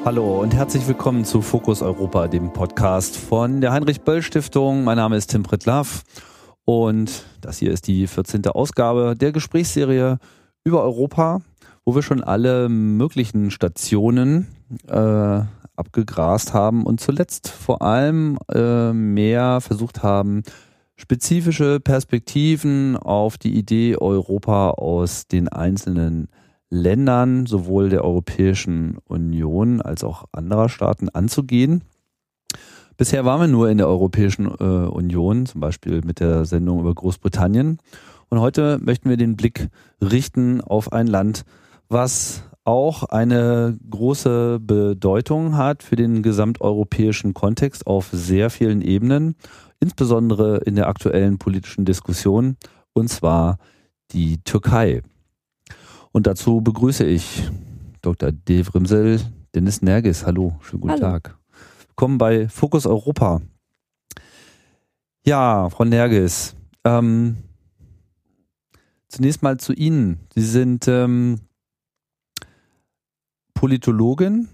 Hallo und herzlich willkommen zu Fokus Europa, dem Podcast von der Heinrich-Böll-Stiftung. Mein Name ist Tim Pritlove und das hier ist die 14. Ausgabe der Gesprächsserie über Europa, wo wir schon alle möglichen Stationen abgegrast haben und zuletzt vor allem mehr versucht haben, spezifische Perspektiven auf die Idee Europa aus den einzelnen Ländern, sowohl der Europäischen Union als auch anderer Staaten anzugehen. Bisher waren wir nur in der Europäischen Union, zum Beispiel mit der Sendung über Großbritannien. Und heute möchten wir den Blick richten auf ein Land, was auch eine große Bedeutung hat für den gesamteuropäischen Kontext auf sehr vielen Ebenen, insbesondere in der aktuellen politischen Diskussion, und zwar die Türkei. Und dazu begrüße ich Dr. Devrimsel Deniz Nergis. Hallo, schönen guten Tag. Willkommen bei Fokus Europa. Ja, Frau Nergis, zunächst mal zu Ihnen. Sie sind Politologin,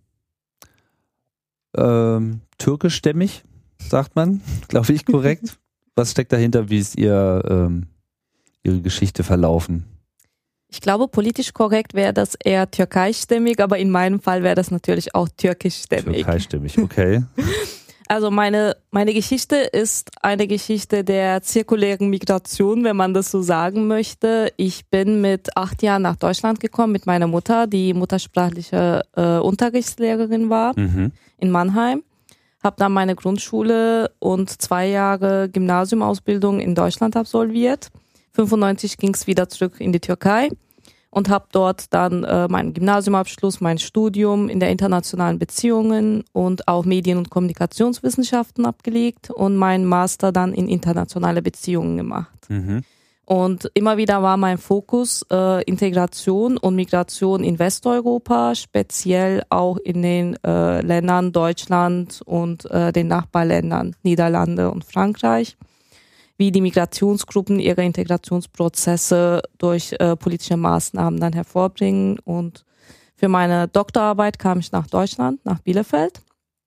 türkischstämmig, sagt man, glaube ich, korrekt. Was steckt dahinter? Wie ist Ihre Geschichte verlaufen? Ich glaube, politisch korrekt wäre das eher türkeistämmig, aber in meinem Fall wäre das natürlich auch türkischstämmig. Türkeistämmig, okay. Also meine Geschichte ist eine Geschichte der zirkulären Migration, wenn man das so sagen möchte. Ich bin mit 8 Jahren nach Deutschland gekommen mit meiner Mutter, die muttersprachliche Unterrichtslehrerin war in Mannheim. Habe dann meine Grundschule und 2 Jahre Gymnasiumausbildung in Deutschland absolviert. 1995 ging es wieder zurück in die Türkei und habe dort dann meinen Gymnasiumabschluss, mein Studium in der internationalen Beziehungen und auch Medien- und Kommunikationswissenschaften abgelegt und meinen Master dann in internationale Beziehungen gemacht. Und immer wieder war mein Fokus Integration und Migration in Westeuropa, speziell auch in den Ländern Deutschland und den Nachbarländern Niederlande und Frankreich, wie die Migrationsgruppen ihre Integrationsprozesse durch politische Maßnahmen dann hervorbringen. Und für meine Doktorarbeit kam ich nach Deutschland, nach Bielefeld.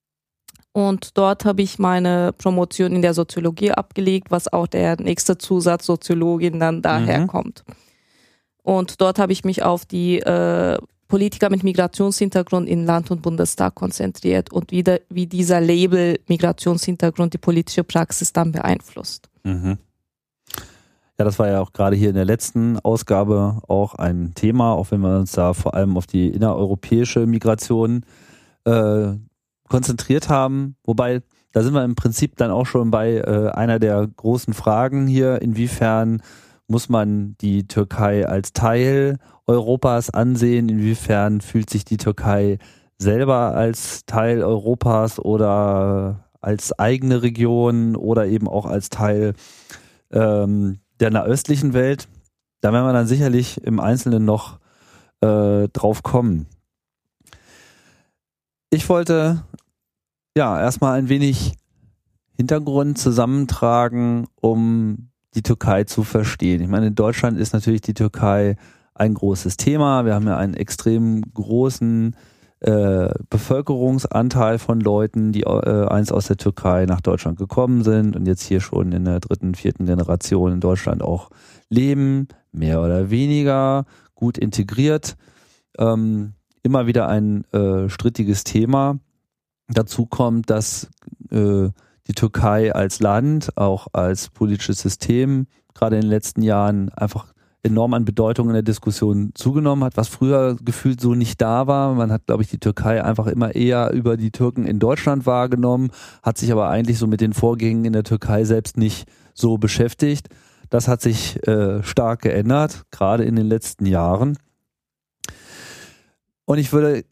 Und dort habe ich meine Promotion in der Soziologie abgelegt, was auch der nächste Zusatz Soziologin dann daher kommt. Und dort habe ich mich auf die Politiker mit Migrationshintergrund in Land und Bundestag konzentriert und wie dieser Label Migrationshintergrund die politische Praxis dann beeinflusst. Ja, das war ja auch gerade hier in der letzten Ausgabe auch ein Thema, auch wenn wir uns da vor allem auf die innereuropäische Migration konzentriert haben. Wobei, da sind wir im Prinzip dann auch schon bei einer der großen Fragen hier, inwiefern muss man die Türkei als Teil Europas ansehen, inwiefern fühlt sich die Türkei selber als Teil Europas oder als eigene Region oder eben auch als Teil der nahöstlichen Welt. Da werden wir dann sicherlich im Einzelnen noch drauf kommen. Ich wollte ja erstmal ein wenig Hintergrund zusammentragen, um die Türkei zu verstehen. Ich meine, in Deutschland ist natürlich die Türkei ein großes Thema. Wir haben ja einen extrem großen Bevölkerungsanteil von Leuten, die einst aus der Türkei nach Deutschland gekommen sind und jetzt hier schon in der 3., 4. Generation in Deutschland auch leben, mehr oder weniger gut integriert. Immer wieder ein strittiges Thema. Dazu kommt, dass die Türkei als Land, auch als politisches System, gerade in den letzten Jahren einfach enorm an Bedeutung in der Diskussion zugenommen hat, was früher gefühlt so nicht da war. Man hat, glaube ich, die Türkei einfach immer eher über die Türken in Deutschland wahrgenommen, hat sich aber eigentlich so mit den Vorgängen in der Türkei selbst nicht so beschäftigt. Das hat sich stark geändert, gerade in den letzten Jahren. Und ich würde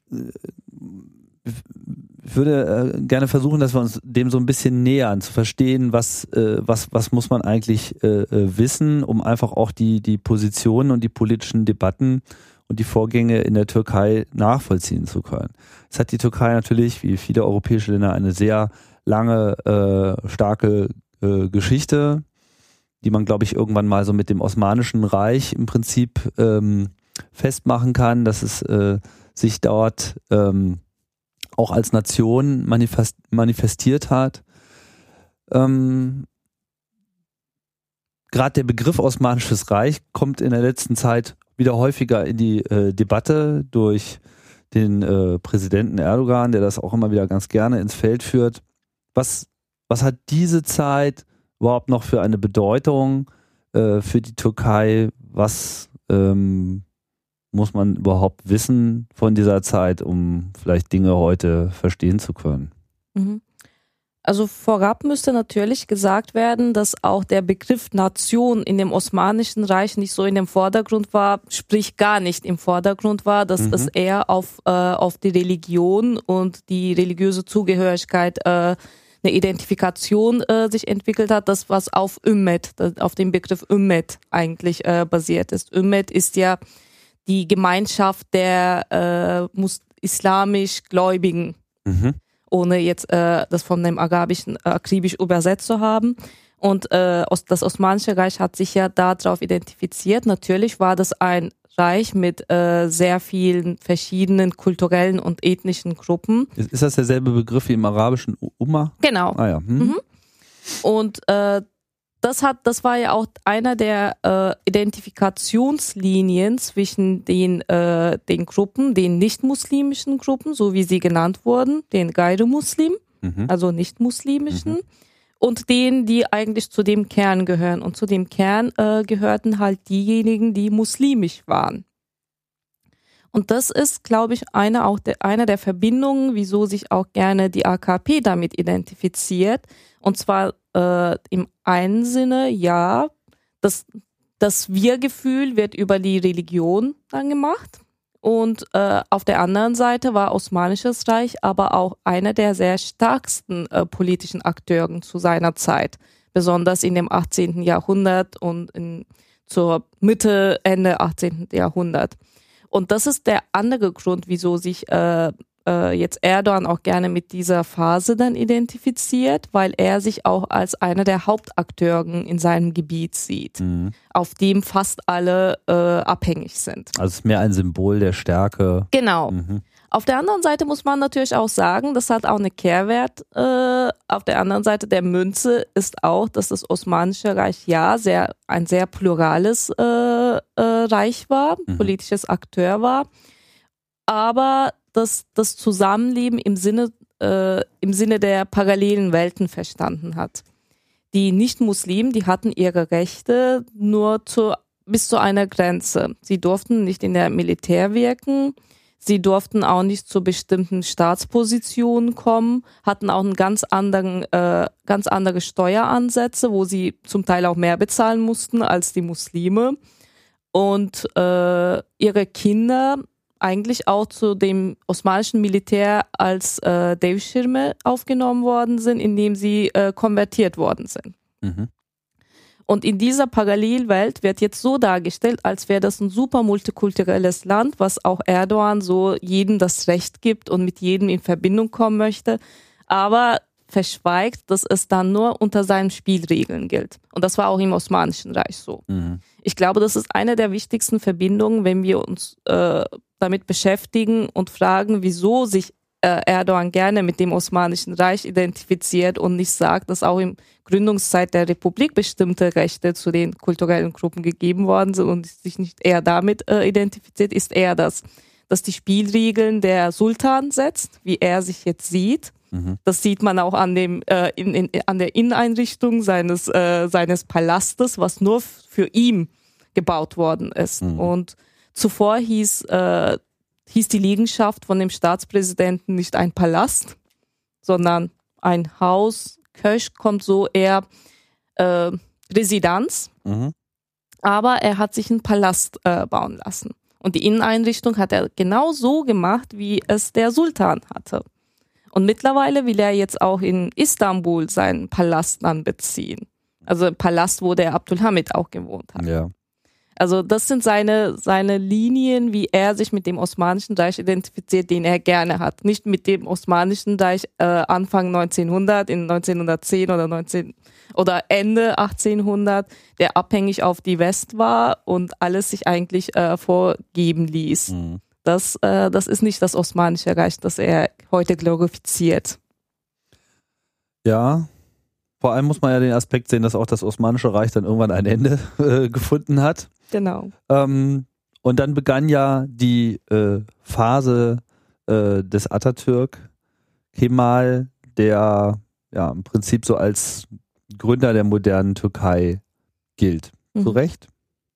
gerne versuchen, dass wir uns dem so ein bisschen nähern, zu verstehen, was muss man eigentlich wissen, um einfach auch die Positionen und die politischen Debatten und die Vorgänge in der Türkei nachvollziehen zu können. Es hat die Türkei natürlich, wie viele europäische Länder, eine sehr lange, starke Geschichte, die man, glaube ich, irgendwann mal so mit dem Osmanischen Reich im Prinzip festmachen kann, dass es sich dort auch als Nation manifestiert hat. Gerade der Begriff Osmanisches Reich kommt in der letzten Zeit wieder häufiger in die Debatte durch den Präsidenten Erdogan, der das auch immer wieder ganz gerne ins Feld führt. Was hat diese Zeit überhaupt noch für eine Bedeutung für die Türkei? Was muss man überhaupt wissen von dieser Zeit, um vielleicht Dinge heute verstehen zu können? Also vorab müsste natürlich gesagt werden, dass auch der Begriff Nation in dem Osmanischen Reich nicht so in dem Vordergrund war, sprich gar nicht im Vordergrund war, dass es eher auf die Religion und die religiöse Zugehörigkeit eine Identifikation sich entwickelt hat, das was auf Ümmet, auf dem Begriff Ümmet eigentlich basiert ist. Ümmet ist ja die Gemeinschaft der islamisch Gläubigen, ohne jetzt das von dem Arabischen akribisch übersetzt zu haben. Und das Osmanische Reich hat sich ja darauf identifiziert. Natürlich war das ein Reich mit sehr vielen verschiedenen kulturellen und ethnischen Gruppen. Ist das derselbe Begriff wie im arabischen Umma? Genau. Ah ja. Und das war ja auch einer der Identifikationslinien zwischen den Gruppen, den nicht-muslimischen Gruppen, so wie sie genannt wurden, den Gayru-Muslim, also nicht-muslimischen, und denen, die eigentlich zu dem Kern gehören. Und zu dem Kern gehörten halt diejenigen, die muslimisch waren. Und das ist, glaube ich, einer der Verbindungen, wieso sich auch gerne die AKP damit identifiziert. Und zwar im einen Sinne, ja, das Wir-Gefühl wird über die Religion dann gemacht. Und auf der anderen Seite war Osmanisches Reich aber auch einer der sehr stärksten politischen Akteuren zu seiner Zeit. Besonders in dem 18. Jahrhundert und zur Mitte, Ende 18. Jahrhundert. Und das ist der andere Grund, wieso sich jetzt Erdogan auch gerne mit dieser Phase dann identifiziert, weil er sich auch als einer der Hauptakteuren in seinem Gebiet sieht, auf dem fast alle abhängig sind. Also es ist mehr ein Symbol der Stärke. Genau. Auf der anderen Seite muss man natürlich auch sagen, das hat auch eine Kehrwert. Auf der anderen Seite der Münze ist auch, dass das Osmanische Reich ein sehr plurales Reich war, politisches Akteur war, aber das Zusammenleben im Sinne der parallelen Welten verstanden hat. Die Nicht-Muslimen, die hatten ihre Rechte nur bis zu einer Grenze. Sie durften nicht in der Militär wirken, sie durften auch nicht zu bestimmten Staatspositionen kommen, hatten auch ganz andere Steueransätze, wo sie zum Teil auch mehr bezahlen mussten als die Muslime. Und ihre Kinder eigentlich auch zu dem osmanischen Militär als Devşirme aufgenommen worden sind, indem sie konvertiert worden sind. Und in dieser Parallelwelt wird jetzt so dargestellt, als wäre das ein super multikulturelles Land, was auch Erdogan so jedem das Recht gibt und mit jedem in Verbindung kommen möchte, aber verschweigt, dass es dann nur unter seinen Spielregeln gilt. Und das war auch im Osmanischen Reich so. Ich glaube, das ist eine der wichtigsten Verbindungen, wenn wir uns damit beschäftigen und fragen, wieso sich Erdogan gerne mit dem Osmanischen Reich identifiziert und nicht sagt, dass auch in Gründungszeit der Republik bestimmte Rechte zu den kulturellen Gruppen gegeben worden sind und sich nicht eher damit identifiziert, ist eher dass die Spielregeln der Sultan setzt, wie er sich jetzt sieht. Das sieht man auch an der Inneneinrichtung seines Palastes, was nur für ihn gebaut worden ist. Und zuvor hieß die Liegenschaft von dem Staatspräsidenten nicht ein Palast, sondern ein Haus. Köşk kommt so eher Residenz. Aber er hat sich einen Palast bauen lassen. Und die Inneneinrichtung hat er genau so gemacht, wie es der Sultan hatte. Und mittlerweile will er jetzt auch in Istanbul seinen Palast dann beziehen. Also ein Palast, wo der Abdülhamid auch gewohnt hat. Ja. Also das sind seine Linien, wie er sich mit dem Osmanischen Reich identifiziert, den er gerne hat. Nicht mit dem Osmanischen Reich Anfang 1900, in 1910 oder Ende 1800, der abhängig auf die West war und alles sich eigentlich vorgeben ließ. Das ist nicht das Osmanische Reich, das er heute glorifiziert. Ja, vor allem muss man ja den Aspekt sehen, dass auch das Osmanische Reich dann irgendwann ein Ende gefunden hat. Genau. Und dann begann ja die Phase des Atatürk, Kemal, der ja im Prinzip so als Gründer der modernen Türkei gilt. Zu Recht?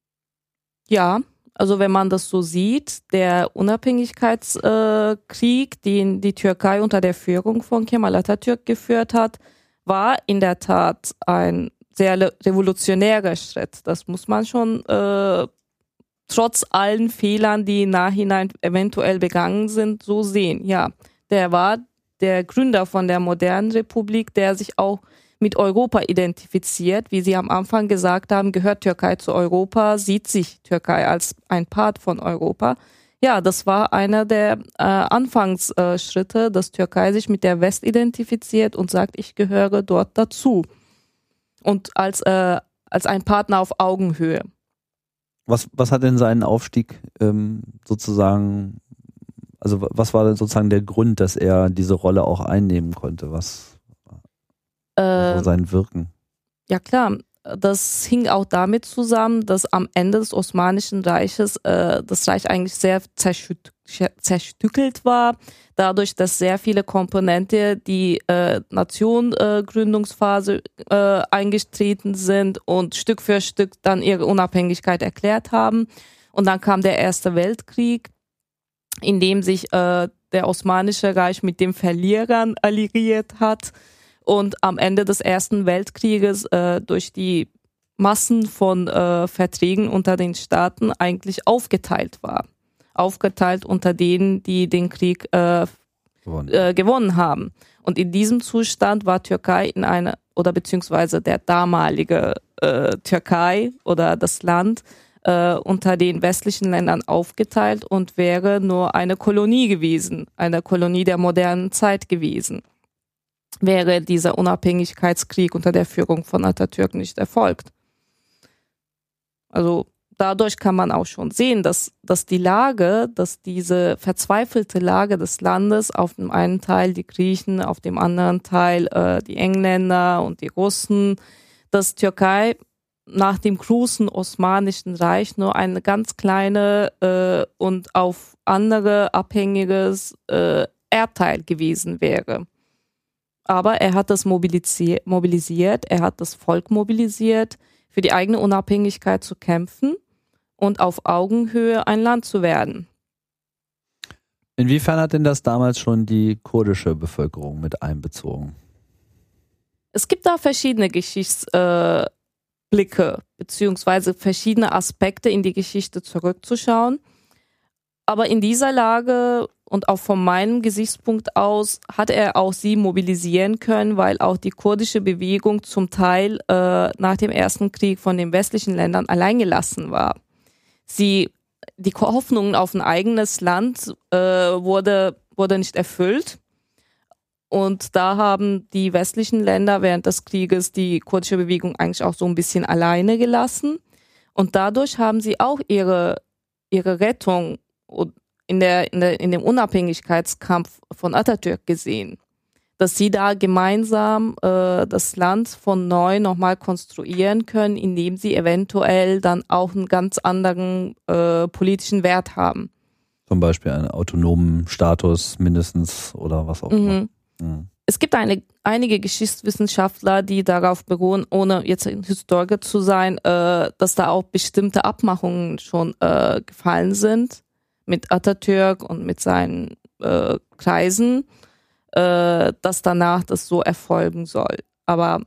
Ja, also wenn man das so sieht, der Unabhängigkeitskrieg, den die Türkei unter der Führung von Kemal Atatürk geführt hat, war in der Tat ein sehr revolutionärer Schritt. Das muss man schon trotz allen Fehlern, die im Nachhinein eventuell begangen sind, so sehen. Ja, der war der Gründer von der modernen Republik, der sich auch mit Europa identifiziert. Wie Sie am Anfang gesagt haben, gehört Türkei zu Europa, sieht sich Türkei als ein Part von Europa. Ja, das war einer der Anfangsschritte, dass Türkei sich mit der West identifiziert und sagt, ich gehöre dort dazu. Und als ein Partner auf Augenhöhe. Was hat denn seinen Aufstieg sozusagen, also was war denn sozusagen der Grund, dass er diese Rolle auch einnehmen konnte? Was war sein Wirken? Ja klar, das hing auch damit zusammen, dass am Ende des Osmanischen Reiches das Reich eigentlich sehr zerstückelt war, dadurch, dass sehr viele Komponente die Nationgründungsphase eingetreten sind und Stück für Stück dann ihre Unabhängigkeit erklärt haben. Und dann kam der Erste Weltkrieg, in dem sich der Osmanische Reich mit den Verlierern alliiert hat und am Ende des Ersten Weltkrieges durch die Massen von Verträgen unter den Staaten eigentlich aufgeteilt war. Aufgeteilt unter denen, die den Krieg gewonnen haben. Und in diesem Zustand war Türkei in einer, oder beziehungsweise der damalige Türkei oder das Land unter den westlichen Ländern aufgeteilt und wäre nur eine Kolonie gewesen, eine Kolonie der modernen Zeit gewesen. Wäre dieser Unabhängigkeitskrieg unter der Führung von Atatürk nicht erfolgt. Also dadurch kann man auch schon sehen, dass diese verzweifelte Lage des Landes, auf dem einen Teil die Griechen, auf dem anderen Teil die Engländer und die Russen, dass Türkei nach dem großen Osmanischen Reich nur eine ganz kleine und auf andere abhängiges Erdteil gewesen wäre. Aber er hat das mobilisiert, er hat das Volk mobilisiert, für die eigene Unabhängigkeit zu kämpfen und auf Augenhöhe ein Land zu werden. Inwiefern hat denn das damals schon die kurdische Bevölkerung mit einbezogen? Es gibt da verschiedene Geschichtsblicke, beziehungsweise verschiedene Aspekte in die Geschichte zurückzuschauen. Aber in dieser Lage und auch von meinem Gesichtspunkt aus hat er auch sie mobilisieren können, weil auch die kurdische Bewegung zum Teil nach dem Ersten Krieg von den westlichen Ländern alleingelassen war. Die Hoffnung auf ein eigenes Land wurde nicht erfüllt. Und da haben die westlichen Länder während des Krieges die kurdische Bewegung eigentlich auch so ein bisschen alleine gelassen. Und dadurch haben sie auch ihre Rettung in dem Unabhängigkeitskampf von Atatürk gesehen. Dass sie da gemeinsam das Land von neu nochmal konstruieren können, indem sie eventuell dann auch einen ganz anderen politischen Wert haben. Zum Beispiel einen autonomen Status mindestens oder was auch immer. Mhm. Es gibt einige Geschichtswissenschaftler, die darauf beruhen, ohne jetzt ein Historiker zu sein, dass da auch bestimmte Abmachungen schon gefallen sind mit Atatürk und mit seinen Kreisen, dass danach das so erfolgen soll. Aber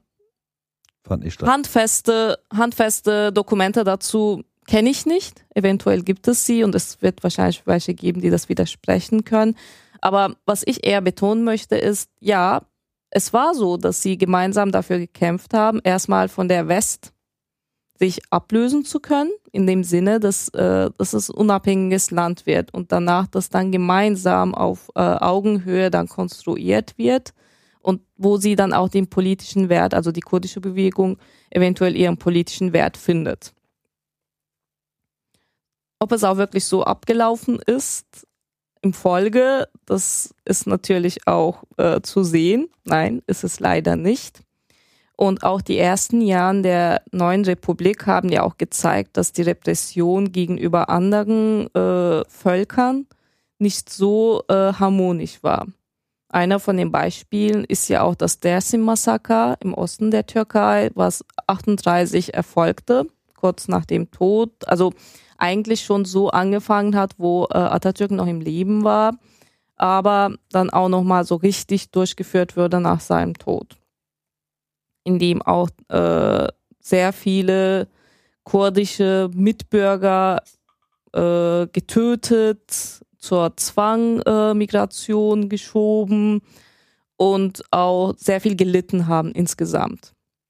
handfeste Dokumente dazu kenne ich nicht. Eventuell gibt es sie und es wird wahrscheinlich welche geben, die das widersprechen können. Aber was ich eher betonen möchte ist, ja, es war so, dass sie gemeinsam dafür gekämpft haben, erstmal von der West sich ablösen zu können, in dem Sinne, dass es ein unabhängiges Land wird und danach das dann gemeinsam auf Augenhöhe dann konstruiert wird und wo sie dann auch den politischen Wert, also die kurdische Bewegung, eventuell ihren politischen Wert findet. Ob es auch wirklich so abgelaufen ist, im Folge, das ist natürlich auch zu sehen. Nein, ist es leider nicht. Und auch die ersten Jahre der neuen Republik haben ja auch gezeigt, dass die Repression gegenüber anderen Völkern nicht so harmonisch war. Einer von den Beispielen ist ja auch das Dersim-Massaker im Osten der Türkei, was 1938 erfolgte, kurz nach dem Tod. Also eigentlich schon so angefangen hat, wo Atatürk noch im Leben war, aber dann auch nochmal so richtig durchgeführt wurde nach seinem Tod, in dem auch sehr viele kurdische Mitbürger getötet, zur Zwangmigration geschoben und auch sehr viel gelitten haben insgesamt.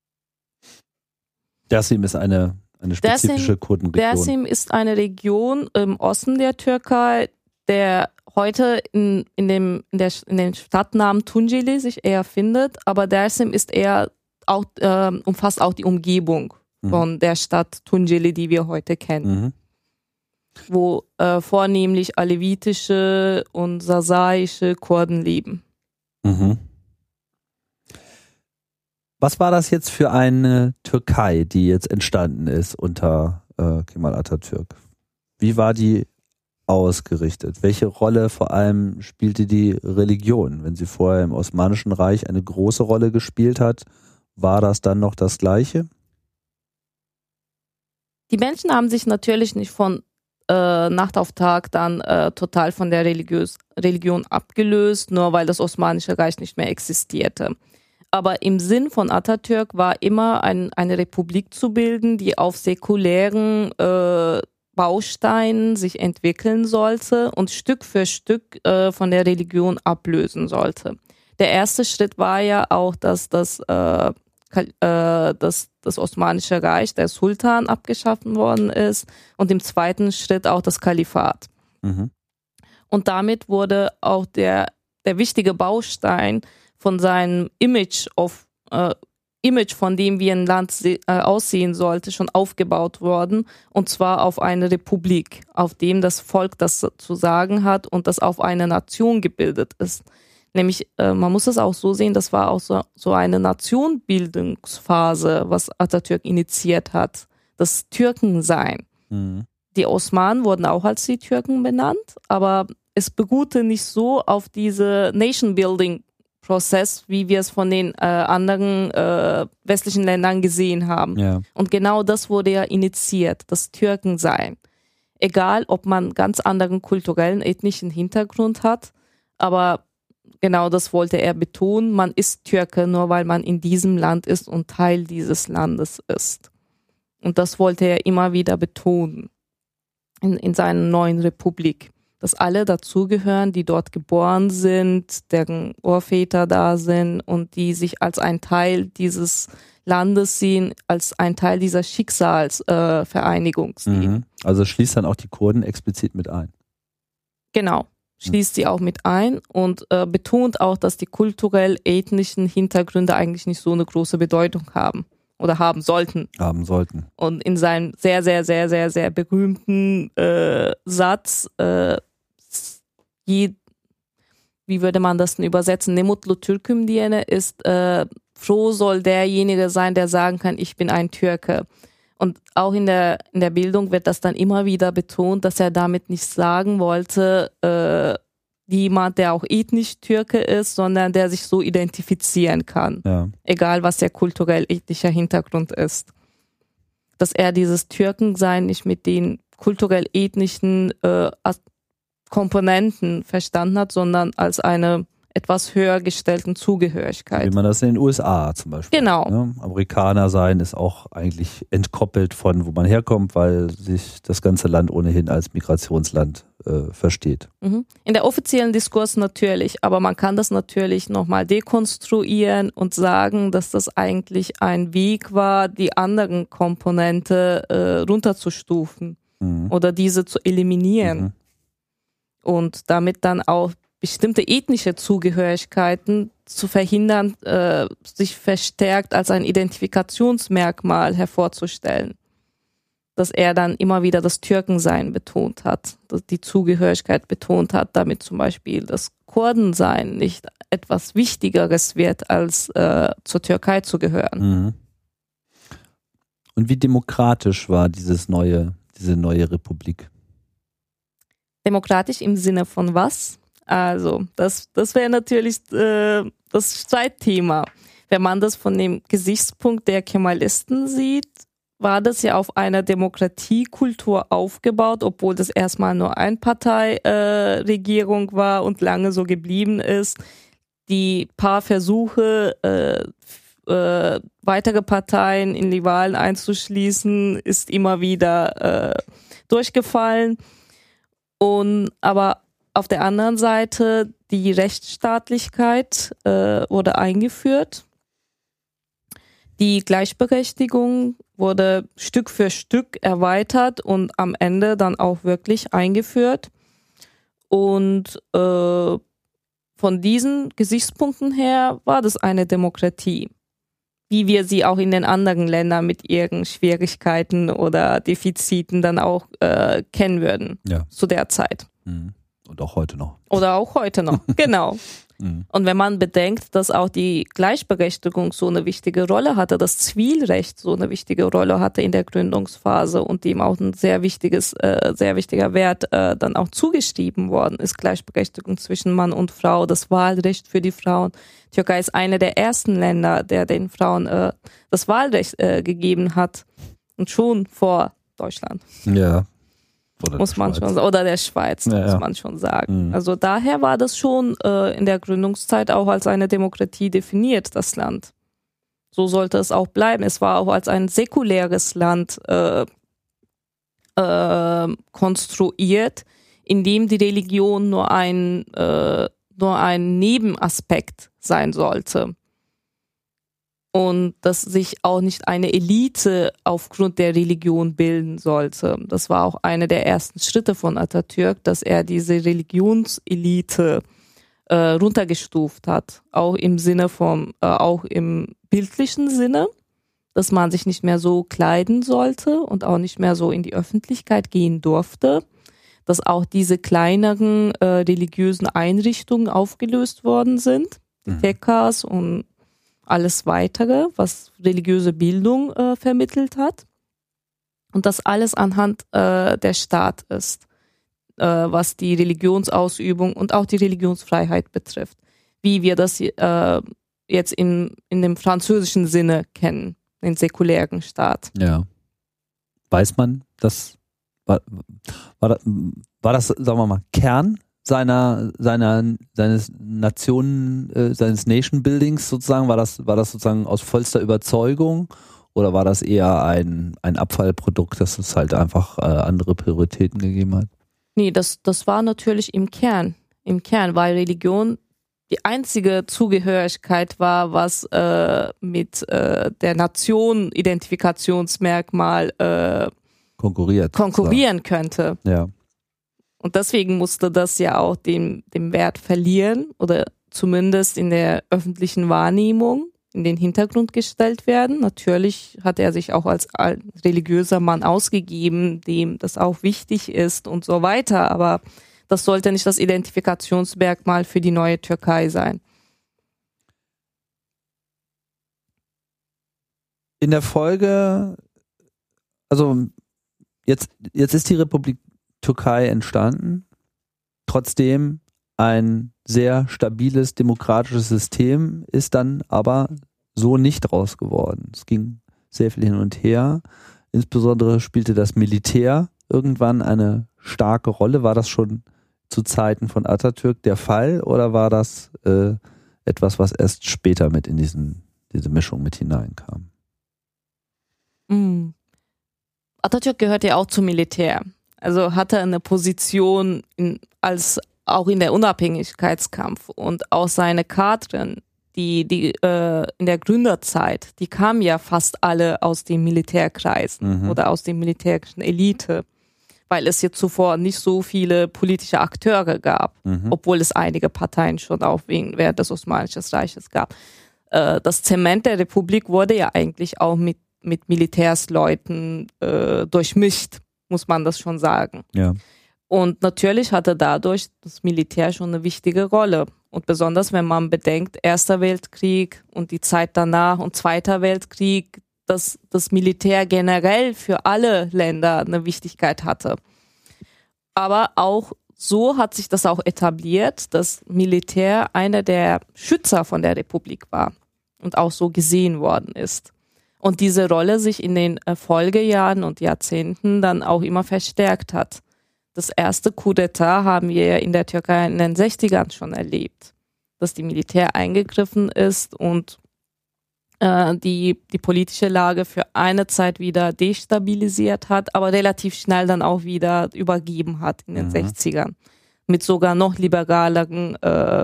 Dersim ist eine spezifische Kurdenregion. Dersim ist eine Region im Osten der Türkei, der heute in den Stadtnamen Tunceli sich eher findet, aber Dersim ist eher auch, umfasst auch die Umgebung von der Stadt Tunceli, die wir heute kennen. Wo vornehmlich alevitische und sasaische Kurden leben. Was war das jetzt für eine Türkei, die jetzt entstanden ist unter Kemal Atatürk? Wie war die ausgerichtet? Welche Rolle vor allem spielte die Religion? Wenn sie vorher im Osmanischen Reich eine große Rolle gespielt hat, war das dann noch das Gleiche? Die Menschen haben sich natürlich nicht von Nacht auf Tag dann total von der Religion abgelöst, nur weil das Osmanische Reich nicht mehr existierte. Aber im Sinn von Atatürk war immer eine Republik zu bilden, die auf säkulären Bausteinen sich entwickeln sollte und Stück für Stück von der Religion ablösen sollte. Der erste Schritt war ja auch, dass das Osmanische Reich, der Sultan, abgeschaffen worden ist und im zweiten Schritt auch das Kalifat. Und damit wurde auch der wichtige Baustein von seinem Image, von dem wie ein Land aussehen sollte, schon aufgebaut worden, und zwar auf eine Republik, auf dem das Volk das zu sagen hat und das auf eine Nation gebildet ist. Nämlich, man muss es auch so sehen, das war auch so eine Nationbildungsphase, was Atatürk initiiert hat, das Türkensein. Die Osmanen wurden auch als die Türken benannt, aber es beruhte nicht so auf diese Nation-Building-Prozess, wie wir es von den anderen westlichen Ländern gesehen haben. Ja. Und genau das wurde ja initiiert, das Türkensein. Egal, ob man ganz anderen kulturellen, ethnischen Hintergrund hat, aber genau das wollte er betonen, man ist Türke, nur weil man in diesem Land ist und Teil dieses Landes ist. Und das wollte er immer wieder betonen in seiner neuen Republik, dass alle dazugehören, die dort geboren sind, deren Urväter da sind und die sich als ein Teil dieses Landes sehen, als ein Teil dieser Schicksalsvereinigung sehen. Also schließt dann auch die Kurden explizit mit ein. Genau. Schließt sie auch mit ein und betont auch, dass die kulturell-ethnischen Hintergründe eigentlich nicht so eine große Bedeutung haben oder haben sollten. Und in seinem sehr, sehr, sehr, sehr, sehr berühmten Satz, wie würde man das denn übersetzen? Ne mutlu Türküm diyene ist, froh soll derjenige sein, der sagen kann, ich bin ein Türke. Und auch in der Bildung wird das dann immer wieder betont, dass er damit nicht sagen wollte, jemand, der auch ethnisch Türke ist, sondern der sich so identifizieren kann. Ja. Egal, was der kulturell-ethnischer Hintergrund ist. Dass er dieses Türkensein nicht mit den kulturell-ethnischen Komponenten verstanden hat, sondern als eine etwas höher gestellten Zugehörigkeit. Wie man das in den USA zum Beispiel. Genau. Ne? Amerikaner sein ist auch eigentlich entkoppelt von, wo man herkommt, weil sich das ganze Land ohnehin als Migrationsland versteht. In der offiziellen Diskurs natürlich, aber man kann das natürlich nochmal dekonstruieren und sagen, dass das eigentlich ein Weg war, die anderen Komponente runterzustufen oder diese zu eliminieren und damit dann auch bestimmte ethnische Zugehörigkeiten zu verhindern, sich verstärkt als ein Identifikationsmerkmal hervorzustellen. dass er dann immer wieder das Türkensein betont hat, die Zugehörigkeit betont hat, damit zum Beispiel das Kurdensein nicht etwas Wichtigeres wird, als zur Türkei zu gehören. Mhm. Und wie demokratisch war diese neue Republik? Demokratisch im Sinne von was? Also, das wäre natürlich das Streitthema. Wenn man das von dem Gesichtspunkt der Kemalisten sieht, war das ja auf einer Demokratiekultur aufgebaut, obwohl das erstmal nur Einparteiregierung war und lange so geblieben ist. Die paar Versuche, weitere Parteien in die Wahlen einzuschließen, ist immer wieder durchgefallen. Aber auf der anderen Seite, die Rechtsstaatlichkeit wurde eingeführt. Die Gleichberechtigung wurde Stück für Stück erweitert und am Ende dann auch wirklich eingeführt. Und von diesen Gesichtspunkten her war das eine Demokratie, wie wir sie auch in den anderen Ländern mit ihren Schwierigkeiten oder Defiziten dann auch kennen würden zu der Zeit. Und auch heute noch. Oder auch heute noch, genau. Und wenn man bedenkt, dass auch die Gleichberechtigung so eine wichtige Rolle hatte, das Zivilrecht so eine wichtige Rolle hatte in der Gründungsphase und dem auch ein sehr wichtiger Wert dann auch zugeschrieben worden ist, Gleichberechtigung zwischen Mann und Frau, das Wahlrecht für die Frauen. Türkei ist eine der ersten Länder, der den Frauen das Wahlrecht gegeben hat und schon vor Deutschland. Ja. Muss man schon sagen. Oder der Schweiz, muss man schon sagen. Also daher war das schon in der Gründungszeit auch als eine Demokratie definiert, das Land. So sollte es auch bleiben. Es war auch als ein säkuläres Land konstruiert, in dem die Religion nur ein Nebenaspekt sein sollte. Und dass sich auch nicht eine Elite aufgrund der Religion bilden sollte. Das war auch einer der ersten Schritte von Atatürk, dass er diese Religionselite runtergestuft hat. Auch im Sinne auch im bildlichen Sinne, dass man sich nicht mehr so kleiden sollte und auch nicht mehr so in die Öffentlichkeit gehen durfte. Dass auch diese kleineren religiösen Einrichtungen aufgelöst worden sind. Die Tekkas und alles Weitere, was religiöse Bildung vermittelt hat. Und das alles anhand der Staat ist, was die Religionsausübung und auch die Religionsfreiheit betrifft. Wie wir das jetzt in dem französischen Sinne kennen, den säkulären Staat. Ja. Weiß man, das war das, sagen wir mal, Kern seines Nation Buildings sozusagen, war das sozusagen aus vollster Überzeugung oder war das eher ein Abfallprodukt, dass es halt einfach andere Prioritäten gegeben hat? Nee, das war natürlich im Kern, weil Religion die einzige Zugehörigkeit war, was mit der Nation Identifikationsmerkmal konkurrieren könnte. Ja. Und deswegen musste das ja auch dem Wert verlieren oder zumindest in der öffentlichen Wahrnehmung in den Hintergrund gestellt werden. Natürlich hat er sich auch als religiöser Mann ausgegeben, dem das auch wichtig ist und so weiter. Aber das sollte nicht das Identifikationsmerkmal für die neue Türkei sein. In der Folge, also jetzt ist die Republik Türkei entstanden, trotzdem ein sehr stabiles demokratisches System ist dann aber so nicht raus geworden. Es ging sehr viel hin und her, insbesondere spielte das Militär irgendwann eine starke Rolle. War das schon zu Zeiten von Atatürk der Fall oder war das etwas, was erst später mit in diese Mischung mit hineinkam? Atatürk gehört ja auch zum Militär. Also hatte eine Position auch in der Unabhängigkeitskampf und auch seine Kadren, die in der Gründerzeit, die kamen ja fast alle aus den Militärkreisen oder aus der militärischen Elite, weil es hier zuvor nicht so viele politische Akteure gab, obwohl es einige Parteien schon auch während des Osmanischen Reiches gab. Das Zement der Republik wurde ja eigentlich auch mit mit Militärsleuten durchmischt, muss man das schon sagen. Ja. Und natürlich hatte dadurch das Militär schon eine wichtige Rolle. Und besonders, wenn man bedenkt, Erster Weltkrieg und die Zeit danach und Zweiter Weltkrieg, dass das Militär generell für alle Länder eine Wichtigkeit hatte. Aber auch so hat sich das auch etabliert, dass Militär einer der Schützer von der Republik war und auch so gesehen worden ist. Und diese Rolle sich in den Folgejahren und Jahrzehnten dann auch immer verstärkt hat. Das erste Coup d'État haben wir in der Türkei in den 60ern schon erlebt, dass die Militär eingegriffen ist und die politische Lage für eine Zeit wieder destabilisiert hat, aber relativ schnell dann auch wieder übergeben hat in den 60ern. Mit sogar noch liberalerer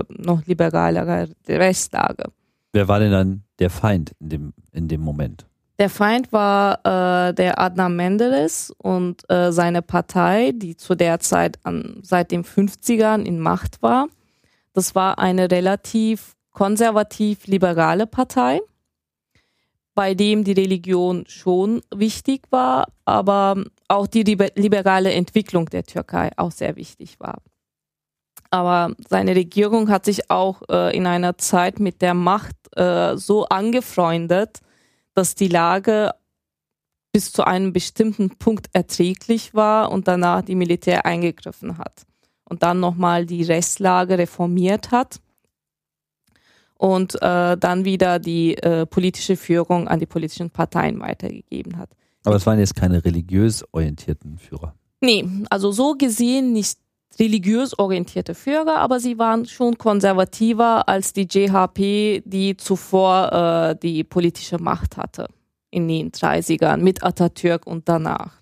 Rechtslage. Wer war denn dann der Feind in dem Moment? Der Feind war der Adnan Menderes und seine Partei, die zu der Zeit seit den 50ern in Macht war. Das war eine relativ konservativ-liberale Partei, bei dem die Religion schon wichtig war, aber auch die liberale Entwicklung der Türkei auch sehr wichtig war. Aber seine Regierung hat sich auch in einer Zeit mit der Macht so angefreundet, dass die Lage bis zu einem bestimmten Punkt erträglich war und danach die Militär eingegriffen hat und dann nochmal die Rechtslage reformiert hat und dann wieder die politische Führung an die politischen Parteien weitergegeben hat. Aber es waren jetzt keine religiös orientierten Führer. Nee, also so gesehen nicht religiös orientierte Führer, aber sie waren schon konservativer als die CHP, die zuvor die politische Macht hatte in den 30ern mit Atatürk und danach.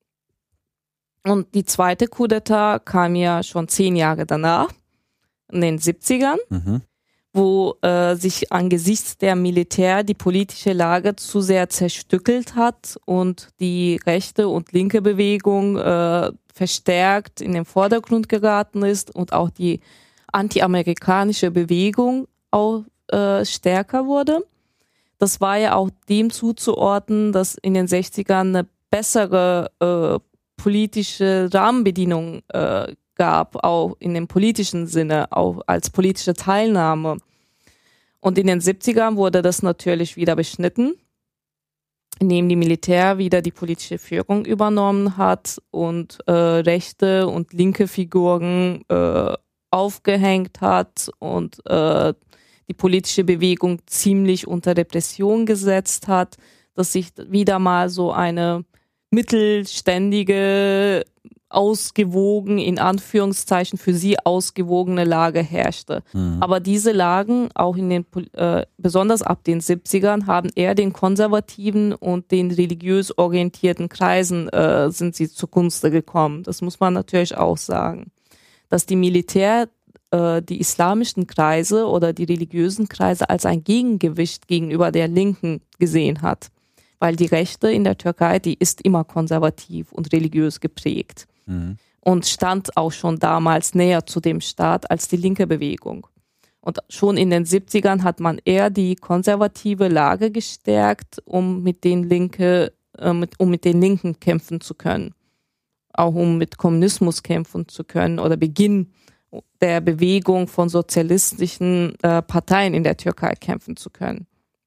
Und die zweite Coup d'État kam ja schon 10 Jahre danach, in den 70ern, wo sich angesichts der Militär die politische Lage zu sehr zerstückelt hat und die rechte und linke Bewegung verstärkt in den Vordergrund geraten ist und auch die anti-amerikanische Bewegung auch stärker wurde. Das war ja auch dem zuzuordnen, dass in den 60ern eine bessere politische Rahmenbedingung gab, auch in dem politischen Sinne, auch als politische Teilnahme. Und in den 70ern wurde das natürlich wieder beschnitten, indem die Militär wieder die politische Führung übernommen hat und rechte und linke Figuren aufgehängt hat und die politische Bewegung ziemlich unter Repression gesetzt hat, dass sich wieder mal so eine mittelständige, ausgewogen, in Anführungszeichen für sie ausgewogene Lage herrschte. Aber diese Lagen, auch in den besonders ab den 70ern, haben eher den konservativen und den religiös orientierten Kreisen sind sie zugunsten gekommen. Das muss man natürlich auch sagen. Dass die Militär die islamischen Kreise oder die religiösen Kreise als ein Gegengewicht gegenüber der Linken gesehen hat. Weil die Rechte in der Türkei, die ist immer konservativ und religiös geprägt. Und stand auch schon damals näher zu dem Staat als die linke Bewegung. Und schon in den 70ern hat man eher die konservative Lage gestärkt, um mit den Linken kämpfen zu können. Auch um mit Kommunismus kämpfen zu können oder Beginn der Bewegung von sozialistischen Parteien in der Türkei kämpfen zu können.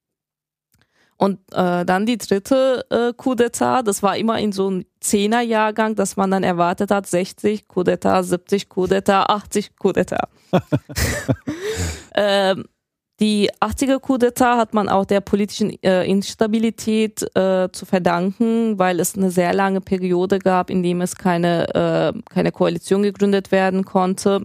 Und dann die dritte Coup d'État, das war immer in so einem 10er-Jahrgang, dass man dann erwartet hat, 60 Coup d'État, 70 Coup d'État, 80 Coup d'État. Die 80er Coup d'État hat man auch der politischen Instabilität zu verdanken, weil es eine sehr lange Periode gab, in dem es keine Koalition gegründet werden konnte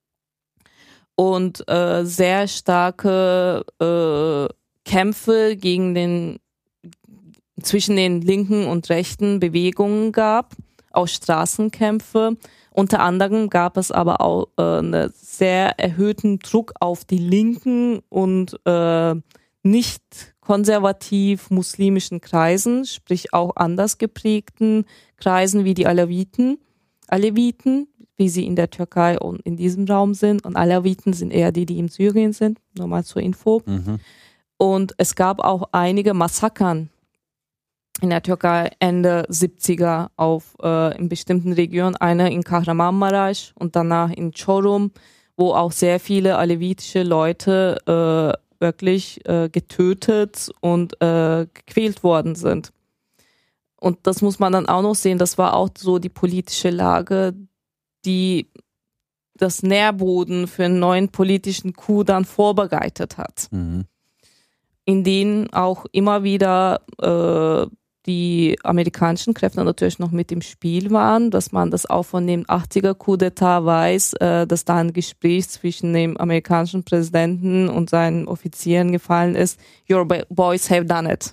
und sehr starke Kämpfe zwischen den linken und rechten Bewegungen gab, auch Straßenkämpfe. Unter anderem gab es aber auch einen sehr erhöhten Druck auf die linken und nicht konservativ muslimischen Kreisen, sprich auch anders geprägten Kreisen wie die Aleviten, wie sie in der Türkei und in diesem Raum sind. Und Aleviten sind eher die in Syrien sind, nur mal zur Info. Und es gab auch einige Massakern in der Türkei Ende 70er auf in bestimmten Regionen, eine in Kahramanmaraş und danach in Çorum, wo auch sehr viele alevitische Leute wirklich getötet und gequält worden sind. Und das muss man dann auch noch sehen, das war auch so die politische Lage, die das Nährboden für einen neuen politischen Coup dann vorbereitet hat. Mhm. In denen auch immer wieder die amerikanischen Kräfte natürlich noch mit im Spiel waren, dass man das auch von dem 80er Coup d'etat weiß, dass da ein Gespräch zwischen dem amerikanischen Präsidenten und seinen Offizieren gefallen ist. Your boys have done it.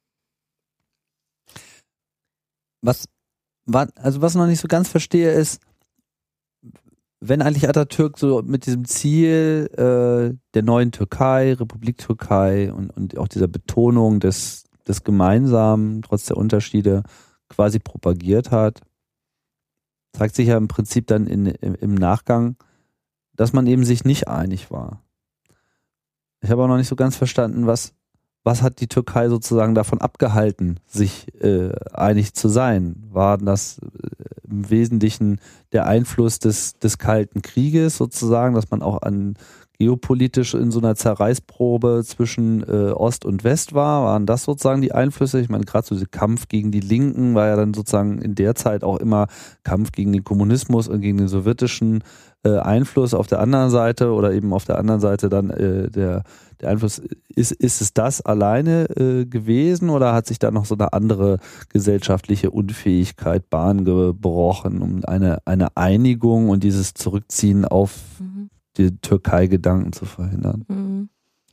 Was ich noch nicht so ganz verstehe, ist, wenn eigentlich Atatürk so mit diesem Ziel der neuen Türkei, Republik Türkei und auch dieser Betonung des Gemeinsamen, trotz der Unterschiede, quasi propagiert hat, zeigt sich ja im Prinzip dann im Nachgang, dass man eben sich nicht einig war. Ich habe auch noch nicht so ganz verstanden, was hat die Türkei sozusagen davon abgehalten, sich einig zu sein? War das im Wesentlichen der Einfluss des Kalten Krieges sozusagen, dass man auch geopolitisch in so einer Zerreißprobe zwischen Ost und West war? Waren das sozusagen die Einflüsse? Ich meine, gerade so dieser Kampf gegen die Linken war ja dann sozusagen in der Zeit auch immer Kampf gegen den Kommunismus und gegen den sowjetischen Einfluss auf der anderen Seite oder eben auf der anderen Seite dann der Einfluss. Ist es das alleine gewesen oder hat sich da noch so eine andere gesellschaftliche Unfähigkeit Bahn gebrochen, um eine Einigung und dieses Zurückziehen auf die Türkei-Gedanken zu verhindern? Mhm.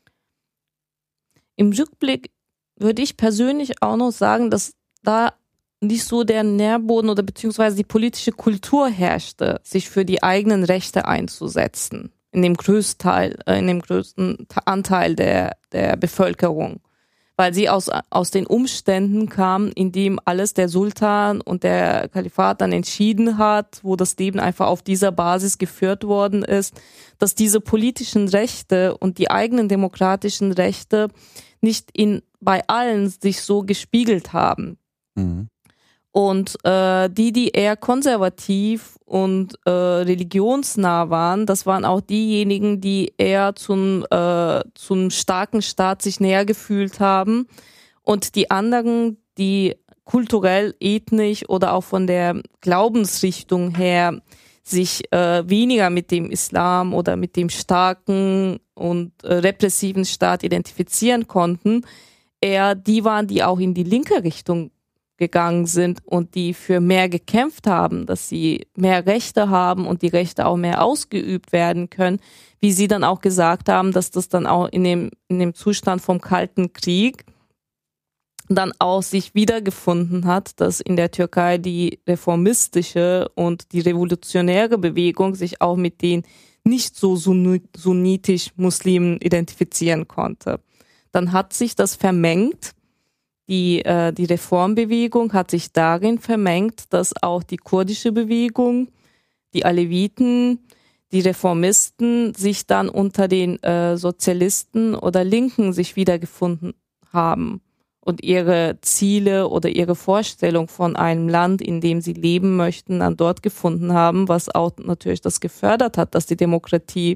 Im Rückblick würde ich persönlich auch noch sagen, dass da nicht so der Nährboden oder beziehungsweise die politische Kultur herrschte, sich für die eigenen Rechte einzusetzen. In dem größten Anteil der Bevölkerung. Weil sie aus den Umständen kam, in dem alles der Sultan und der Kalifat dann entschieden hat, wo das Leben einfach auf dieser Basis geführt worden ist, dass diese politischen Rechte und die eigenen demokratischen Rechte nicht bei allen sich so gespiegelt haben. Mhm. Und die eher konservativ und religionsnah waren, das waren auch diejenigen, die eher zum starken Staat sich näher gefühlt haben. Und die anderen, die kulturell, ethnisch oder auch von der Glaubensrichtung her sich weniger mit dem Islam oder mit dem starken und repressiven Staat identifizieren konnten, eher die waren, die auch in die linke Richtung gegangen sind und die für mehr gekämpft haben, dass sie mehr Rechte haben und die Rechte auch mehr ausgeübt werden können, wie sie dann auch gesagt haben, dass das dann auch in dem Zustand vom Kalten Krieg dann auch sich wiedergefunden hat, dass in der Türkei die reformistische und die revolutionäre Bewegung sich auch mit den nicht so sunnitisch Muslimen identifizieren konnte. Dann hat sich das vermengt. Die Reformbewegung hat sich darin vermengt, dass auch die kurdische Bewegung, die Aleviten, die Reformisten sich dann unter den Sozialisten oder Linken sich wiedergefunden haben und ihre Ziele oder ihre Vorstellung von einem Land, in dem sie leben möchten, dann dort gefunden haben, was auch natürlich das gefördert hat, dass die Demokratie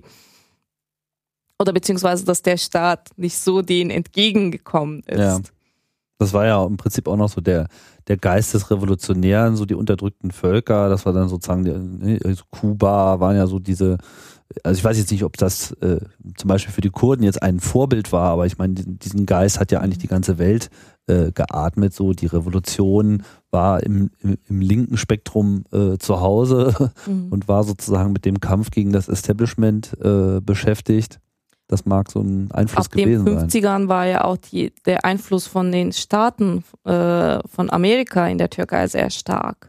oder beziehungsweise dass der Staat nicht so denen entgegengekommen ist. Ja. Das war ja im Prinzip auch noch so der Geist des Revolutionären, so die unterdrückten Völker, das war dann sozusagen, also Kuba waren ja so diese, also ich weiß jetzt nicht, ob das zum Beispiel für die Kurden jetzt ein Vorbild war, aber ich meine, diesen Geist hat ja eigentlich die ganze Welt geatmet, so die Revolution war im linken Spektrum zu Hause und war sozusagen mit dem Kampf gegen das Establishment beschäftigt. Das mag so ein Einfluss gewesen sein. Ab den 50ern war ja auch der Einfluss von den Staaten von Amerika in der Türkei sehr stark.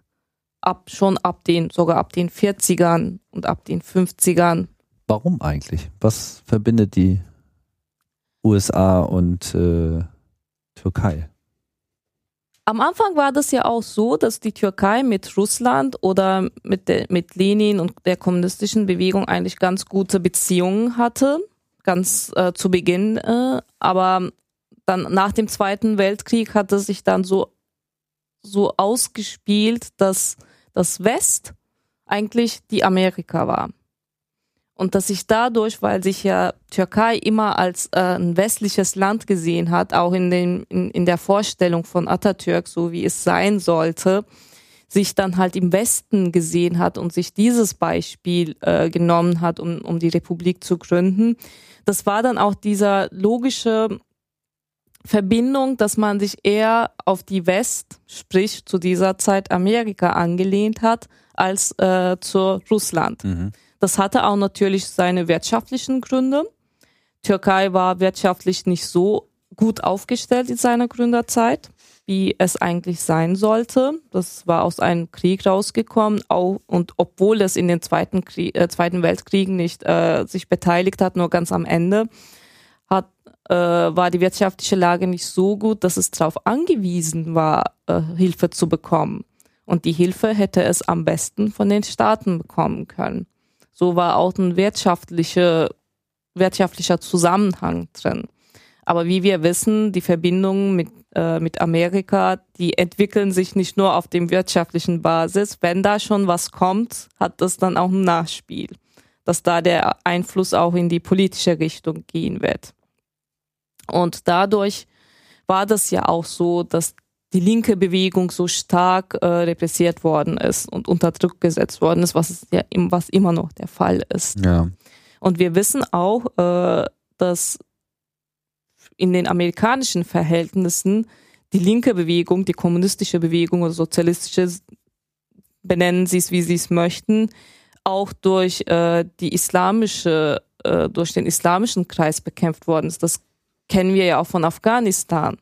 Sogar ab den 40ern und ab den 50ern. Warum eigentlich? Was verbindet die USA und Türkei? Am Anfang war das ja auch so, dass die Türkei mit Russland oder mit Lenin und der kommunistischen Bewegung eigentlich ganz gute Beziehungen hatte. Ganz zu Beginn, aber dann nach dem Zweiten Weltkrieg hat es sich dann so so ausgespielt, dass das West eigentlich die Amerika war. Und dass sich dadurch, weil sich ja Türkei immer als ein westliches Land gesehen hat, auch in der Vorstellung von Atatürk, so wie es sein sollte, sich dann halt im Westen gesehen hat und sich dieses Beispiel genommen hat, um die Republik zu gründen. Das war dann auch dieser logische Verbindung, dass man sich eher auf die West, sprich zu dieser Zeit Amerika, angelehnt hat, als zu Russland. Mhm. Das hatte auch natürlich seine wirtschaftlichen Gründe. Türkei war wirtschaftlich nicht so gut aufgestellt in seiner Gründerzeit, wie es eigentlich sein sollte. Das war aus einem Krieg rausgekommen, und obwohl es in den Zweiten Weltkriegen nicht sich beteiligt hat, nur ganz am Ende, war die wirtschaftliche Lage nicht so gut, dass es darauf angewiesen war, Hilfe zu bekommen. Und die Hilfe hätte es am besten von den Staaten bekommen können. So war auch ein wirtschaftlicher Zusammenhang drin. Aber wie wir wissen, die Verbindungen mit Amerika, die entwickeln sich nicht nur auf dem wirtschaftlichen Basis. Wenn da schon was kommt, hat das dann auch ein Nachspiel, dass da der Einfluss auch in die politische Richtung gehen wird. Und dadurch war das ja auch so, dass die linke Bewegung so stark repressiert worden ist und unter Druck gesetzt worden ist, was immer noch der Fall ist. Ja. Und wir wissen auch, dass in den amerikanischen Verhältnissen die linke Bewegung, die kommunistische Bewegung oder sozialistische, benennen sie es, wie sie es möchten, auch durch den islamischen Kreis bekämpft worden ist. Das kennen wir ja auch von Afghanistan.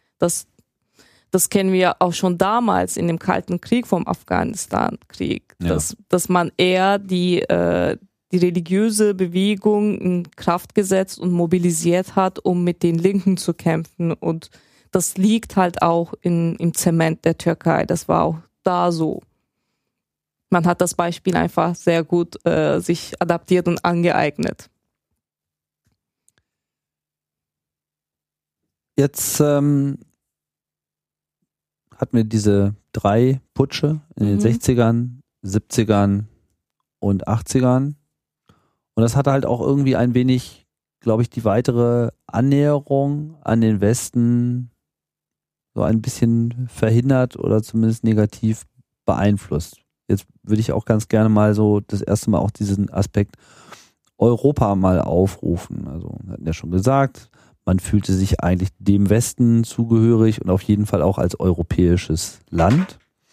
Das kennen wir auch schon damals in dem Kalten Krieg vom Afghanistan-Krieg, ja. Dass man eher die religiöse Bewegung in Kraft gesetzt und mobilisiert hat, um mit den Linken zu kämpfen. Und das liegt halt auch im Zement der Türkei. Das war auch da so. Man hat das Beispiel einfach sehr gut sich adaptiert und angeeignet. Jetzt hatten wir diese 3 Putsche in den 60ern, 70ern und 80ern. Und das hatte halt auch irgendwie ein wenig, glaube ich, die weitere Annäherung an den Westen so ein bisschen verhindert oder zumindest negativ beeinflusst. Jetzt würde ich auch ganz gerne mal so das erste Mal auch diesen Aspekt Europa mal aufrufen. Also wir hatten ja schon gesagt, man fühlte sich eigentlich dem Westen zugehörig und auf jeden Fall auch als europäisches Land.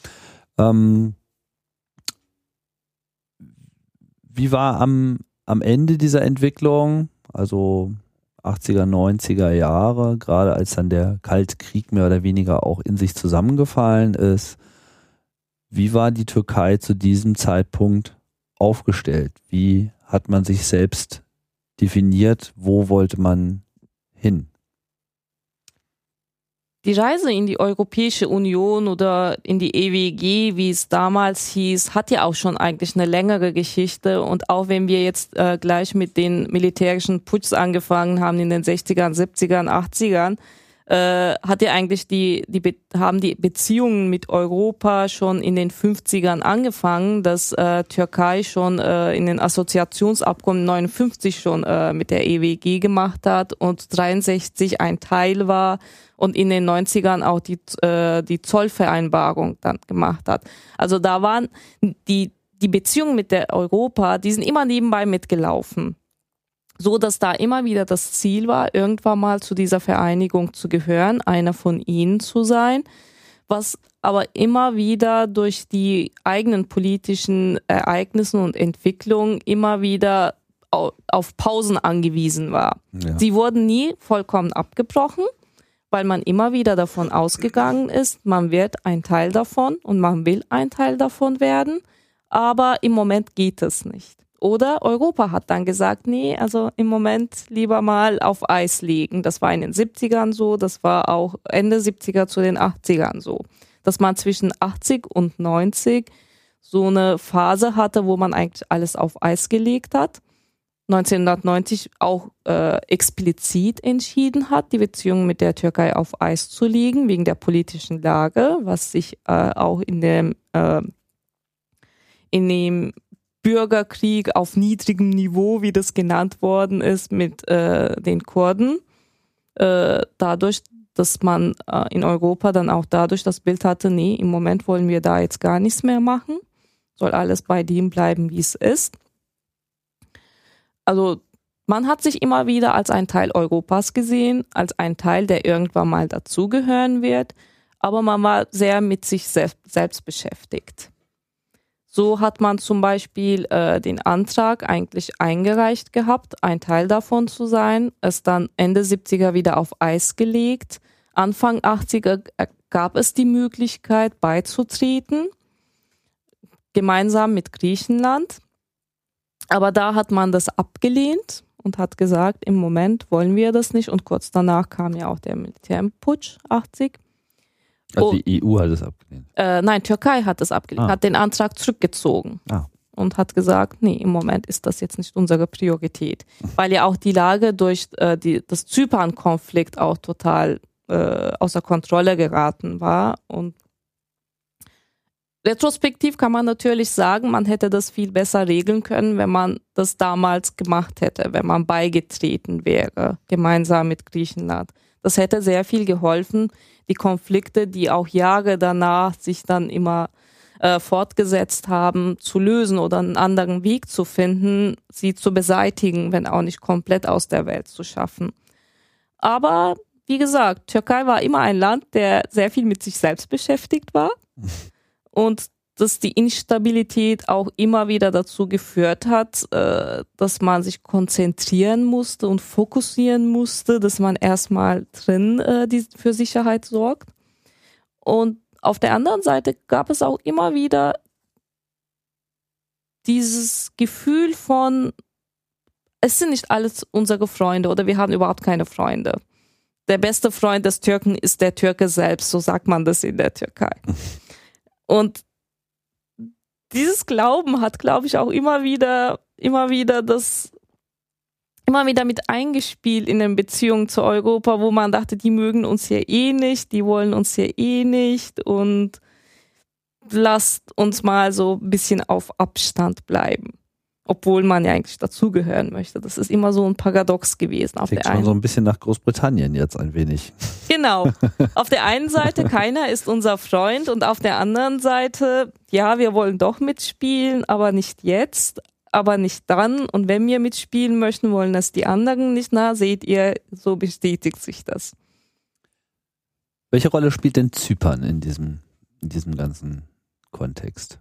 Wie war am Ende dieser Entwicklung, also 80er, 90er Jahre, gerade als dann der Kalte Krieg mehr oder weniger auch in sich zusammengefallen ist, wie war die Türkei zu diesem Zeitpunkt aufgestellt? Wie hat man sich selbst definiert? Wo wollte man hin? Die Reise in die Europäische Union oder in die EWG, wie es damals hieß, hat ja auch schon eigentlich eine längere Geschichte. Und auch wenn wir jetzt gleich mit den militärischen Putschs angefangen haben in den 60ern, 70ern, 80ern, hat ja eigentlich haben die Beziehungen mit Europa schon in den 50ern angefangen, dass Türkei schon in den Assoziationsabkommen 59 schon mit der EWG gemacht hat und 63 ein Teil war und in den 90ern auch die Zollvereinbarung dann gemacht hat. Also da waren die Beziehungen mit der Europa, die sind immer nebenbei mitgelaufen. So, dass da immer wieder das Ziel war, irgendwann mal zu dieser Vereinigung zu gehören, einer von ihnen zu sein, was aber immer wieder durch die eigenen politischen Ereignisse und Entwicklungen immer wieder auf Pausen angewiesen war. Ja. Sie wurden nie vollkommen abgebrochen, weil man immer wieder davon ausgegangen ist, man wird ein Teil davon und man will ein Teil davon werden, aber im Moment geht es nicht. Oder Europa hat dann gesagt, nee, also im Moment lieber mal auf Eis legen. Das war in den 70ern so, das war auch Ende 70er zu den 80ern so. Dass man zwischen 80 und 90 so eine Phase hatte, wo man eigentlich alles auf Eis gelegt hat. 1990 auch explizit entschieden hat, die Beziehungen mit der Türkei auf Eis zu legen, wegen der politischen Lage, was sich auch in dem Bürgerkrieg auf niedrigem Niveau, wie das genannt worden ist, mit den Kurden, dadurch, dass man in Europa dann auch dadurch das Bild hatte, nee, im Moment wollen wir da jetzt gar nichts mehr machen, soll alles bei dem bleiben, wie es ist. Also man hat sich immer wieder als ein Teil Europas gesehen, als ein Teil, der irgendwann mal dazugehören wird, aber man war sehr mit sich selbst beschäftigt. So hat man zum Beispiel den Antrag eigentlich eingereicht gehabt, ein Teil davon zu sein, es dann Ende 70er wieder auf Eis gelegt. Anfang 80er gab es die Möglichkeit beizutreten, gemeinsam mit Griechenland. Aber da hat man das abgelehnt und hat gesagt, im Moment wollen wir das nicht. Und kurz danach kam ja auch der Militärputsch 80. Also die EU hat es abgelehnt? Nein, Türkei hat es abgelehnt, hat den Antrag zurückgezogen und hat gesagt, nee, im Moment ist das jetzt nicht unsere Priorität. Weil ja auch die Lage durch das Zypern-Konflikt auch total außer Kontrolle geraten war. Und retrospektiv kann man natürlich sagen, man hätte das viel besser regeln können, wenn man das damals gemacht hätte, wenn man beigetreten wäre, gemeinsam mit Griechenland. Das hätte sehr viel geholfen, die Konflikte, die auch Jahre danach sich dann immer fortgesetzt haben, zu lösen oder einen anderen Weg zu finden, sie zu beseitigen, wenn auch nicht komplett aus der Welt zu schaffen. Aber wie gesagt, Türkei war immer ein Land, der sehr viel mit sich selbst beschäftigt war und dass die Instabilität auch immer wieder dazu geführt hat, dass man sich konzentrieren musste und fokussieren musste, dass man erstmal drin für Sicherheit sorgt. Und auf der anderen Seite gab es auch immer wieder dieses Gefühl von, es sind nicht alles unsere Freunde oder wir haben überhaupt keine Freunde. Der beste Freund des Türken ist der Türke selbst, so sagt man das in der Türkei. Und dieses Glauben hat, glaube ich, auch immer wieder mit eingespielt in den Beziehungen zu Europa, wo man dachte, die mögen uns hier eh nicht, die wollen uns hier eh nicht und lasst uns mal so ein bisschen auf Abstand bleiben. Obwohl man ja eigentlich dazugehören möchte. Das ist immer so ein Paradox gewesen. Klingt schon so ein bisschen nach Großbritannien jetzt ein wenig. Genau. Auf der einen Seite, keiner ist unser Freund und auf der anderen Seite, ja, wir wollen doch mitspielen, aber nicht jetzt, aber nicht dann. Und wenn wir mitspielen möchten, wollen das die anderen nicht. Na, seht ihr, so bestätigt sich das. Welche Rolle spielt denn Zypern in diesem ganzen Kontext?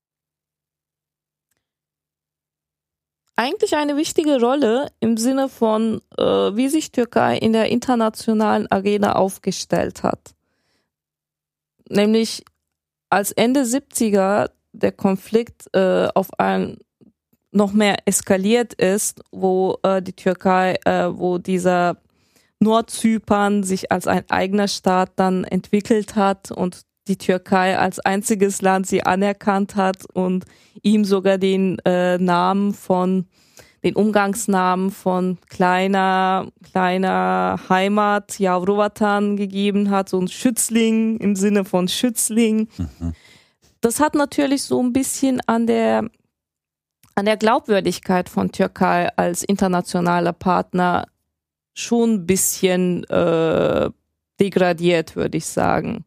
Eigentlich eine wichtige Rolle im Sinne von, wie sich Türkei in der internationalen Arena aufgestellt hat. Nämlich als Ende 70er der Konflikt auf ein noch mehr eskaliert ist, wo die Türkei, wo dieser Nordzypern sich als ein eigener Staat dann entwickelt hat und die Türkei als einziges Land sie anerkannt hat und ihm sogar den Umgangsnamen von kleiner Heimat, Yavruwatan gegeben hat, so ein Schützling im Sinne von Schützling. Mhm. Das hat natürlich so ein bisschen an der Glaubwürdigkeit von Türkei als internationaler Partner schon ein bisschen degradiert, würde ich sagen.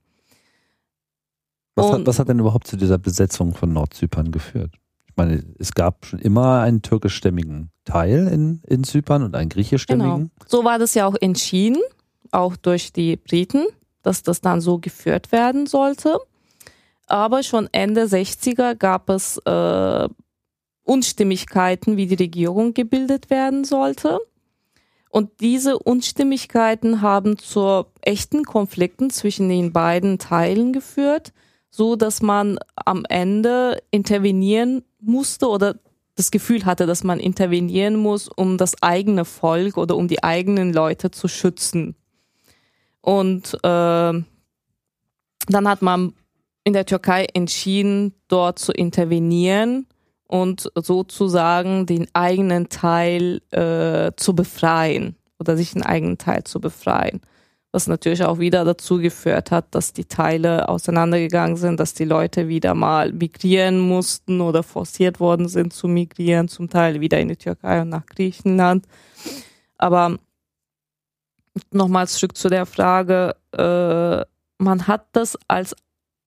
Was hat denn überhaupt zu dieser Besetzung von Nordzypern geführt? Ich meine, es gab schon immer einen türkischstämmigen Teil in Zypern und einen griechischstämmigen. Genau. So war das ja auch entschieden, auch durch die Briten, dass das dann so geführt werden sollte. Aber schon Ende 60er gab es Unstimmigkeiten, wie die Regierung gebildet werden sollte. Und diese Unstimmigkeiten haben zu echten Konflikten zwischen den beiden Teilen geführt, so dass man am Ende intervenieren musste oder das Gefühl hatte, dass man intervenieren muss, um das eigene Volk oder um die eigenen Leute zu schützen. Und dann hat man in der Türkei entschieden, dort zu intervenieren und sozusagen den eigenen Teil zu befreien oder sich einen eigenen Teil zu befreien. Was natürlich auch wieder dazu geführt hat, dass die Teile auseinandergegangen sind, dass die Leute wieder mal migrieren mussten oder forciert worden sind zu migrieren, zum Teil wieder in die Türkei und nach Griechenland. Aber nochmal zurück zu der Frage, man hat das als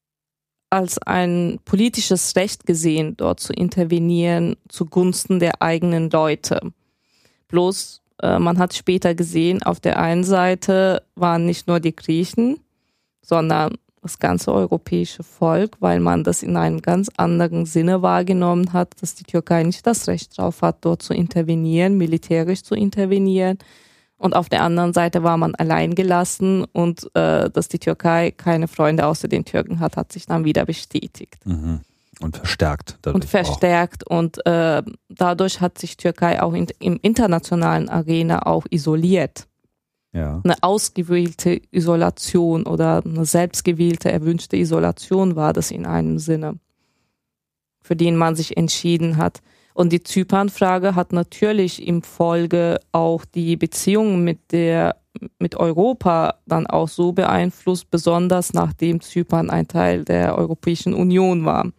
ein politisches Recht gesehen, dort zu intervenieren zugunsten der eigenen Leute. Bloß man hat später gesehen, auf der einen Seite waren nicht nur die Griechen, sondern das ganze europäische Volk, weil man das in einem ganz anderen Sinne wahrgenommen hat, dass die Türkei nicht das Recht drauf hat, dort zu intervenieren, militärisch zu intervenieren. Und auf der anderen Seite war man allein gelassen und dass die Türkei keine Freunde außer den Türken hat, hat sich dann wieder bestätigt. Mhm. Und verstärkt. Und dadurch hat sich Türkei auch im internationalen Arena auch isoliert. Ja. Eine ausgewählte Isolation oder eine selbstgewählte, erwünschte Isolation war das in einem Sinne, für den man sich entschieden hat. Und die Zypernfrage hat natürlich im Folge auch die Beziehungen mit Europa dann auch so beeinflusst, besonders nachdem Zypern ein Teil der Europäischen Union war.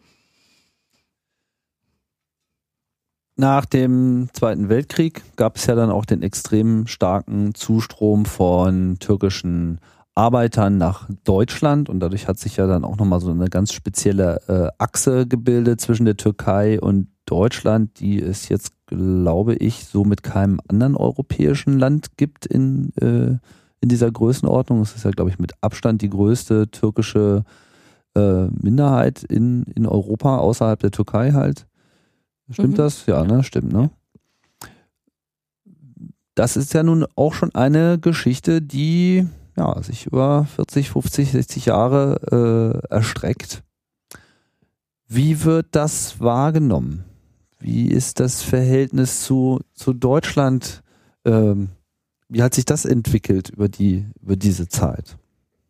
Nach dem Zweiten Weltkrieg gab es ja dann auch den extrem starken Zustrom von türkischen Arbeitern nach Deutschland und dadurch hat sich ja dann auch nochmal so eine ganz spezielle Achse gebildet zwischen der Türkei und Deutschland, die es jetzt, glaube ich, so mit keinem anderen europäischen Land gibt in dieser Größenordnung. Es ist ja, glaube ich, mit Abstand die größte türkische Minderheit in Europa, außerhalb der Türkei halt. Stimmt das? Ja, ne? Stimmt, ne? Das ist ja nun auch schon eine Geschichte, die ja, sich über 40, 50, 60 Jahre erstreckt. Wie wird das wahrgenommen? Wie ist das Verhältnis zu Deutschland? Wie hat sich das entwickelt über diese Zeit?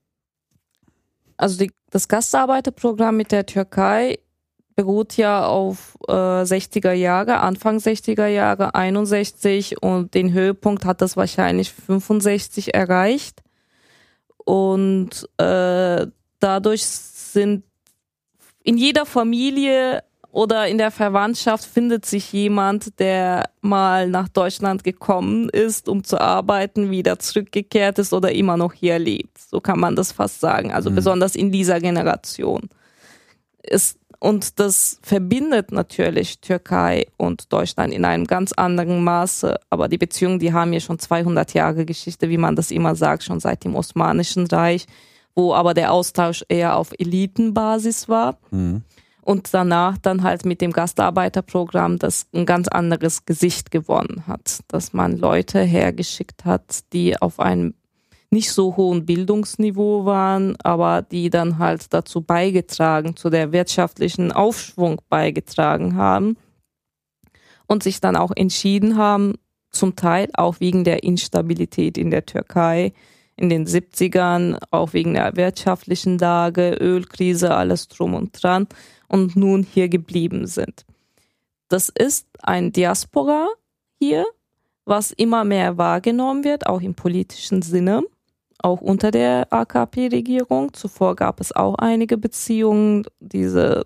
Also das Gastarbeiterprogramm mit der Türkei beruht ja auf 60er Jahre, Anfang 60er Jahre, 61 und den Höhepunkt hat das wahrscheinlich 65 erreicht. Und dadurch sind in jeder Familie oder in der Verwandtschaft findet sich jemand, der mal nach Deutschland gekommen ist, um zu arbeiten, wieder zurückgekehrt ist oder immer noch hier lebt. So kann man das fast sagen. Also besonders in dieser Generation. Und das verbindet natürlich Türkei und Deutschland in einem ganz anderen Maße. Aber die Beziehungen, die haben ja schon 200 Jahre Geschichte, wie man das immer sagt, schon seit dem Osmanischen Reich, wo aber der Austausch eher auf Elitenbasis war. Mhm. Und danach dann halt mit dem Gastarbeiterprogramm, das ein ganz anderes Gesicht gewonnen hat. Dass man Leute hergeschickt hat, die auf einem nicht so hohen Bildungsniveau waren, aber die dann halt dazu beigetragen, zu der wirtschaftlichen Aufschwung beigetragen haben und sich dann auch entschieden haben, zum Teil auch wegen der Instabilität in der Türkei in den 70ern, auch wegen der wirtschaftlichen Lage, Ölkrise, alles drum und dran und nun hier geblieben sind. Das ist ein Diaspora hier, was immer mehr wahrgenommen wird, auch im politischen Sinne. Auch unter der AKP-Regierung. Zuvor gab es auch einige Beziehungen, diese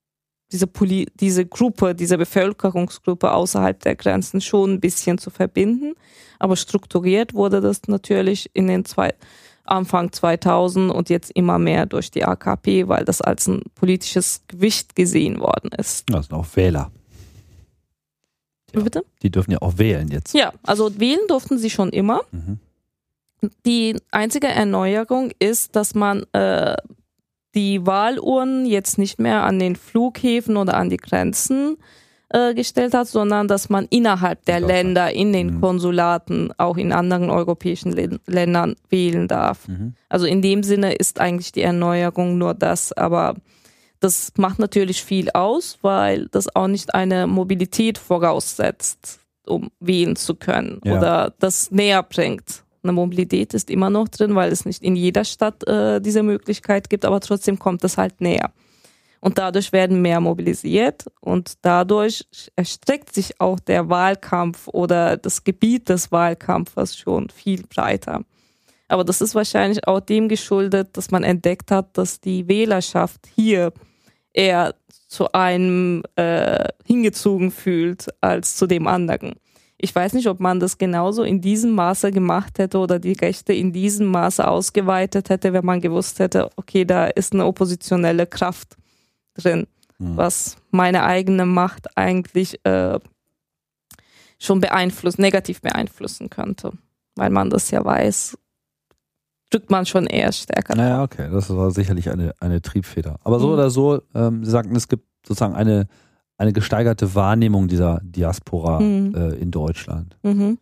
Gruppe, diese Bevölkerungsgruppe außerhalb der Grenzen schon ein bisschen zu verbinden. Aber strukturiert wurde das natürlich in den Anfang 2000 und jetzt immer mehr durch die AKP, weil das als ein politisches Gewicht gesehen worden ist. Das sind auch Wähler. Ja. Bitte? Die dürfen ja auch wählen jetzt. Ja, also wählen durften sie schon immer. Mhm. Die einzige Erneuerung ist, dass man die Wahlurnen jetzt nicht mehr an den Flughäfen oder an die Grenzen gestellt hat, sondern dass man innerhalb der Länder in den Konsulaten auch in anderen europäischen Ländern wählen darf. Mhm. Also in dem Sinne ist eigentlich die Erneuerung nur das, aber das macht natürlich viel aus, weil das auch nicht eine Mobilität voraussetzt, um wählen zu können oder das näher bringt. Eine Mobilität ist immer noch drin, weil es nicht in jeder Stadt diese Möglichkeit gibt, aber trotzdem kommt es halt näher. Und dadurch werden mehr mobilisiert und dadurch erstreckt sich auch der Wahlkampf oder das Gebiet des Wahlkampfes schon viel breiter. Aber das ist wahrscheinlich auch dem geschuldet, dass man entdeckt hat, dass die Wählerschaft hier eher zu einem hingezogen fühlt als zu dem anderen. Ich weiß nicht, ob man das genauso in diesem Maße gemacht hätte oder die Rechte in diesem Maße ausgeweitet hätte, wenn man gewusst hätte, okay, da ist eine oppositionelle Kraft drin, was meine eigene Macht eigentlich schon negativ beeinflussen könnte. Weil man das ja weiß, drückt man schon eher stärker. Naja, okay, das war sicherlich eine Triebfeder. Aber so oder so, Sie sagten, es gibt sozusagen eine gesteigerte Wahrnehmung dieser Diaspora in Deutschland.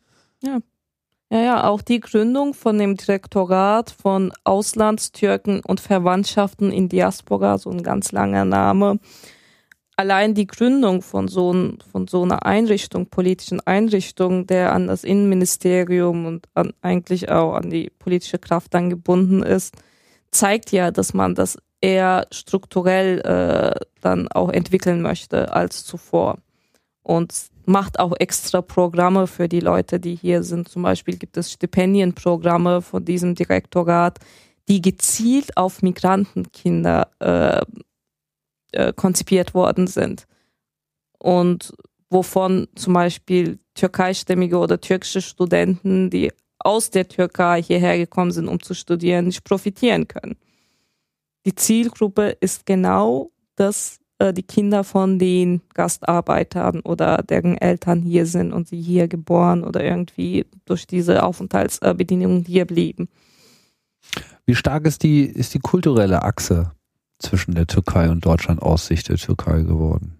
Ja, auch die Gründung von dem Direktorat von Auslandstürken und Verwandtschaften in Diaspora, so ein ganz langer Name. Allein die Gründung von so einer Einrichtung, politischen Einrichtung, der an das Innenministerium und eigentlich auch an die politische Kraft angebunden ist, zeigt ja, dass man das eher strukturell dann auch entwickeln möchte als zuvor. Und macht auch extra Programme für die Leute, die hier sind. Zum Beispiel gibt es Stipendienprogramme von diesem Direktorat, die gezielt auf Migrantenkinder konzipiert worden sind. Und wovon zum Beispiel türkeistämmige oder türkische Studenten, die aus der Türkei hierher gekommen sind, um zu studieren, nicht profitieren können. Die Zielgruppe ist genau die Kinder von den Gastarbeitern oder deren Eltern hier sind und sie hier geboren oder irgendwie durch diese Aufenthaltsbedingungen hier blieben. Wie stark ist die kulturelle Achse zwischen der Türkei und Deutschland aus Sicht der Türkei geworden?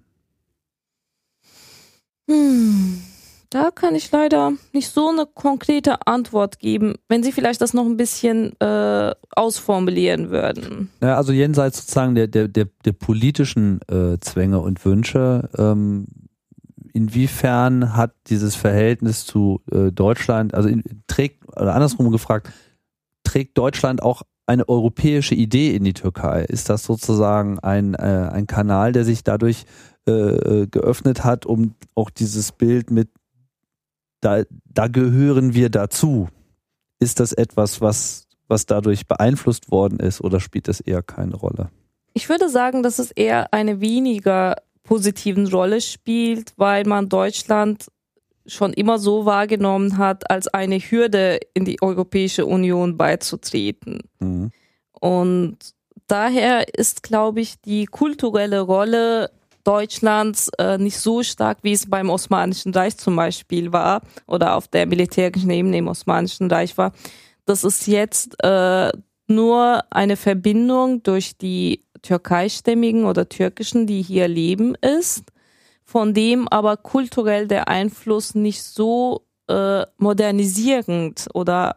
Da kann ich leider nicht so eine konkrete Antwort geben, wenn Sie vielleicht das noch ein bisschen ausformulieren würden. Ja, also jenseits sozusagen der politischen Zwänge und Wünsche, inwiefern hat dieses Verhältnis zu Deutschland, also oder andersrum gefragt, trägt Deutschland auch eine europäische Idee in die Türkei? Ist das sozusagen ein Kanal, der sich dadurch geöffnet hat, um auch dieses Bild mit da gehören wir dazu? Ist das etwas, was dadurch beeinflusst worden ist oder spielt das eher keine Rolle? Ich würde sagen, dass es eher eine weniger positiven Rolle spielt, weil man Deutschland schon immer so wahrgenommen hat, als eine Hürde in die Europäische Union beizutreten. Und daher ist, glaube ich, die kulturelle Rolle Deutschlands nicht so stark, wie es beim Osmanischen Reich zum Beispiel war oder auf der militärischen Ebene im Osmanischen Reich war. Das ist jetzt nur eine Verbindung durch die türkeistämmigen oder türkischen, die hier leben, ist, von dem aber kulturell der Einfluss nicht so modernisierend oder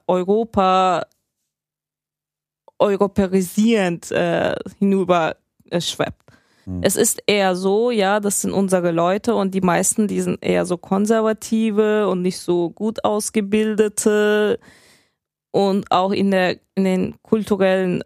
europäisierend hinüber schwebt. Es ist eher so, ja, das sind unsere Leute und die meisten, die sind eher so konservative und nicht so gut ausgebildete und auch in den kulturellen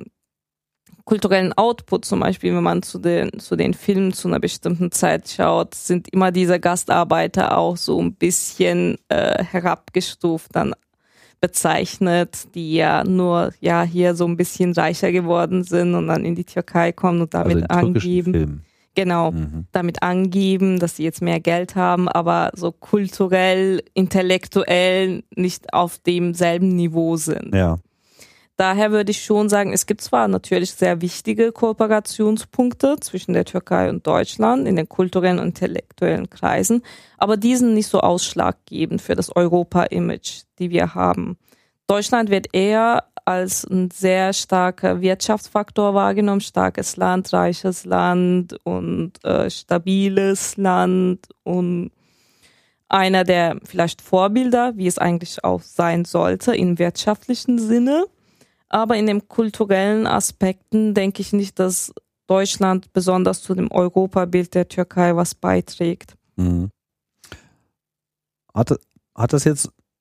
Output zum Beispiel, wenn man zu den Filmen zu einer bestimmten Zeit schaut, sind immer diese Gastarbeiter auch so ein bisschen herabgestuft dann bezeichnet, die ja nur hier so ein bisschen reicher geworden sind und dann in die Türkei kommen und damit angeben. Film. Genau, damit angeben, dass sie jetzt mehr Geld haben, aber so kulturell, intellektuell nicht auf demselben Niveau sind. Ja. Daher würde ich schon sagen, es gibt zwar natürlich sehr wichtige Kooperationspunkte zwischen der Türkei und Deutschland in den kulturellen und intellektuellen Kreisen, aber die sind nicht so ausschlaggebend für das Europa-Image, die wir haben. Deutschland wird eher als ein sehr starker Wirtschaftsfaktor wahrgenommen, starkes Land, reiches Land und stabiles Land und einer der vielleicht Vorbilder, wie es eigentlich auch sein sollte im wirtschaftlichen Sinne. Aber in den kulturellen Aspekten denke ich nicht, dass Deutschland besonders zu dem Europabild der Türkei was beiträgt. Hat das jetzt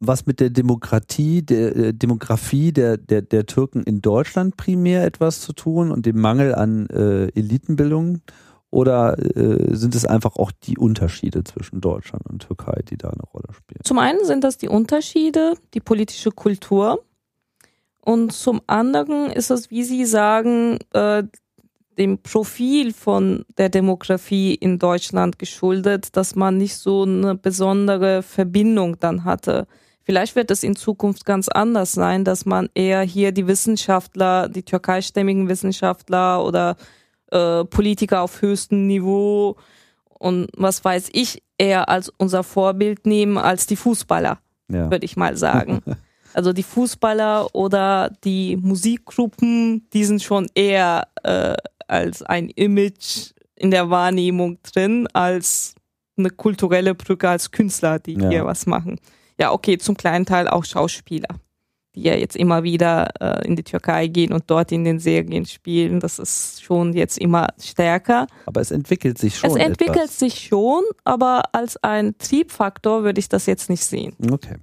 was mit der Demografie der Türken in Deutschland primär etwas zu tun und dem Mangel an Elitenbildung? Oder sind es einfach auch die Unterschiede zwischen Deutschland und Türkei, die da eine Rolle spielen? Zum einen sind das die Unterschiede, die politische Kultur. Und zum anderen ist es, wie Sie sagen, dem Profil von der Demografie in Deutschland geschuldet, dass man nicht so eine besondere Verbindung dann hatte. Vielleicht wird es in Zukunft ganz anders sein, dass man eher hier die Wissenschaftler, die türkeistämmigen Wissenschaftler oder Politiker auf höchstem Niveau und was weiß ich, eher als unser Vorbild nehmen als die Fußballer, würde ich mal sagen. Also die Fußballer oder die Musikgruppen, die sind schon eher als ein Image in der Wahrnehmung drin, als eine kulturelle Brücke, als Künstler, die hier was machen. Ja, okay, zum kleinen Teil auch Schauspieler, die ja jetzt immer wieder in die Türkei gehen und dort in den Serien spielen. Das ist schon jetzt immer stärker. Aber es entwickelt sich schon. Es entwickelt sich schon, aber als ein Triebfaktor würde ich das jetzt nicht sehen. Okay.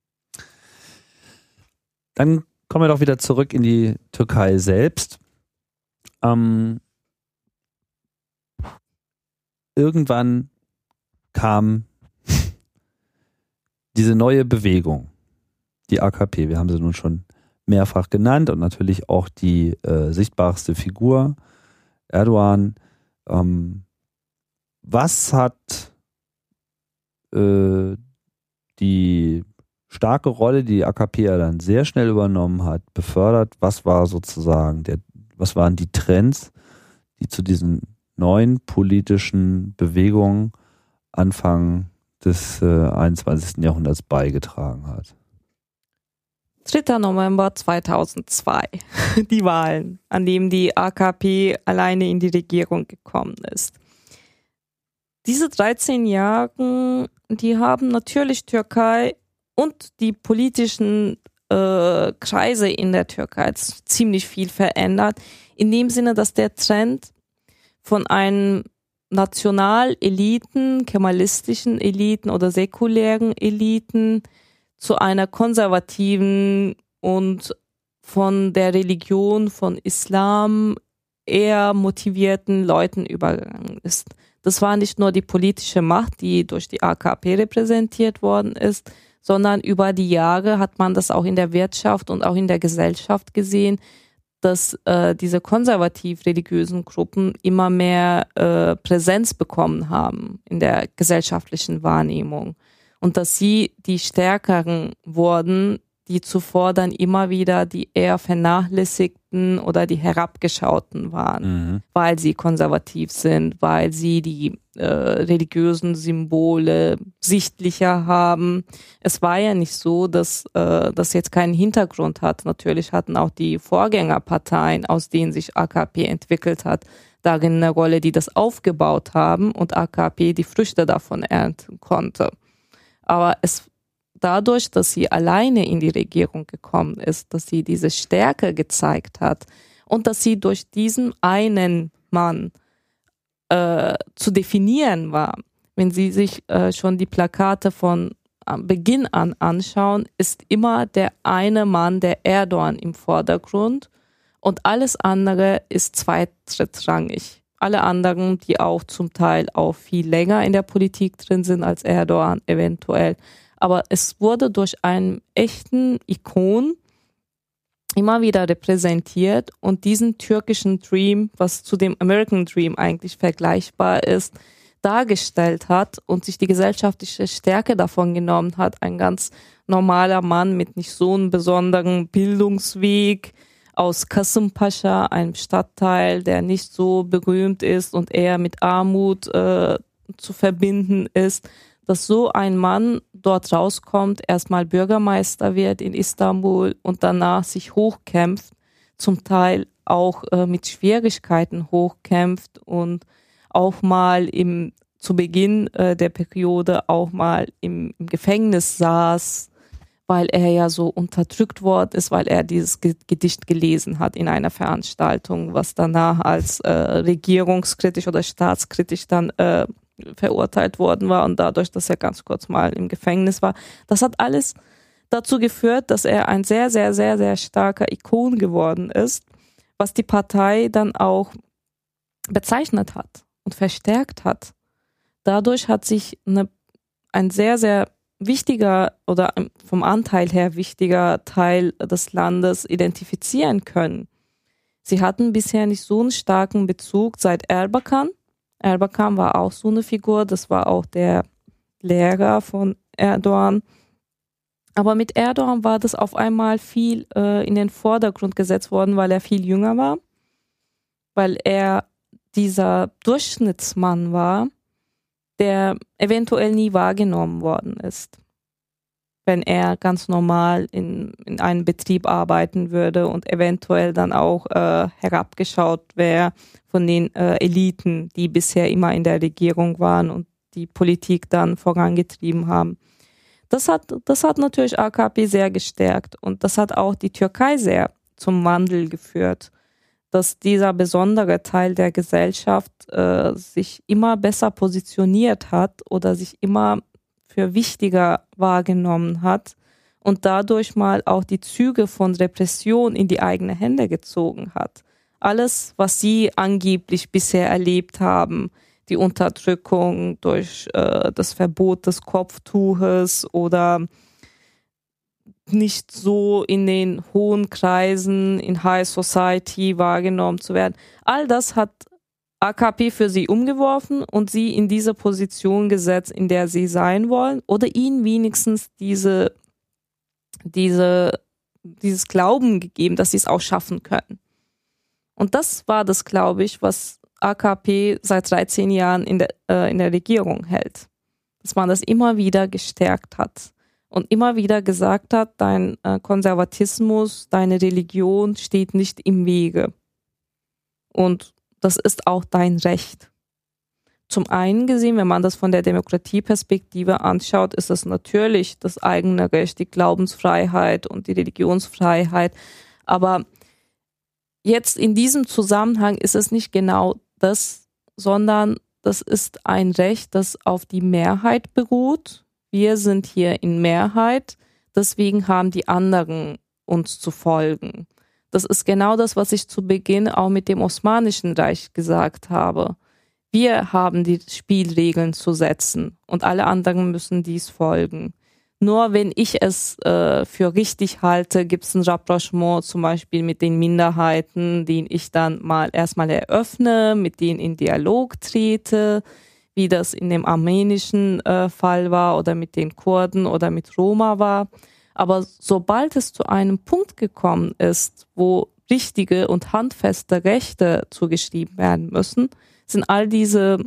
Dann kommen wir doch wieder zurück in die Türkei selbst. Irgendwann kam diese neue Bewegung, die AKP. Wir haben sie nun schon mehrfach genannt und natürlich auch die sichtbarste Figur, Erdogan. Was hat die starke Rolle, die AKP ja dann sehr schnell übernommen hat, befördert? Was war sozusagen was waren die Trends, die zu diesen neuen politischen Bewegungen Anfang des 21. Jahrhunderts beigetragen hat? 3. November 2002, die Wahlen, an dem die AKP alleine in die Regierung gekommen ist. Diese 13 Jahre, die haben natürlich Türkei und die politischen Kreise in der Türkei ziemlich viel verändert, in dem Sinne, dass der Trend von einem Nationaleliten, kemalistischen Eliten oder säkulären Eliten zu einer konservativen und von der Religion, von Islam eher motivierten Leuten übergegangen ist. Das war nicht nur die politische Macht, die durch die AKP repräsentiert worden ist, sondern über die Jahre hat man das auch in der Wirtschaft und auch in der Gesellschaft gesehen, dass diese konservativ-religiösen Gruppen immer mehr Präsenz bekommen haben in der gesellschaftlichen Wahrnehmung und dass sie die Stärkeren wurden, die zuvor dann immer wieder die eher vernachlässigten oder die herabgeschauten waren, weil sie konservativ sind, weil sie die religiösen Symbole sichtlicher haben. Es war ja nicht so, dass das jetzt keinen Hintergrund hat. Natürlich hatten auch die Vorgängerparteien, aus denen sich AKP entwickelt hat, darin eine Rolle, die das aufgebaut haben und AKP die Früchte davon ernten konnte. Aber dadurch, dass sie alleine in die Regierung gekommen ist, dass sie diese Stärke gezeigt hat und dass sie durch diesen einen Mann zu definieren war. Wenn Sie sich schon die Plakate von Beginn an anschauen, ist immer der eine Mann, der Erdogan, im Vordergrund und alles andere ist zweitrangig. Alle anderen, die auch zum Teil auch viel länger in der Politik drin sind als Erdogan eventuell. Aber es wurde durch einen echten Ikon immer wieder repräsentiert und diesen türkischen Dream, was zu dem American Dream eigentlich vergleichbar ist, dargestellt hat und sich die gesellschaftliche Stärke davon genommen hat. Ein ganz normaler Mann mit nicht so einem besonderen Bildungsweg aus Kasımpaşa, einem Stadtteil, der nicht so berühmt ist und eher mit Armut zu verbinden ist, dass so ein Mann dort rauskommt, erstmal Bürgermeister wird in Istanbul und danach sich hochkämpft, zum Teil auch mit Schwierigkeiten hochkämpft und auch mal zu Beginn der Periode auch mal im Gefängnis saß, weil er ja so unterdrückt worden ist, weil er dieses Gedicht gelesen hat in einer Veranstaltung, was danach als regierungskritisch oder staatskritisch dann verurteilt worden war und dadurch, dass er ganz kurz mal im Gefängnis war. Das hat alles dazu geführt, dass er ein sehr, sehr, sehr, sehr starker Ikon geworden ist, was die Partei dann auch bezeichnet hat und verstärkt hat. Dadurch hat sich ein sehr, sehr wichtiger oder vom Anteil her wichtiger Teil des Landes identifizieren können. Sie hatten bisher nicht so einen starken Bezug seit Erbakan. Erbakan war auch so eine Figur, das war auch der Lehrer von Erdogan. Aber mit Erdogan war das auf einmal viel in den Vordergrund gesetzt worden, weil er viel jünger war, weil er dieser Durchschnittsmann war, der eventuell nie wahrgenommen worden ist, wenn er ganz normal in einem Betrieb arbeiten würde und eventuell dann auch herabgeschaut wäre von den Eliten, die bisher immer in der Regierung waren und die Politik dann vorangetrieben haben. Das hat natürlich AKP sehr gestärkt und das hat auch die Türkei sehr zum Wandel geführt, dass dieser besondere Teil der Gesellschaft sich immer besser positioniert hat oder sich immer für wichtiger wahrgenommen hat und dadurch mal auch die Züge von Repression in die eigene Hände gezogen hat. Alles, was sie angeblich bisher erlebt haben, die Unterdrückung durch das Verbot des Kopftuches oder nicht so in den hohen Kreisen, in High Society wahrgenommen zu werden. All das hat AKP für sie umgeworfen und sie in diese Position gesetzt, in der sie sein wollen, oder ihnen wenigstens dieses Glauben gegeben, dass sie es auch schaffen können. Und das war das, glaube ich, was AKP seit 13 Jahren in der Regierung hält. Dass man das immer wieder gestärkt hat und immer wieder gesagt hat, dein Konservatismus, deine Religion steht nicht im Wege. Und das ist auch dein Recht. Zum einen gesehen, wenn man das von der Demokratieperspektive anschaut, ist es natürlich das eigene Recht, die Glaubensfreiheit und die Religionsfreiheit. Aber jetzt in diesem Zusammenhang ist es nicht genau das, sondern das ist ein Recht, das auf die Mehrheit beruht. Wir sind hier in Mehrheit, deswegen haben die anderen uns zu folgen. Das ist genau das, was ich zu Beginn auch mit dem Osmanischen Reich gesagt habe. Wir haben die Spielregeln zu setzen und alle anderen müssen dies folgen. Nur wenn ich es für richtig halte, gibt es ein Rapprochement zum Beispiel mit den Minderheiten, den ich dann erstmal eröffne, mit denen in Dialog trete, wie das in dem armenischen Fall war oder mit den Kurden oder mit Roma war. Aber sobald es zu einem Punkt gekommen ist, wo richtige und handfeste Rechte zugeschrieben werden müssen, sind all diese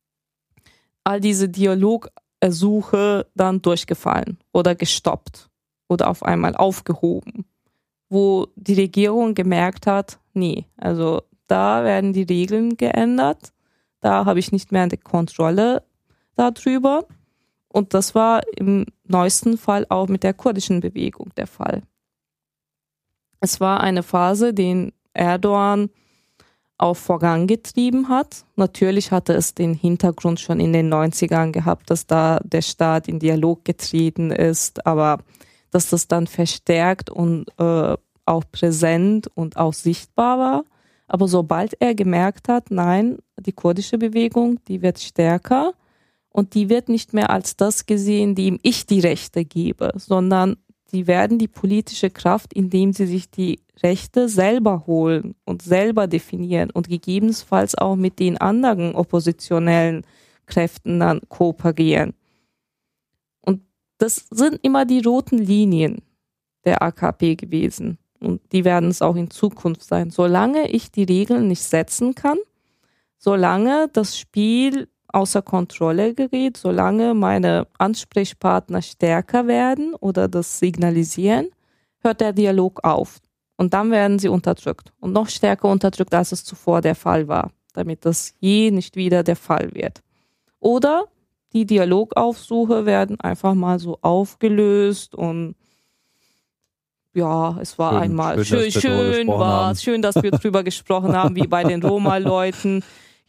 Dialogsuche dann durchgefallen oder gestoppt oder auf einmal aufgehoben, wo die Regierung gemerkt hat, nee, also da werden die Regeln geändert, da habe ich nicht mehr die Kontrolle darüber. Und das war im neuesten Fall auch mit der kurdischen Bewegung der Fall. Es war eine Phase, den Erdogan auch vorangetrieben hat. Natürlich hatte es den Hintergrund schon in den 90ern gehabt, dass da der Staat in Dialog getreten ist, aber dass das dann verstärkt und auch präsent und auch sichtbar war. Aber sobald er gemerkt hat, nein, die kurdische Bewegung, die wird stärker, und die wird nicht mehr als das gesehen, dem ich die Rechte gebe, sondern die werden die politische Kraft, indem sie sich die Rechte selber holen und selber definieren und gegebenenfalls auch mit den anderen oppositionellen Kräften dann kooperieren. Und das sind immer die roten Linien der AKP gewesen. Und die werden es auch in Zukunft sein. Solange ich die Regeln nicht setzen kann, solange das Spiel außer Kontrolle gerät, solange meine Ansprechpartner stärker werden oder das signalisieren, hört der Dialog auf. Und dann werden sie unterdrückt. Und noch stärker unterdrückt, als es zuvor der Fall war, damit das je nicht wieder der Fall wird. Oder die Dialogaufsuche werden einfach mal so aufgelöst und ja, es war schön, dass wir drüber gesprochen haben, wie bei den Roma-Leuten.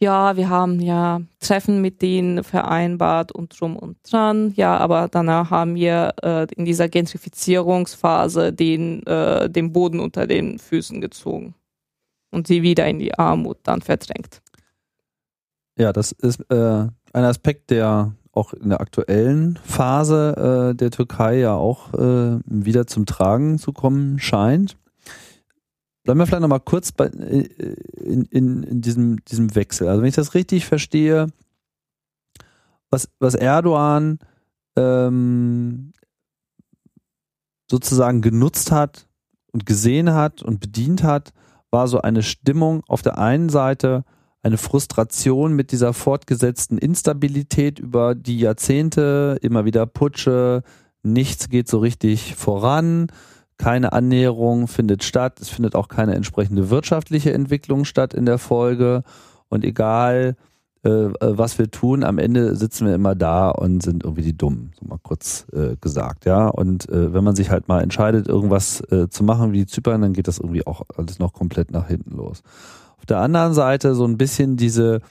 ja, wir haben ja Treffen mit denen vereinbart und drum und dran. Ja, aber danach haben wir in dieser Gentrifizierungsphase den Boden unter den Füßen gezogen und sie wieder in die Armut dann verdrängt. Ja, das ist ein Aspekt, der auch in der aktuellen Phase der Türkei ja auch wieder zum Tragen zu kommen scheint. Bleiben wir vielleicht nochmal kurz in diesem Wechsel. Also wenn ich das richtig verstehe, was Erdogan sozusagen genutzt hat und gesehen hat und bedient hat, war so eine Stimmung auf der einen Seite, eine Frustration mit dieser fortgesetzten Instabilität über die Jahrzehnte, immer wieder Putsche, nichts geht so richtig voran, keine Annäherung findet statt, es findet auch keine entsprechende wirtschaftliche Entwicklung statt in der Folge und egal was wir tun, am Ende sitzen wir immer da und sind irgendwie die Dummen, so mal kurz gesagt, ja, und wenn man sich halt mal entscheidet, irgendwas zu machen wie Zypern, dann geht das irgendwie auch alles noch komplett nach hinten los. Auf der anderen Seite so ein bisschen diese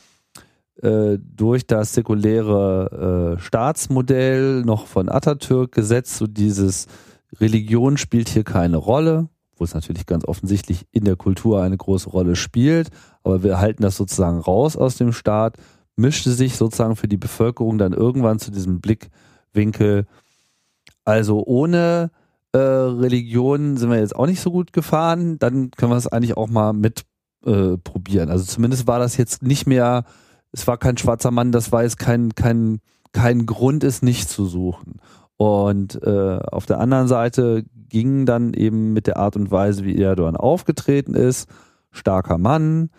durch das säkuläre Staatsmodell noch von Atatürk gesetzt, so dieses Religion spielt hier keine Rolle, wo es natürlich ganz offensichtlich in der Kultur eine große Rolle spielt, aber wir halten das sozusagen raus aus dem Staat, mischte sich sozusagen für die Bevölkerung dann irgendwann zu diesem Blickwinkel, also ohne Religion sind wir jetzt auch nicht so gut gefahren, dann können wir es eigentlich auch mal mit probieren. Also zumindest war das jetzt nicht mehr, es war kein schwarzer Mann, das war jetzt kein Grund, es nicht zu suchen. Und auf der anderen Seite ging dann eben mit der Art und Weise, wie Erdogan aufgetreten ist, starker Mann,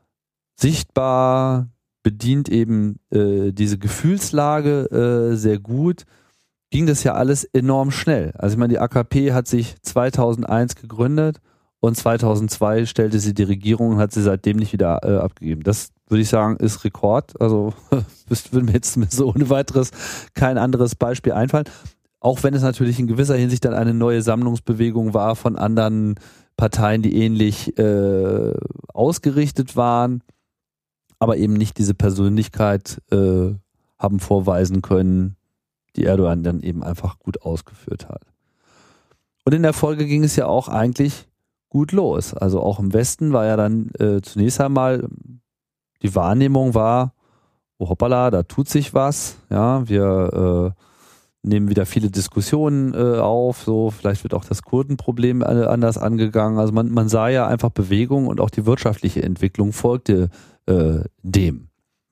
sichtbar, bedient eben diese Gefühlslage sehr gut, ging das ja alles enorm schnell. Also ich meine, die AKP hat sich 2001 gegründet und 2002 stellte sie die Regierung und hat sie seitdem nicht wieder abgegeben. Das würde ich sagen, ist Rekord. Also würde mir jetzt so ohne weiteres kein anderes Beispiel einfallen. Auch wenn es natürlich in gewisser Hinsicht dann eine neue Sammlungsbewegung war von anderen Parteien, die ähnlich ausgerichtet waren, aber eben nicht diese Persönlichkeit haben vorweisen können, die Erdogan dann eben einfach gut ausgeführt hat. Und in der Folge ging es ja auch eigentlich gut los. Also auch im Westen war ja dann zunächst einmal die Wahrnehmung war, oh hoppala, da tut sich was. Ja, wir nehmen wieder viele Diskussionen auf. So vielleicht wird auch das Kurdenproblem anders angegangen. Also man sah ja einfach Bewegung und auch die wirtschaftliche Entwicklung folgte dem.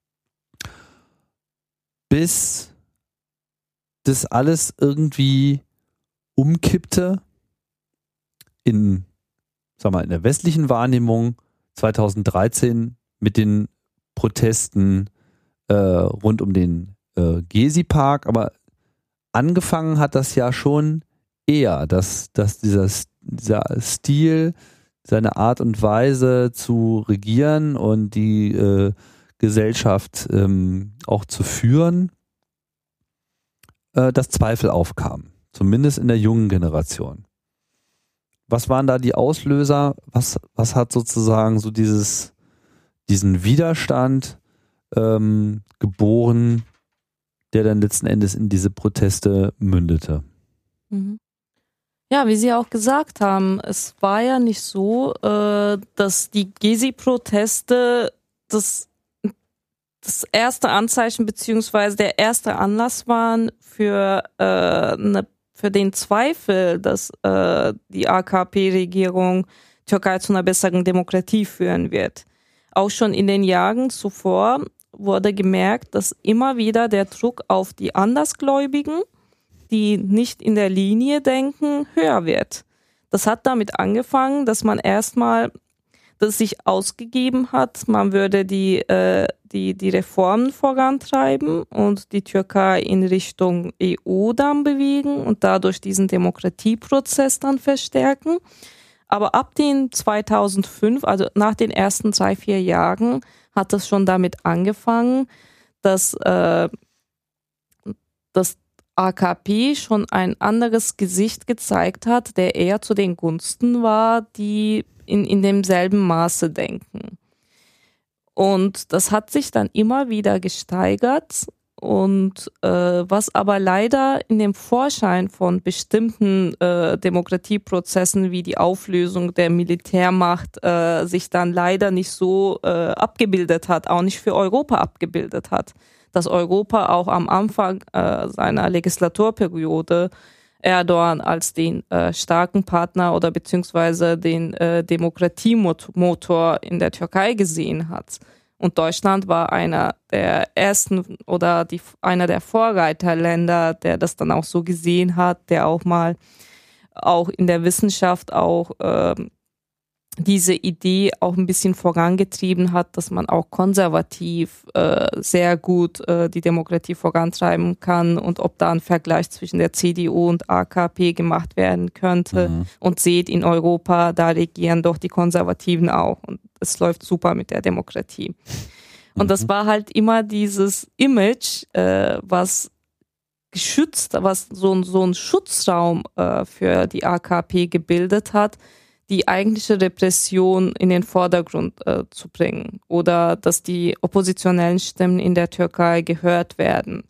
Bis das alles irgendwie umkippte in der westlichen Wahrnehmung 2013 mit den Protesten rund um den Gezi-Park, aber angefangen hat das ja schon eher, dass dieser Stil, seine Art und Weise zu regieren und die Gesellschaft auch zu führen, dass Zweifel aufkamen, zumindest in der jungen Generation. Was waren da die Auslöser? Was hat sozusagen so diesen Widerstand geboren, der dann letzten Endes in diese Proteste mündete? Mhm. Ja, wie Sie auch gesagt haben, es war ja nicht so, dass die Gezi-Proteste das erste Anzeichen beziehungsweise der erste Anlass waren für den Zweifel, dass die AKP-Regierung Türkei zu einer besseren Demokratie führen wird. Auch schon in den Jahren zuvor wurde gemerkt, dass immer wieder der Druck auf die Andersgläubigen, die nicht in der Linie denken, höher wird. Das hat damit angefangen, dass man erstmal das sich ausgegeben hat, man würde die Reformen vorantreiben und die Türkei in Richtung EU dann bewegen und dadurch diesen Demokratieprozess dann verstärken. Aber ab den 2005, also nach den ersten 3-4 Jahren, hat es schon damit angefangen, dass das AKP schon ein anderes Gesicht gezeigt hat, der eher zu den Gunsten war, die in demselben Maße denken. Und das hat sich dann immer wieder gesteigert. Und was aber leider in dem Vorschein von bestimmten Demokratieprozessen wie die Auflösung der Militärmacht sich dann leider nicht so abgebildet hat, auch nicht für Europa abgebildet hat. Dass Europa auch am Anfang seiner Legislaturperiode Erdogan als den starken Partner oder beziehungsweise den Demokratiemotor in der Türkei gesehen hat. Und Deutschland war einer der ersten oder einer der Vorreiterländer, der das dann auch so gesehen hat, der auch mal auch in der Wissenschaft auch diese Idee auch ein bisschen vorangetrieben hat, dass man auch konservativ sehr gut die Demokratie vorantreiben kann und ob da ein Vergleich zwischen der CDU und AKP gemacht werden könnte. Und seht, in Europa, da regieren doch die Konservativen auch und es läuft super mit der Demokratie. Und das war halt immer dieses Image, was geschützt, was so ein Schutzraum für die AKP gebildet hat, die eigentliche Repression in den Vordergrund zu bringen oder dass die oppositionellen Stimmen in der Türkei gehört werden.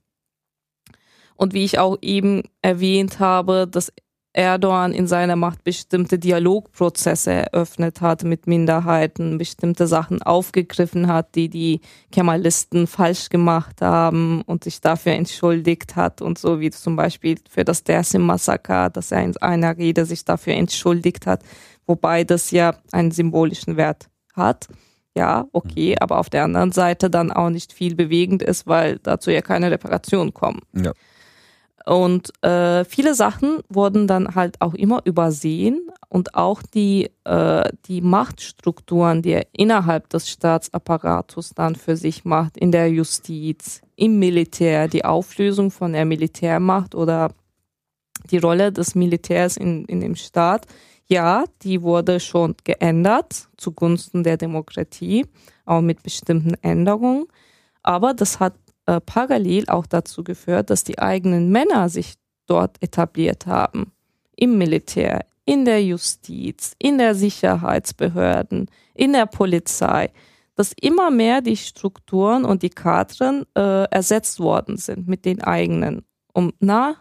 Und wie ich auch eben erwähnt habe, dass Erdogan in seiner Macht bestimmte Dialogprozesse eröffnet hat mit Minderheiten, bestimmte Sachen aufgegriffen hat, die Kemalisten falsch gemacht haben und sich dafür entschuldigt hat und so, wie zum Beispiel für das Dersim-Massaker, dass er in einer Rede sich dafür entschuldigt hat, wobei das ja einen symbolischen Wert hat. Ja, okay, aber auf der anderen Seite dann auch nicht viel bewegend ist, weil dazu ja keine Reparationen kommen. Ja. Und viele Sachen wurden dann halt auch immer übersehen und auch die Machtstrukturen, die er innerhalb des Staatsapparatus dann für sich macht, in der Justiz, im Militär, die Auflösung von der Militärmacht oder die Rolle des Militärs in dem Staat, ja, die wurde schon geändert zugunsten der Demokratie, auch mit bestimmten Änderungen. Aber das hat parallel auch dazu geführt, dass die eigenen Männer sich dort etabliert haben. Im Militär, in der Justiz, in der Sicherheitsbehörden, in der Polizei. Dass immer mehr die Strukturen und die Kadren ersetzt worden sind mit den eigenen, um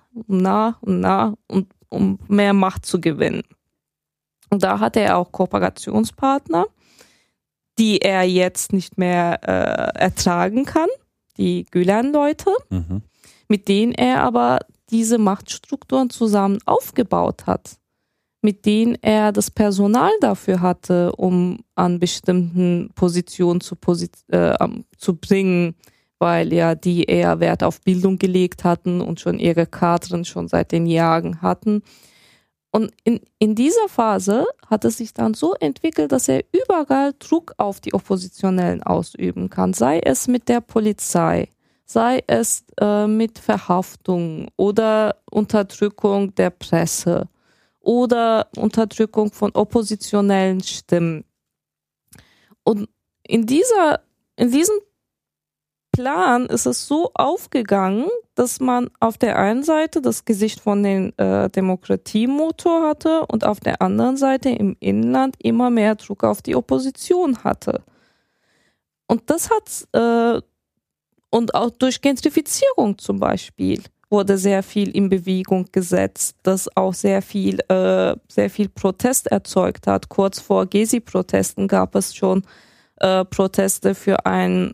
mehr Macht zu gewinnen. Und da hatte er auch Kooperationspartner, die er jetzt nicht mehr ertragen kann, die Gülen-Leute, mit denen er aber diese Machtstrukturen zusammen aufgebaut hat, mit denen er das Personal dafür hatte, um an bestimmten Positionen zu bringen, weil ja die eher Wert auf Bildung gelegt hatten und schon ihre Kadren schon seit den Jahren hatten. Und in dieser Phase hat es sich dann so entwickelt, dass er überall Druck auf die Oppositionellen ausüben kann, sei es mit der Polizei, sei es mit Verhaftung oder Unterdrückung der Presse oder Unterdrückung von oppositionellen Stimmen. Und in diesem Plan ist es so aufgegangen, dass man auf der einen Seite das Gesicht von den Demokratiemotor hatte und auf der anderen Seite im Inland immer mehr Druck auf die Opposition hatte. Und das hat und auch durch Gentrifizierung zum Beispiel wurde sehr viel in Bewegung gesetzt, das auch sehr viel Protest erzeugt hat. Kurz vor Gezi-Protesten gab es schon Proteste für einen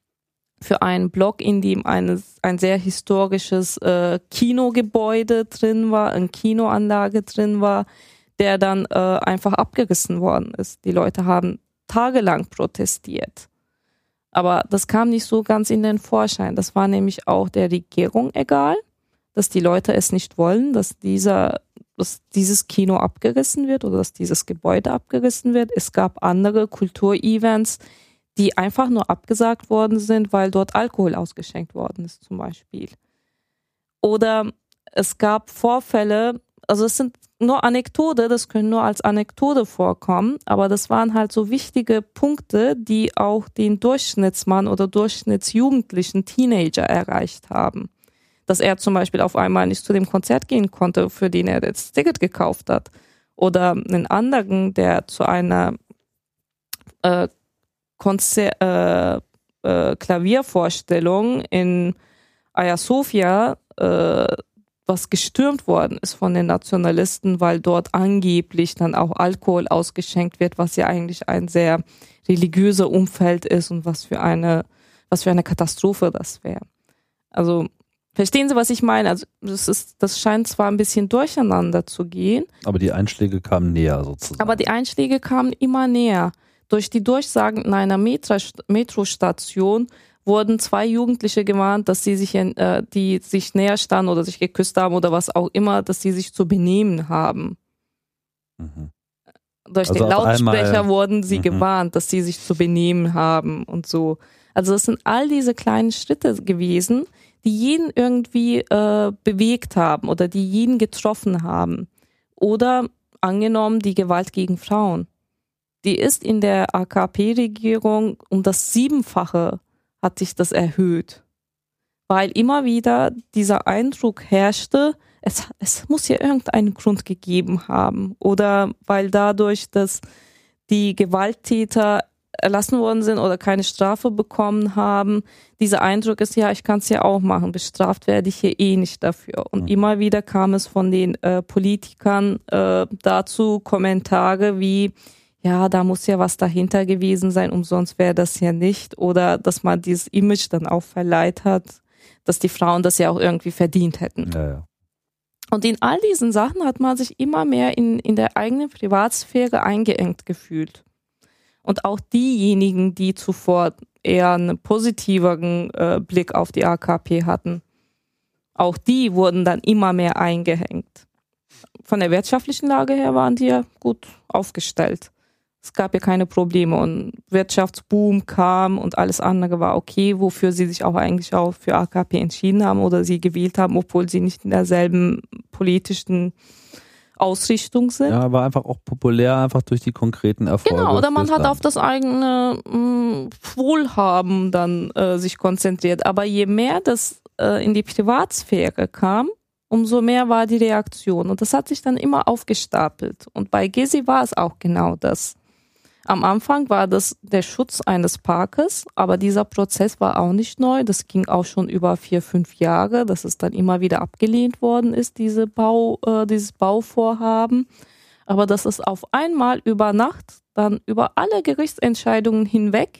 Block, in dem ein sehr historisches Kinogebäude drin war, eine Kinoanlage drin war, der dann einfach abgerissen worden ist. Die Leute haben tagelang protestiert. Aber das kam nicht so ganz in den Vorschein. Das war nämlich auch der Regierung egal, dass die Leute es nicht wollen, dass dieses Kino abgerissen wird oder dass dieses Gebäude abgerissen wird. Es gab andere Kulturevents, die einfach nur abgesagt worden sind, weil dort Alkohol ausgeschenkt worden ist zum Beispiel. Oder es gab Vorfälle, also es sind nur Anekdote, das können nur als Anekdote vorkommen, aber das waren halt so wichtige Punkte, die auch den Durchschnittsmann oder Durchschnittsjugendlichen Teenager erreicht haben. Dass er zum Beispiel auf einmal nicht zu dem Konzert gehen konnte, für den er das Ticket gekauft hat. Oder einen anderen, der zu einer Klaviervorstellung in Hagia Sophia, was gestürmt worden ist von den Nationalisten, weil dort angeblich dann auch Alkohol ausgeschenkt wird, was ja eigentlich ein sehr religiöser Umfeld ist und was für eine Katastrophe das wäre. Also verstehen Sie, was ich meine? Also das scheint zwar ein bisschen durcheinander zu gehen. Aber die Einschläge kamen näher sozusagen. Aber die Einschläge kamen immer näher. Durch die Durchsagen in einer Metrostation wurden 2 Jugendliche gewarnt, dass sie die sich näher standen oder sich geküsst haben oder was auch immer, dass sie sich zu benehmen haben. Mhm. Durch den Lautsprecher wurden sie gewarnt, dass sie sich zu benehmen haben und so. Also das sind all diese kleinen Schritte gewesen, die jeden irgendwie bewegt haben oder die jeden getroffen haben. Oder angenommen die Gewalt gegen Frauen. Die ist in der AKP-Regierung um das 7-fache hat sich das erhöht. Weil immer wieder dieser Eindruck herrschte, es muss ja irgendeinen Grund gegeben haben. Oder weil dadurch, dass die Gewalttäter erlassen worden sind oder keine Strafe bekommen haben, dieser Eindruck ist, ja, ich kann es ja auch machen, bestraft werde ich hier eh nicht dafür. Und immer wieder kam es von den Politikern dazu Kommentare wie, ja, da muss ja was dahinter gewesen sein, umsonst wäre das ja nicht. Oder dass man dieses Image dann auch verleiht hat, dass die Frauen das ja auch irgendwie verdient hätten. Ja, ja. Und in all diesen Sachen hat man sich immer mehr in der eigenen Privatsphäre eingeengt gefühlt. Und auch diejenigen, die zuvor eher einen positiveren Blick auf die AKP hatten, auch die wurden dann immer mehr eingehängt. Von der wirtschaftlichen Lage her waren die ja gut aufgestellt. Es gab ja keine Probleme und Wirtschaftsboom kam und alles andere war okay, wofür sie sich auch eigentlich auch für AKP entschieden haben oder sie gewählt haben, obwohl sie nicht in derselben politischen Ausrichtung sind. Ja, war einfach auch populär, einfach durch die konkreten Erfolge. Genau, oder man hat auf das eigene Wohlhaben dann sich konzentriert. Aber je mehr das in die Privatsphäre kam, umso mehr war die Reaktion. Und das hat sich dann immer aufgestapelt. Und bei Gezi war es auch genau das. Am Anfang war das der Schutz eines Parkes, aber dieser Prozess war auch nicht neu. Das ging auch schon über 4-5 Jahre, dass es dann immer wieder abgelehnt worden ist, dieses Bauvorhaben. Aber dass es auf einmal über Nacht dann über alle Gerichtsentscheidungen hinweg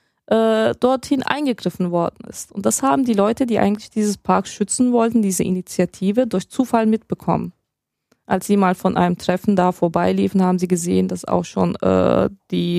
dorthin eingegriffen worden ist. Und das haben die Leute, die eigentlich dieses Park schützen wollten, diese Initiative, durch Zufall mitbekommen. Als sie mal von einem Treffen da vorbeiliefen, haben sie gesehen, dass auch schon der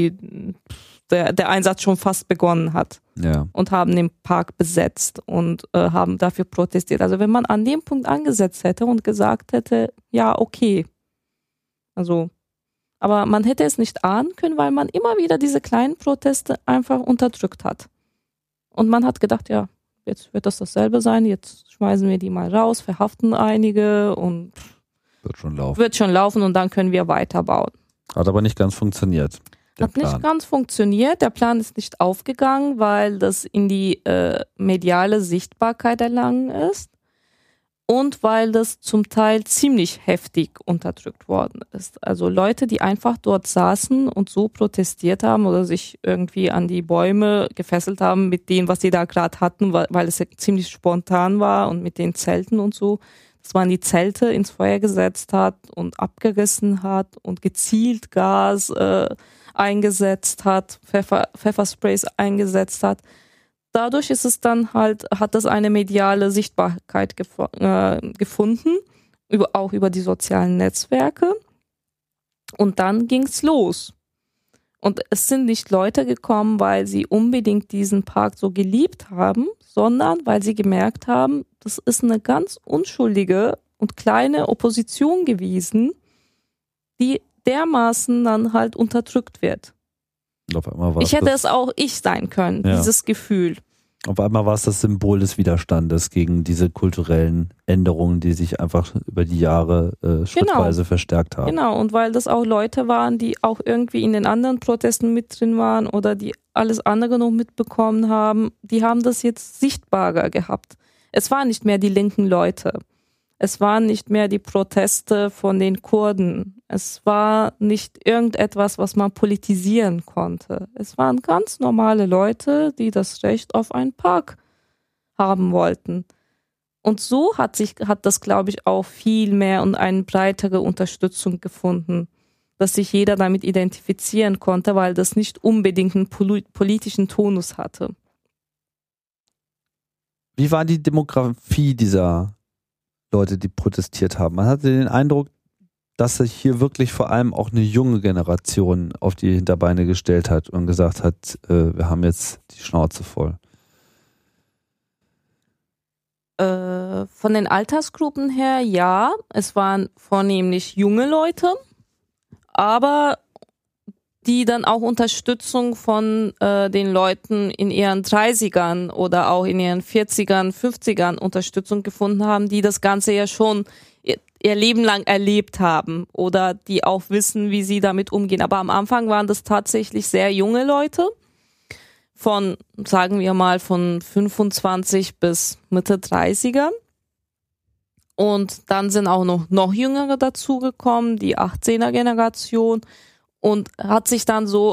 Einsatz schon fast begonnen hat. Ja. Und haben den Park besetzt und haben dafür protestiert. Also wenn man an dem Punkt angesetzt hätte und gesagt hätte, ja, okay. Also, aber man hätte es nicht ahnen können, weil man immer wieder diese kleinen Proteste einfach unterdrückt hat. Und man hat gedacht, ja, jetzt wird das dasselbe sein, jetzt schmeißen wir die mal raus, verhaften einige und wird schon laufen und dann können wir weiterbauen. Hat aber nicht ganz funktioniert. Hat nicht ganz funktioniert. Der Plan ist nicht aufgegangen, weil das in die mediale Sichtbarkeit erlangen ist und weil das zum Teil ziemlich heftig unterdrückt worden ist. Also Leute, die einfach dort saßen und so protestiert haben oder sich irgendwie an die Bäume gefesselt haben mit dem, was sie da gerade hatten, weil es ja ziemlich spontan war und mit den Zelten und so. Dass man die Zelte ins Feuer gesetzt hat und abgerissen hat und gezielt Gas eingesetzt hat, Pfeffersprays eingesetzt hat. Dadurch ist es dann halt, hat das eine mediale Sichtbarkeit gefunden, auch über die sozialen Netzwerke. Und dann ging's los. Und es sind nicht Leute gekommen, weil sie unbedingt diesen Park so geliebt haben, sondern weil sie gemerkt haben, das ist eine ganz unschuldige und kleine Opposition gewesen, die dermaßen dann halt unterdrückt wird. Auf einmal ich hätte es auch ich sein können, ja. Dieses Gefühl. Auf einmal war es das Symbol des Widerstandes gegen diese kulturellen Änderungen, die sich einfach über die Jahre schrittweise verstärkt haben. Genau, und weil das auch Leute waren, die auch irgendwie in den anderen Protesten mit drin waren oder die alles andere noch mitbekommen haben, die haben das jetzt sichtbarer gehabt. Es waren nicht mehr die linken Leute. Es waren nicht mehr die Proteste von den Kurden. Es war nicht irgendetwas, was man politisieren konnte. Es waren ganz normale Leute, die das Recht auf einen Park haben wollten. Und so hat das, glaube ich, auch viel mehr und eine breitere Unterstützung gefunden, dass sich jeder damit identifizieren konnte, weil das nicht unbedingt einen politischen Tonus hatte. Wie war die Demografie dieser Leute, die protestiert haben? Man hatte den Eindruck, dass sich hier wirklich vor allem auch eine junge Generation auf die Hinterbeine gestellt hat und gesagt hat, wir haben jetzt die Schnauze voll. Von den Altersgruppen her, ja, es waren vornehmlich junge Leute, aber die dann auch Unterstützung von den Leuten in ihren 30ern oder auch in ihren 40ern, 50ern Unterstützung gefunden haben, die das Ganze ja schon ihr Leben lang erlebt haben oder die auch wissen, wie sie damit umgehen. Aber am Anfang waren das tatsächlich sehr junge Leute von, sagen wir mal, von 25 bis Mitte 30er. Und dann sind auch noch Jüngere dazugekommen, die 18er Generation. Und hat sich dann so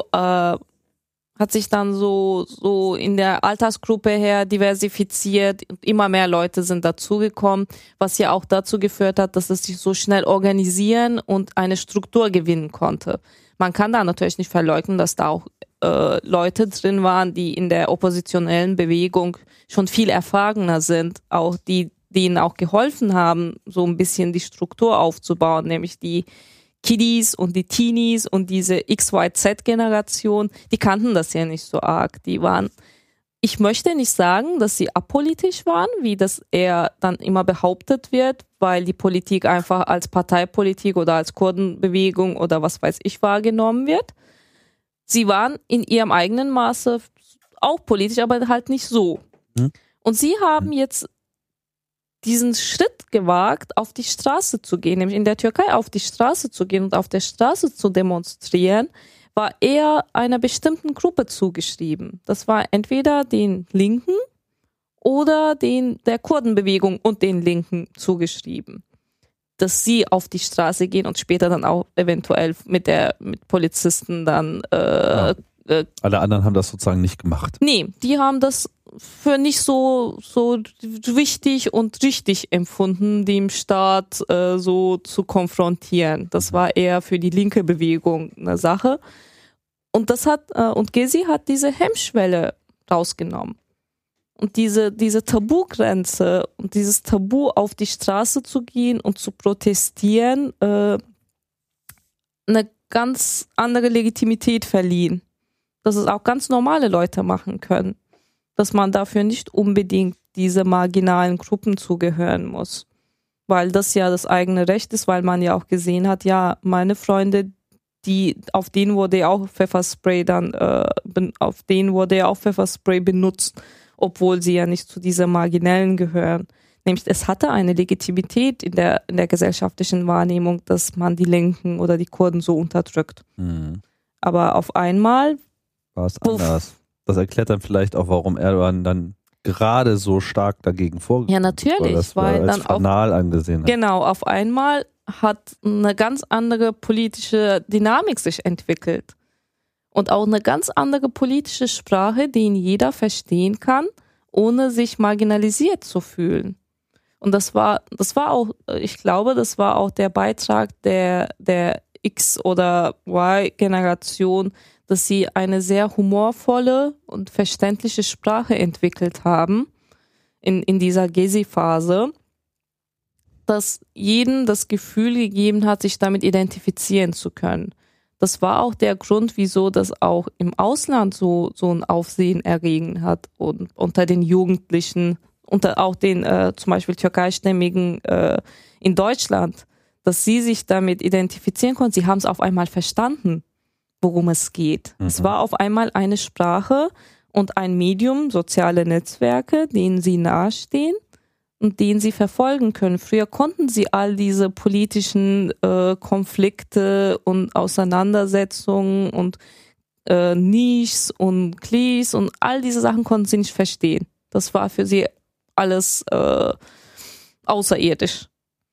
in der Altersgruppe her diversifiziert. Immer mehr Leute sind dazugekommen, was ja auch dazu geführt hat, dass es sich so schnell organisieren und eine Struktur gewinnen konnte. Man kann da natürlich nicht verleugnen, dass da auch Leute drin waren, die in der oppositionellen Bewegung schon viel erfahrener sind, auch denen auch geholfen haben, so ein bisschen die Struktur aufzubauen, nämlich die Kiddies und die Teenies und diese XYZ-Generation, die kannten das ja nicht so arg. Die waren, ich möchte nicht sagen, dass sie apolitisch waren, wie das eher dann immer behauptet wird, weil die Politik einfach als Parteipolitik oder als Kurdenbewegung oder was weiß ich wahrgenommen wird. Sie waren in ihrem eigenen Maße auch politisch, aber halt nicht so. Und sie haben jetzt diesen Schritt gewagt, auf die Straße zu gehen, nämlich in der Türkei auf die Straße zu gehen und auf der Straße zu demonstrieren, war eher einer bestimmten Gruppe zugeschrieben. Das war entweder den Linken oder der Kurdenbewegung und den Linken zugeschrieben. Dass sie auf die Straße gehen und später dann auch eventuell mit Polizisten dann alle anderen haben das sozusagen nicht gemacht. Nee, die haben das für nicht so wichtig und richtig empfunden, dem Staat so zu konfrontieren. Das war eher für die linke Bewegung eine Sache. Und und Gezi hat diese Hemmschwelle rausgenommen. Und diese Tabugrenze und dieses Tabu, auf die Straße zu gehen und zu protestieren, eine ganz andere Legitimität verliehen. Dass es auch ganz normale Leute machen können. Dass man dafür nicht unbedingt diese marginalen Gruppen zugehören muss. Weil das ja das eigene Recht ist, weil man ja auch gesehen hat, ja, meine Freunde, auf denen wurde ja auch Pfefferspray benutzt, obwohl sie ja nicht zu dieser Marginellen gehören. Nämlich es hatte eine Legitimität in der gesellschaftlichen Wahrnehmung, dass man die Linken oder die Kurden so unterdrückt. Mhm. Aber auf einmal war es anders. Das erklärt dann vielleicht auch, warum Erdogan dann gerade so stark dagegen vorgegangen ist. Ja, natürlich, weil dann fanal angesehen hat. Genau, auf einmal hat eine ganz andere politische Dynamik sich entwickelt. Und auch eine ganz andere politische Sprache, die jeder verstehen kann, ohne sich marginalisiert zu fühlen. Und das war auch, ich glaube, das war auch der Beitrag der X- oder Y-Generation, dass sie eine sehr humorvolle und verständliche Sprache entwickelt haben in dieser Gezi-Phase, dass jedem das Gefühl gegeben hat, sich damit identifizieren zu können. Das war auch der Grund, wieso das auch im Ausland so ein Aufsehen erregen hat und unter den Jugendlichen, unter auch den zum Beispiel türkeistämmigen in Deutschland, dass sie sich damit identifizieren konnten. Sie haben es auf einmal verstanden, worum es geht. Mhm. Es war auf einmal eine Sprache und ein Medium, soziale Netzwerke, denen sie nahestehen und den sie verfolgen können. Früher konnten sie all diese politischen Konflikte und Auseinandersetzungen und Niches und Klis und all diese Sachen konnten sie nicht verstehen. Das war für sie alles außerirdisch.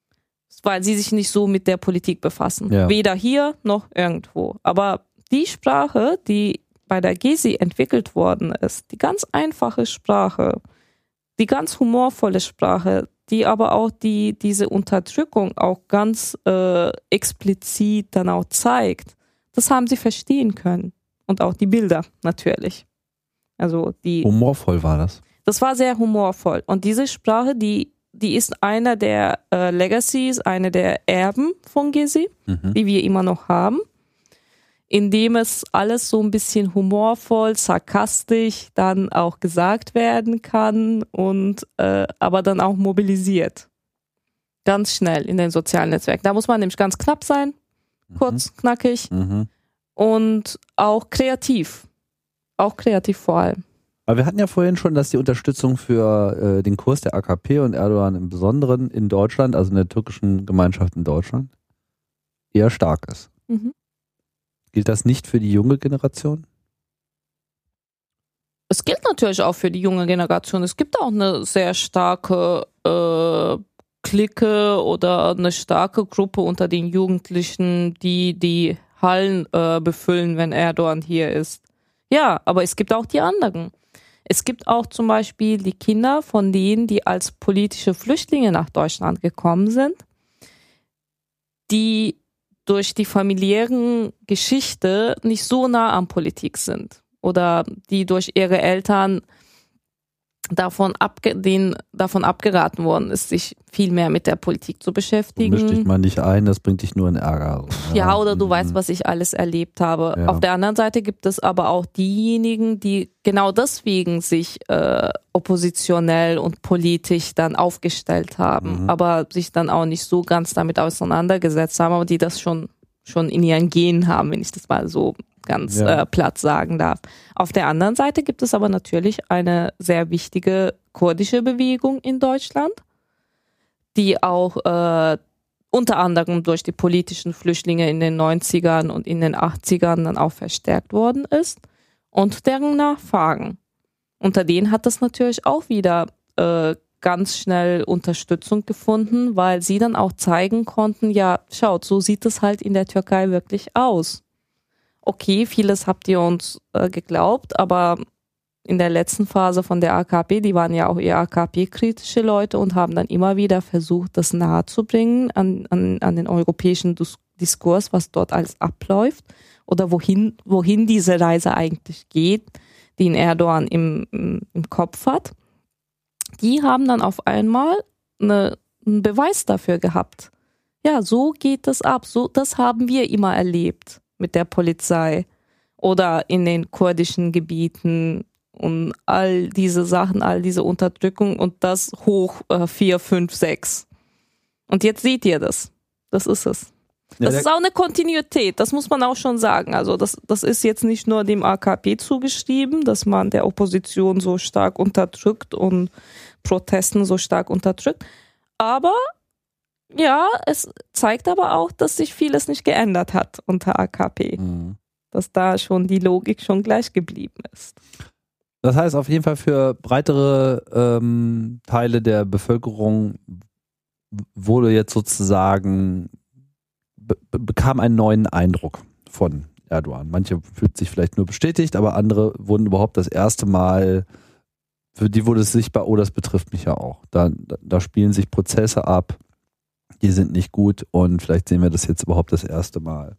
weil sie sich nicht so mit der Politik befassen. Ja. Weder hier noch irgendwo. Aber die Sprache, die bei der Gezi entwickelt worden ist, die ganz einfache Sprache, die ganz humorvolle Sprache, die aber auch diese Unterdrückung auch ganz explizit dann auch zeigt, das haben sie verstehen können. Und auch die Bilder natürlich. Also humorvoll war das. Das war sehr humorvoll. Und diese Sprache, die ist einer der Legacies, eine der Erben von Gezi, die wir immer noch haben, indem es alles so ein bisschen humorvoll, sarkastisch dann auch gesagt werden kann und aber dann auch mobilisiert. Ganz schnell in den sozialen Netzwerken. Da muss man nämlich ganz knapp sein, kurz, knackig und auch kreativ. Auch kreativ vor allem. Aber wir hatten ja vorhin schon, dass die Unterstützung für den Kurs der AKP und Erdogan im Besonderen in Deutschland, also in der türkischen Gemeinschaft in Deutschland, eher stark ist. Gilt das nicht für die junge Generation? Es gilt natürlich auch für die junge Generation. Es gibt auch eine sehr starke Clique oder eine starke Gruppe unter den Jugendlichen, die Hallen befüllen, wenn Erdogan hier ist. Ja, aber es gibt auch die anderen. Es gibt auch zum Beispiel die Kinder von denen, die als politische Flüchtlinge nach Deutschland gekommen sind, die durch die familiären Geschichte nicht so nah an Politik sind oder die durch ihre Eltern davon abgeraten worden ist, sich viel mehr mit der Politik zu beschäftigen. Misch dich mal nicht ein, das bringt dich nur in Ärger. Ja, oder du weißt, was ich alles erlebt habe. Ja. Auf der anderen Seite gibt es aber auch diejenigen, die genau deswegen sich oppositionell und politisch dann aufgestellt haben, aber sich dann auch nicht so ganz damit auseinandergesetzt haben, aber die das schon in ihren Genen haben, wenn ich das mal so ganz platt sagen darf. Auf der anderen Seite gibt es aber natürlich eine sehr wichtige kurdische Bewegung in Deutschland, die auch unter anderem durch die politischen Flüchtlinge in den 90ern und in den 80ern dann auch verstärkt worden ist und deren Nachfragen. Unter denen hat das natürlich auch wieder ganz schnell Unterstützung gefunden, weil sie dann auch zeigen konnten, ja, schaut, so sieht es halt in der Türkei wirklich aus. Okay, vieles habt ihr uns geglaubt, aber in der letzten Phase von der AKP, die waren ja auch eher AKP-kritische Leute und haben dann immer wieder versucht, das nahezubringen an den europäischen Diskurs, was dort alles abläuft oder wohin diese Reise eigentlich geht, die in Erdogan im Kopf hat. Die haben dann auf einmal einen Beweis dafür gehabt. Ja, so geht es ab, so, das haben wir immer erlebt mit der Polizei oder in den kurdischen Gebieten und all diese Sachen, all diese Unterdrückung und das hoch 4, 5, 6. Und jetzt seht ihr das. Das ist es. Das ist auch eine Kontinuität, das muss man auch schon sagen. Also das ist jetzt nicht nur dem AKP zugeschrieben, dass man der Opposition so stark unterdrückt und Protesten so stark unterdrückt. Aber ja, es zeigt aber auch, dass sich vieles nicht geändert hat unter AKP. Dass da schon die Logik schon gleich geblieben ist. Das heißt auf jeden Fall für breitere Teile der Bevölkerung wurde jetzt sozusagen bekam einen neuen Eindruck von Erdogan. Manche fühlt sich vielleicht nur bestätigt, aber andere wurden überhaupt das erste Mal, für die wurde es sichtbar, oh, das betrifft mich ja auch. Da spielen sich Prozesse ab, die sind nicht gut und vielleicht sehen wir das jetzt überhaupt das erste Mal.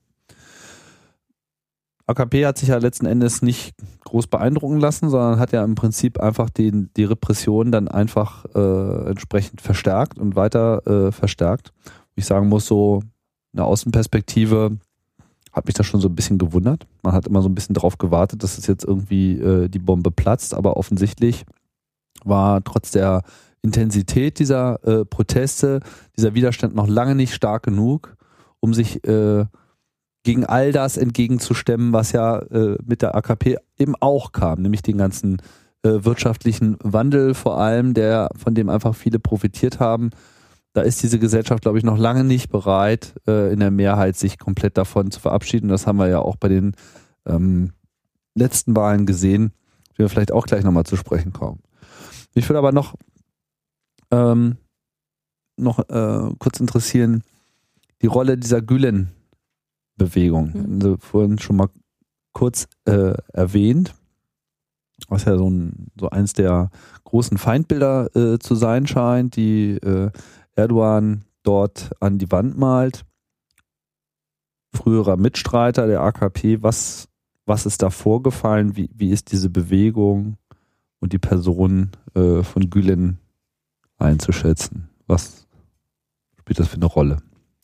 AKP hat sich ja letzten Endes nicht groß beeindrucken lassen, sondern hat ja im Prinzip einfach die Repression dann einfach entsprechend verstärkt und weiter verstärkt. Ich sagen muss, so eine Außenperspektive hat mich das schon so ein bisschen gewundert. Man hat immer so ein bisschen drauf gewartet, dass es jetzt irgendwie die Bombe platzt, aber offensichtlich war trotz der Intensität dieser Proteste dieser Widerstand noch lange nicht stark genug, um sich gegen all das entgegenzustemmen, was ja mit der AKP eben auch kam, nämlich den ganzen wirtschaftlichen Wandel vor allem, von dem einfach viele profitiert haben. Da ist diese Gesellschaft, glaube ich, noch lange nicht bereit, in der Mehrheit sich komplett davon zu verabschieden. Das haben wir ja auch bei den letzten Wahlen gesehen, die wir vielleicht auch gleich nochmal zu sprechen kommen. Mich würde aber noch kurz interessieren, die Rolle dieser Gülen-Bewegung. Also vorhin schon mal kurz erwähnt, was ja so eins der großen Feindbilder zu sein scheint, die Erdogan dort an die Wand malt. Früherer Mitstreiter der AKP, was ist da vorgefallen? Wie ist diese Bewegung und die Person von Gülen einzuschätzen? Was spielt das für eine Rolle?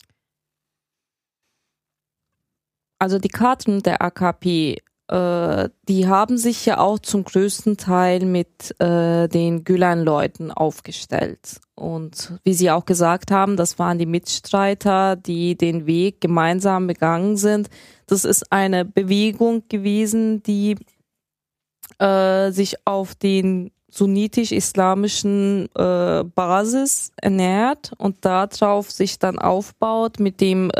Also die Karten der AKP, die haben sich ja auch zum größten Teil mit den Gülen-Leuten aufgestellt. Und wie Sie auch gesagt haben, das waren die Mitstreiter, die den Weg gemeinsam begangen sind. Das ist eine Bewegung gewesen, die sich auf den sunnitisch-islamischen Basis ernährt und darauf sich dann aufbaut mit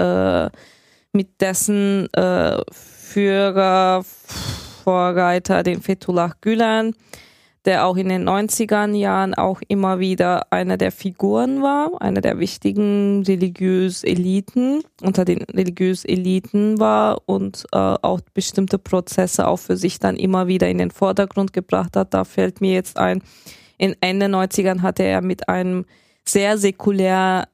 dessen Führer, Vorreiter, den Fethullah Gülen, der auch in den 90er Jahren auch immer wieder einer der Figuren war, einer der wichtigen unter den religiösen Eliten war und auch bestimmte Prozesse auch für sich dann immer wieder in den Vordergrund gebracht hat. Da fällt mir jetzt ein, in Ende 90ern hatte er mit einem sehr säkulären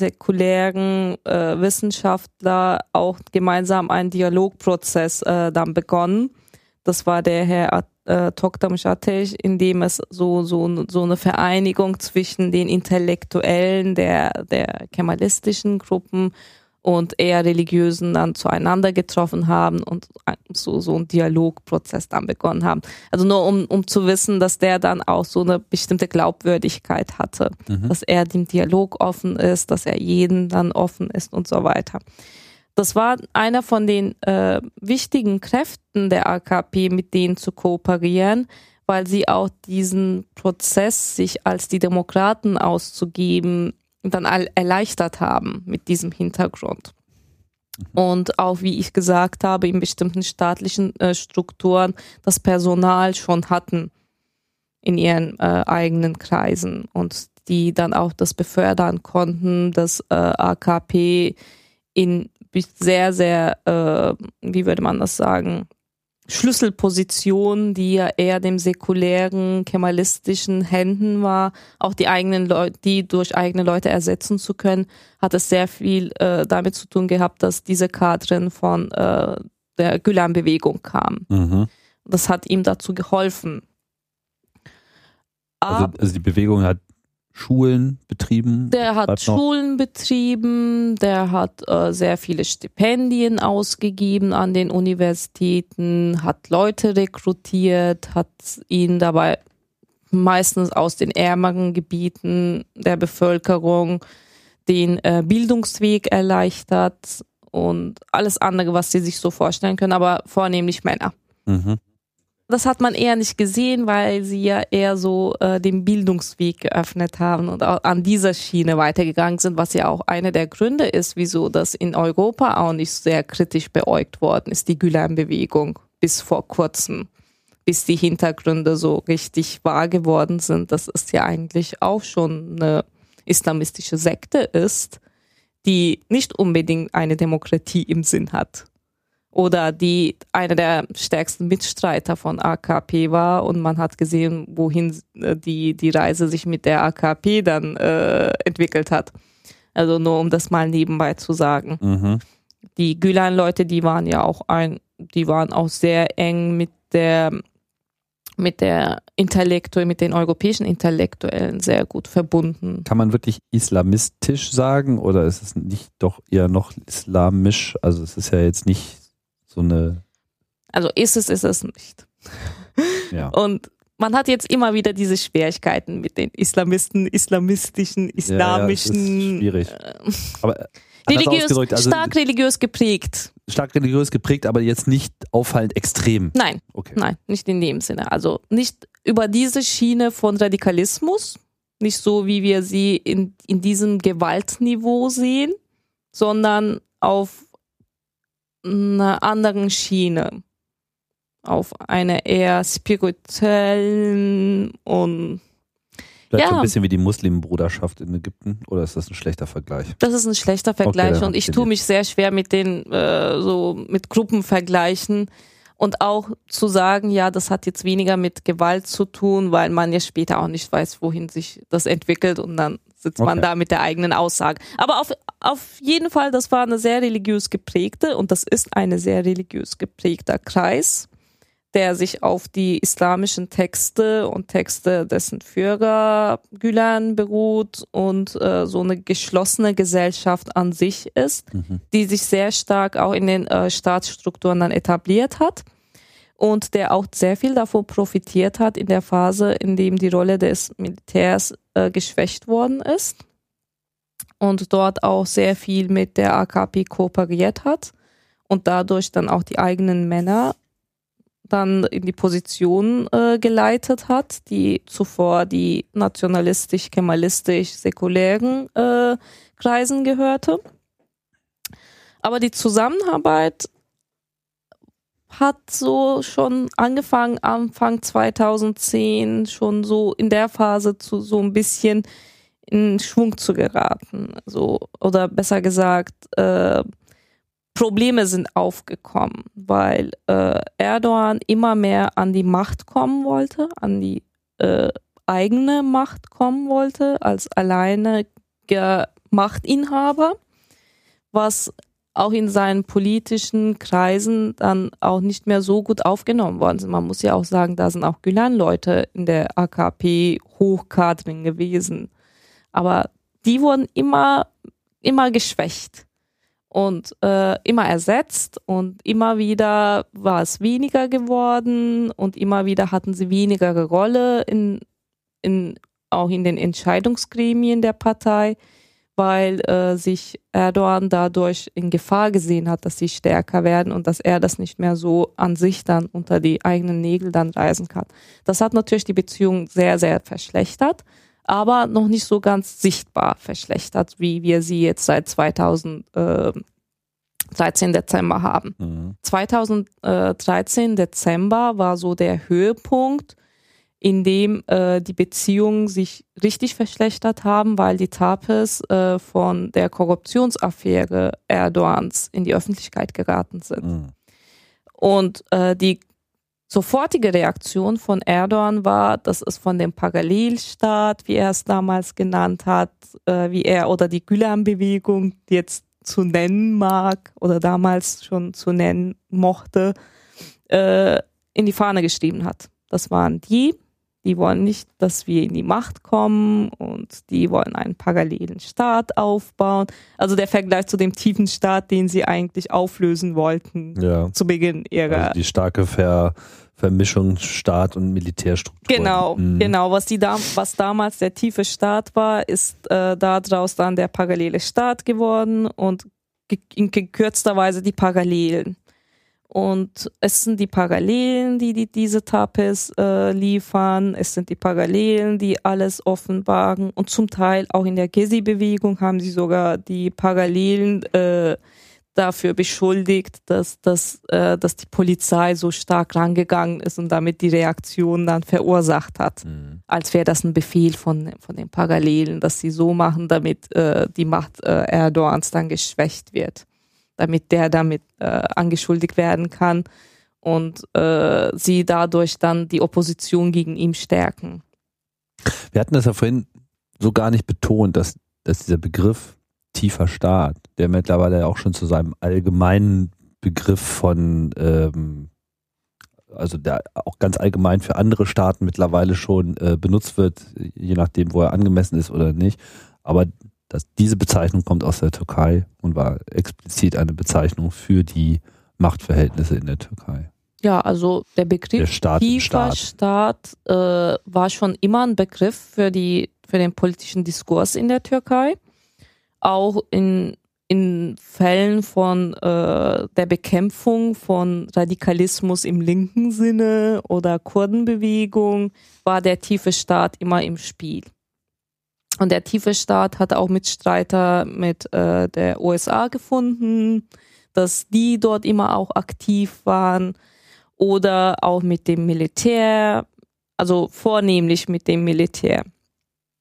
Wissenschaftler auch gemeinsam einen Dialogprozess dann begonnen. Das war der Herr Toktamış Ateş, in dem es so eine Vereinigung zwischen den Intellektuellen der kemalistischen Gruppen und eher religiösen dann zueinander getroffen haben und so einen Dialogprozess dann begonnen haben. Also nur um zu wissen, dass der dann auch so eine bestimmte Glaubwürdigkeit hatte, dass er dem Dialog offen ist, dass er jeden dann offen ist und so weiter. Das war einer von den wichtigen Kräften der AKP, mit denen zu kooperieren, weil sie auch diesen Prozess, sich als die Demokraten auszugeben, dann erleichtert haben mit diesem Hintergrund. Und auch, wie ich gesagt habe, in bestimmten staatlichen Strukturen das Personal schon hatten in ihren eigenen Kreisen und die dann auch das befördern konnten, dass AKP in sehr, sehr, wie würde man das sagen, Schlüsselposition, die ja eher dem säkulären, kemalistischen Händen war, auch die eigenen Leute, die durch eigene Leute ersetzen zu können, hat es sehr viel damit zu tun gehabt, dass diese Kadren von der Gülen-Bewegung kamen. Das hat ihm dazu geholfen. Also die Bewegung hat Schulen betrieben? Der hat Schulen betrieben, der hat sehr viele Stipendien ausgegeben an den Universitäten, hat Leute rekrutiert, hat ihnen dabei meistens aus den ärmeren Gebieten der Bevölkerung den Bildungsweg erleichtert und alles andere, was sie sich so vorstellen können, aber vornehmlich Männer. Das hat man eher nicht gesehen, weil sie ja eher so den Bildungsweg geöffnet haben und auch an dieser Schiene weitergegangen sind, was ja auch einer der Gründe ist, wieso das in Europa auch nicht sehr kritisch beäugt worden ist, die Gülen-Bewegung bis vor kurzem, bis die Hintergründe so richtig wahr geworden sind, dass es ja eigentlich auch schon eine islamistische Sekte ist, die nicht unbedingt eine Demokratie im Sinn hat. Oder die einer der stärksten Mitstreiter von AKP war und man hat gesehen, wohin die Reise sich mit der AKP dann entwickelt hat. Also nur um das mal nebenbei zu sagen. Die Gülen-Leute, die waren ja auch sehr eng mit den europäischen Intellektuellen sehr gut verbunden. Kann man wirklich islamistisch sagen oder ist es nicht doch eher noch islamisch? Also es ist ja jetzt nicht so eine... Also ist es nicht. Ja. Und man hat jetzt immer wieder diese Schwierigkeiten mit den islamistischen, islamischen... Ja, das ist schwierig. Aber stark religiös geprägt. Stark religiös geprägt, aber jetzt nicht auffallend extrem. Nein, okay. Nein, nicht in dem Sinne. Also nicht über diese Schiene von Radikalismus, nicht so, wie wir sie in diesem Gewaltniveau sehen, sondern auf einer anderen Schiene, auf einer eher spirituellen und Vielleicht so ein bisschen wie die Muslimbruderschaft in Ägypten, oder ist das ein schlechter Vergleich? Das ist ein schlechter Vergleich, okay, und ich tue mich sehr schwer mit den mit Gruppenvergleichen und auch zu sagen, ja, das hat jetzt weniger mit Gewalt zu tun, weil man ja später auch nicht weiß, wohin sich das entwickelt, und dann sitzt man da mit der eigenen Aussage. Aber auf jeden Fall, das war eine sehr religiös geprägte, und das ist eine sehr religiös geprägter Kreis, der sich auf die islamischen Texte und Texte dessen Führer Gülen beruht und so eine geschlossene Gesellschaft an sich ist, die sich sehr stark auch in den Staatsstrukturen dann etabliert hat und der auch sehr viel davon profitiert hat in der Phase, in dem die Rolle des Militärs geschwächt worden ist und dort auch sehr viel mit der AKP kooperiert hat und dadurch dann auch die eigenen Männer dann in die Position geleitet hat, die zuvor die nationalistisch-kemalistisch-säkulären Kreisen gehörte. Aber die Zusammenarbeit hat so schon angefangen, Anfang 2010 schon so in der Phase zu so ein bisschen in Schwung zu geraten. So, oder besser gesagt, Probleme sind aufgekommen, weil Erdogan immer mehr an die Macht kommen wollte, an die eigene Macht kommen wollte, als alleiniger Machtinhaber, was auch in seinen politischen Kreisen dann auch nicht mehr so gut aufgenommen worden sind. Man muss ja auch sagen, da sind auch Gülen-Leute in der AKP Hochkadrin gewesen. Aber die wurden immer geschwächt. Und immer ersetzt, und immer wieder war es weniger geworden, und immer wieder hatten sie weniger Rolle auch in den Entscheidungsgremien der Partei, weil sich Erdogan dadurch in Gefahr gesehen hat, dass sie stärker werden und dass er das nicht mehr so an sich dann unter die eigenen Nägel dann reißen kann. Das hat natürlich die Beziehung sehr, sehr verschlechtert, aber noch nicht so ganz sichtbar verschlechtert, wie wir sie jetzt seit 2013 Dezember haben. 2013 Dezember war so der Höhepunkt, in dem die Beziehungen sich richtig verschlechtert haben, weil die Tapes von der Korruptionsaffäre Erdogans in die Öffentlichkeit geraten sind. Und die sofortige Reaktion von Erdogan war, dass es von dem Parallelstaat, wie er es damals genannt hat, wie er oder die Gülen-Bewegung jetzt zu nennen mag oder damals schon zu nennen mochte, in die Fahne geschrieben hat. Das waren die wollen nicht, dass wir in die Macht kommen, und die wollen einen parallelen Staat aufbauen. Also der Vergleich zu dem tiefen Staat, den sie eigentlich auflösen wollten zu Beginn ihrer... Also die starke Vermischung Staat und Militärstruktur. Genau. Was damals der tiefe Staat war, ist daraus dann der parallele Staat geworden und in gekürzter Weise die Parallelen. Und es sind die Parallelen, die diese Tapes liefern. Es sind die Parallelen, die alles offenbaren. Und zum Teil auch in der Gezi-Bewegung haben sie sogar die Parallelen dafür beschuldigt, dass die Polizei so stark rangegangen ist und damit die Reaktion dann verursacht hat. Als wäre das ein Befehl von den Parallelen, dass sie so machen, damit die Macht Erdogans dann geschwächt wird. Damit der damit angeschuldigt werden kann und sie dadurch dann die Opposition gegen ihn stärken. Wir hatten das ja vorhin so gar nicht betont, dass dieser Begriff tiefer Staat, der mittlerweile ja auch schon zu seinem allgemeinen Begriff von, also der auch ganz allgemein für andere Staaten mittlerweile schon benutzt wird, je nachdem, wo er angemessen ist oder nicht. Aber diese Bezeichnung kommt aus der Türkei und war explizit eine Bezeichnung für die Machtverhältnisse in der Türkei. Ja, also der Begriff tiefer Staat war schon immer ein Begriff für den politischen Diskurs in der Türkei. Auch in Fällen von der Bekämpfung von Radikalismus im linken Sinne oder Kurdenbewegung war der tiefe Staat immer im Spiel. Und der tiefe Staat hat auch Mitstreiter mit der USA gefunden, dass die dort immer auch aktiv waren, oder auch mit dem Militär, also vornehmlich mit dem Militär.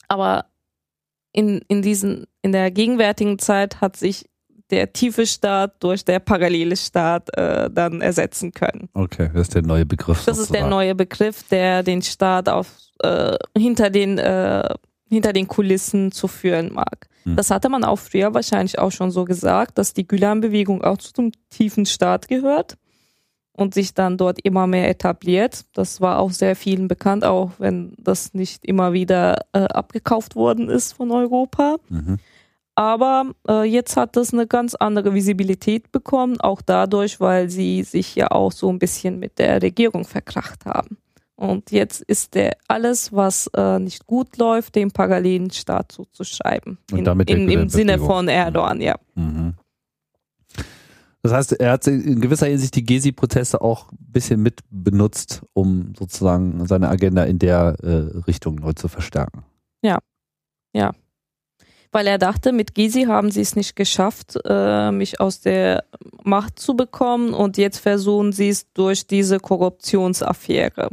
Aber in der gegenwärtigen Zeit hat sich der tiefe Staat durch der parallele Staat dann ersetzen können. Okay, das ist der neue Begriff. Das ist der neue Begriff, der den Staat hinter den Kulissen zu führen mag. Das hatte man auch früher wahrscheinlich auch schon so gesagt, dass die Gülen-Bewegung auch zum tiefen Staat gehört und sich dann dort immer mehr etabliert. Das war auch sehr vielen bekannt, auch wenn das nicht immer wieder abgekauft worden ist von Europa. Mhm. Aber jetzt hat das eine ganz andere Visibilität bekommen, auch dadurch, weil sie sich ja auch so ein bisschen mit der Regierung verkracht haben. Und jetzt ist alles, was nicht gut läuft, dem parallelen Staat zuzuschreiben. Im Sinne von Erdogan, ja. Mhm. Das heißt, er hat in gewisser Hinsicht die Gezi-Proteste auch ein bisschen mit benutzt, um sozusagen seine Agenda in der Richtung neu zu verstärken. Ja, ja. Weil er dachte, mit Gezi haben sie es nicht geschafft, mich aus der Macht zu bekommen und jetzt versuchen sie es durch diese Korruptionsaffäre.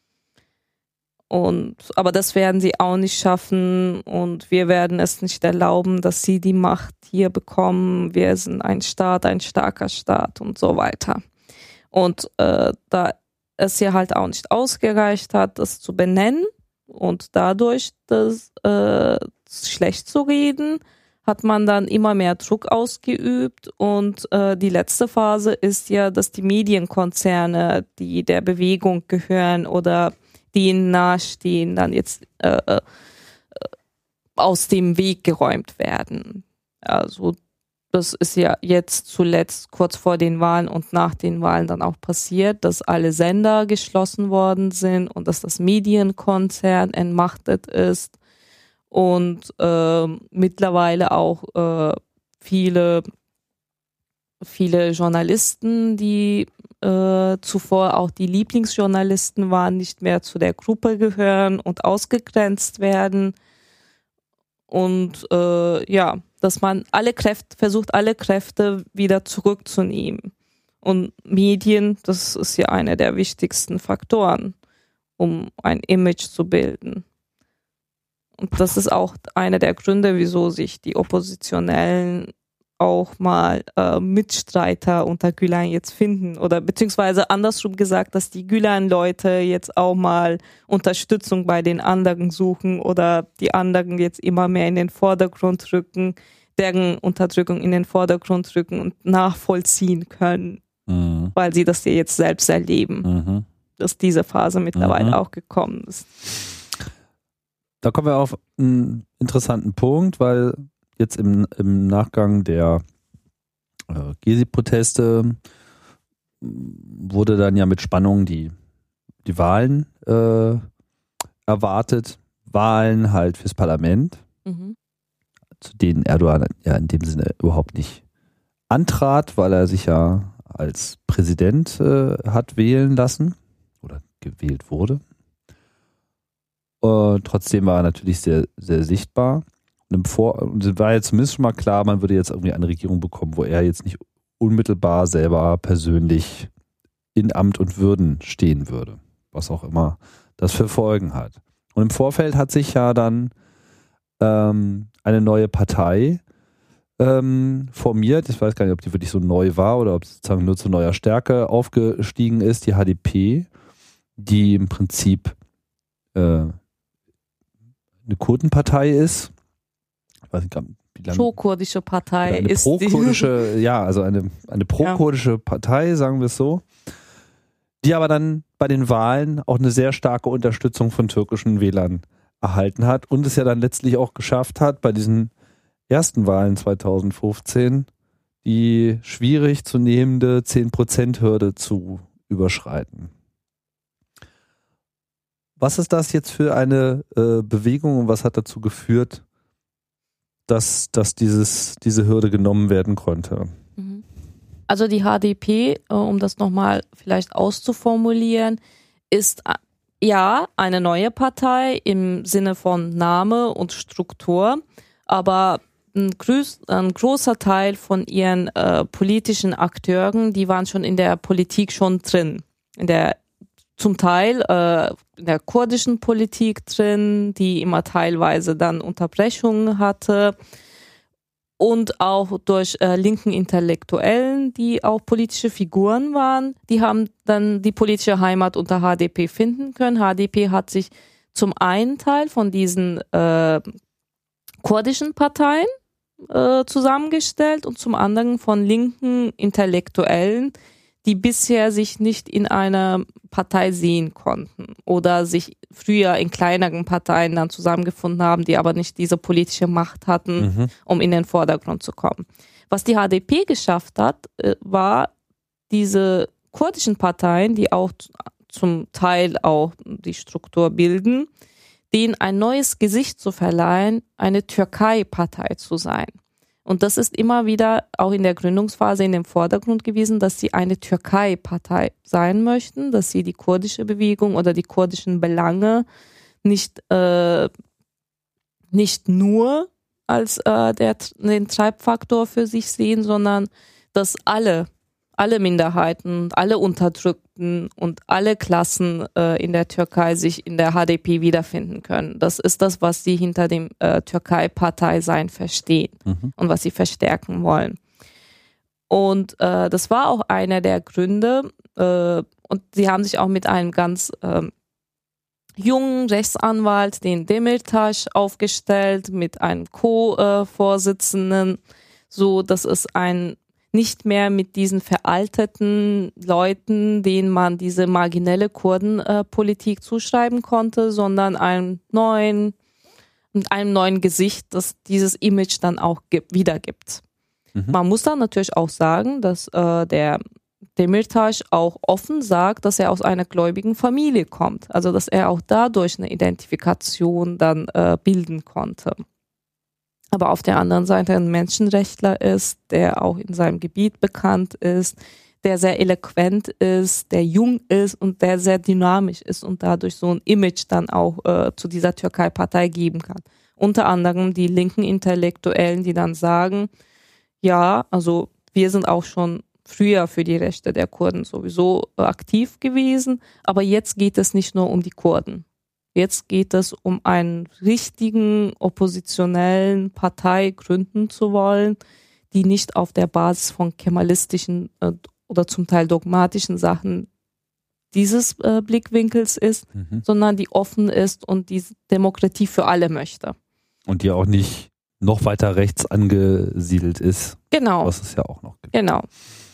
Aber das werden sie auch nicht schaffen und wir werden es nicht erlauben, dass sie die Macht hier bekommen. Wir sind ein Staat, ein starker Staat und so weiter. Und da es hier halt auch nicht ausgereicht hat, das zu benennen und dadurch das schlecht zu reden, hat man dann immer mehr Druck ausgeübt und die letzte Phase ist ja, dass die Medienkonzerne, die der Bewegung gehören oder die ihnen nahestehen, dann jetzt aus dem Weg geräumt werden. Also das ist ja jetzt zuletzt kurz vor den Wahlen und nach den Wahlen dann auch passiert, dass alle Sender geschlossen worden sind und dass das Medienkonzern entmachtet ist und mittlerweile auch viele Journalisten, die zuvor auch die Lieblingsjournalisten waren, nicht mehr zu der Gruppe gehören und ausgegrenzt werden. Und dass man versucht, alle Kräfte wieder zurückzunehmen. Und Medien, das ist ja einer der wichtigsten Faktoren, um ein Image zu bilden. Und das ist auch einer der Gründe, wieso sich die Oppositionellen auch mal Mitstreiter unter Gülen jetzt finden oder beziehungsweise andersrum gesagt, dass die Gülen-Leute jetzt auch mal Unterstützung bei den anderen suchen oder die anderen jetzt immer mehr in den Vordergrund rücken, deren Unterdrückung in den Vordergrund rücken und nachvollziehen können, weil sie das ja jetzt selbst erleben, dass diese Phase mittlerweile auch gekommen ist. Da kommen wir auf einen interessanten Punkt, weil jetzt im Nachgang der Gezi-Proteste wurde dann ja mit Spannung die Wahlen erwartet. Wahlen halt fürs Parlament, zu denen Erdogan ja in dem Sinne überhaupt nicht antrat, weil er sich ja als Präsident hat wählen lassen oder gewählt wurde. Trotzdem war er natürlich sehr, sehr sichtbar. Und es war jetzt zumindest schon mal klar, man würde jetzt irgendwie eine Regierung bekommen, wo er jetzt nicht unmittelbar selber persönlich in Amt und Würden stehen würde. Was auch immer das für Folgen hat. Und im Vorfeld hat sich ja dann eine neue Partei formiert. Ich weiß gar nicht, ob die wirklich so neu war oder ob sie sozusagen nur zu neuer Stärke aufgestiegen ist. Die HDP, die im Prinzip eine Kurdenpartei ist. Ich weiß nicht, wie lange. Pro-kurdische Partei eine ist pro-kurdische, ja, also eine pro-kurdische Partei, sagen wir es so, die aber dann bei den Wahlen auch eine sehr starke Unterstützung von türkischen Wählern erhalten hat und es ja dann letztlich auch geschafft hat, bei diesen ersten Wahlen 2015 die schwierig zu nehmende 10%-Hürde zu überschreiten. Was ist das jetzt für eine Bewegung und was hat dazu geführt, dass diese Hürde genommen werden konnte? Also die HDP, um das nochmal vielleicht auszuformulieren, ist ja eine neue Partei im Sinne von Name und Struktur, aber ein großer Teil von ihren politischen Akteuren, die waren schon in der Politik schon drin, in der zum Teil in der kurdischen Politik drin, die immer teilweise dann Unterbrechungen hatte. Und auch durch linken Intellektuellen, die auch politische Figuren waren. Die haben dann die politische Heimat unter HDP finden können. HDP hat sich zum einen Teil von diesen kurdischen Parteien zusammengestellt und zum anderen von linken Intellektuellen, die bisher sich nicht in einer Partei sehen konnten oder sich früher in kleineren Parteien dann zusammengefunden haben, die aber nicht diese politische Macht hatten, um in den Vordergrund zu kommen. Was die HDP geschafft hat, war diese kurdischen Parteien, die auch zum Teil auch die Struktur bilden, denen ein neues Gesicht zu verleihen, eine Türkei-Partei zu sein. Und das ist immer wieder auch in der Gründungsphase in den Vordergrund gewesen, dass sie eine Türkei-Partei sein möchten, dass sie die kurdische Bewegung oder die kurdischen Belange nicht nur als den Treibfaktor für sich sehen, sondern dass alle Minderheiten, alle Unterdrückten und alle Klassen in der Türkei sich in der HDP wiederfinden können. Das ist das, was sie hinter dem Türkei-Partei-Sein verstehen und was sie verstärken wollen. Und das war auch einer der Gründe. Und sie haben sich auch mit einem ganz jungen Rechtsanwalt, den Demirtas, aufgestellt, mit einem Co-Vorsitzenden, so dass es nicht mehr mit diesen veralteten Leuten, denen man diese marginelle Kurdenpolitik zuschreiben konnte, sondern einem neuen Gesicht, das dieses Image dann auch wiedergibt. Man muss dann natürlich auch sagen, dass der Demirtas auch offen sagt, dass er aus einer gläubigen Familie kommt. Also dass er auch dadurch eine Identifikation dann bilden konnte. Aber auf der anderen Seite ein Menschenrechtler ist, der auch in seinem Gebiet bekannt ist, der sehr eloquent ist, der jung ist und der sehr dynamisch ist und dadurch so ein Image dann auch zu dieser Türkei-Partei geben kann. Unter anderem die linken Intellektuellen, die dann sagen, ja, also wir sind auch schon früher für die Rechte der Kurden sowieso aktiv gewesen, aber jetzt geht es nicht nur um die Kurden. Jetzt geht es um einen richtigen oppositionellen Partei gründen zu wollen, die nicht auf der Basis von kemalistischen oder zum Teil dogmatischen Sachen dieses Blickwinkels ist, sondern die offen ist und die Demokratie für alle möchte. Und die auch nicht noch weiter rechts angesiedelt ist. Genau. Was es ja auch noch gibt. Genau.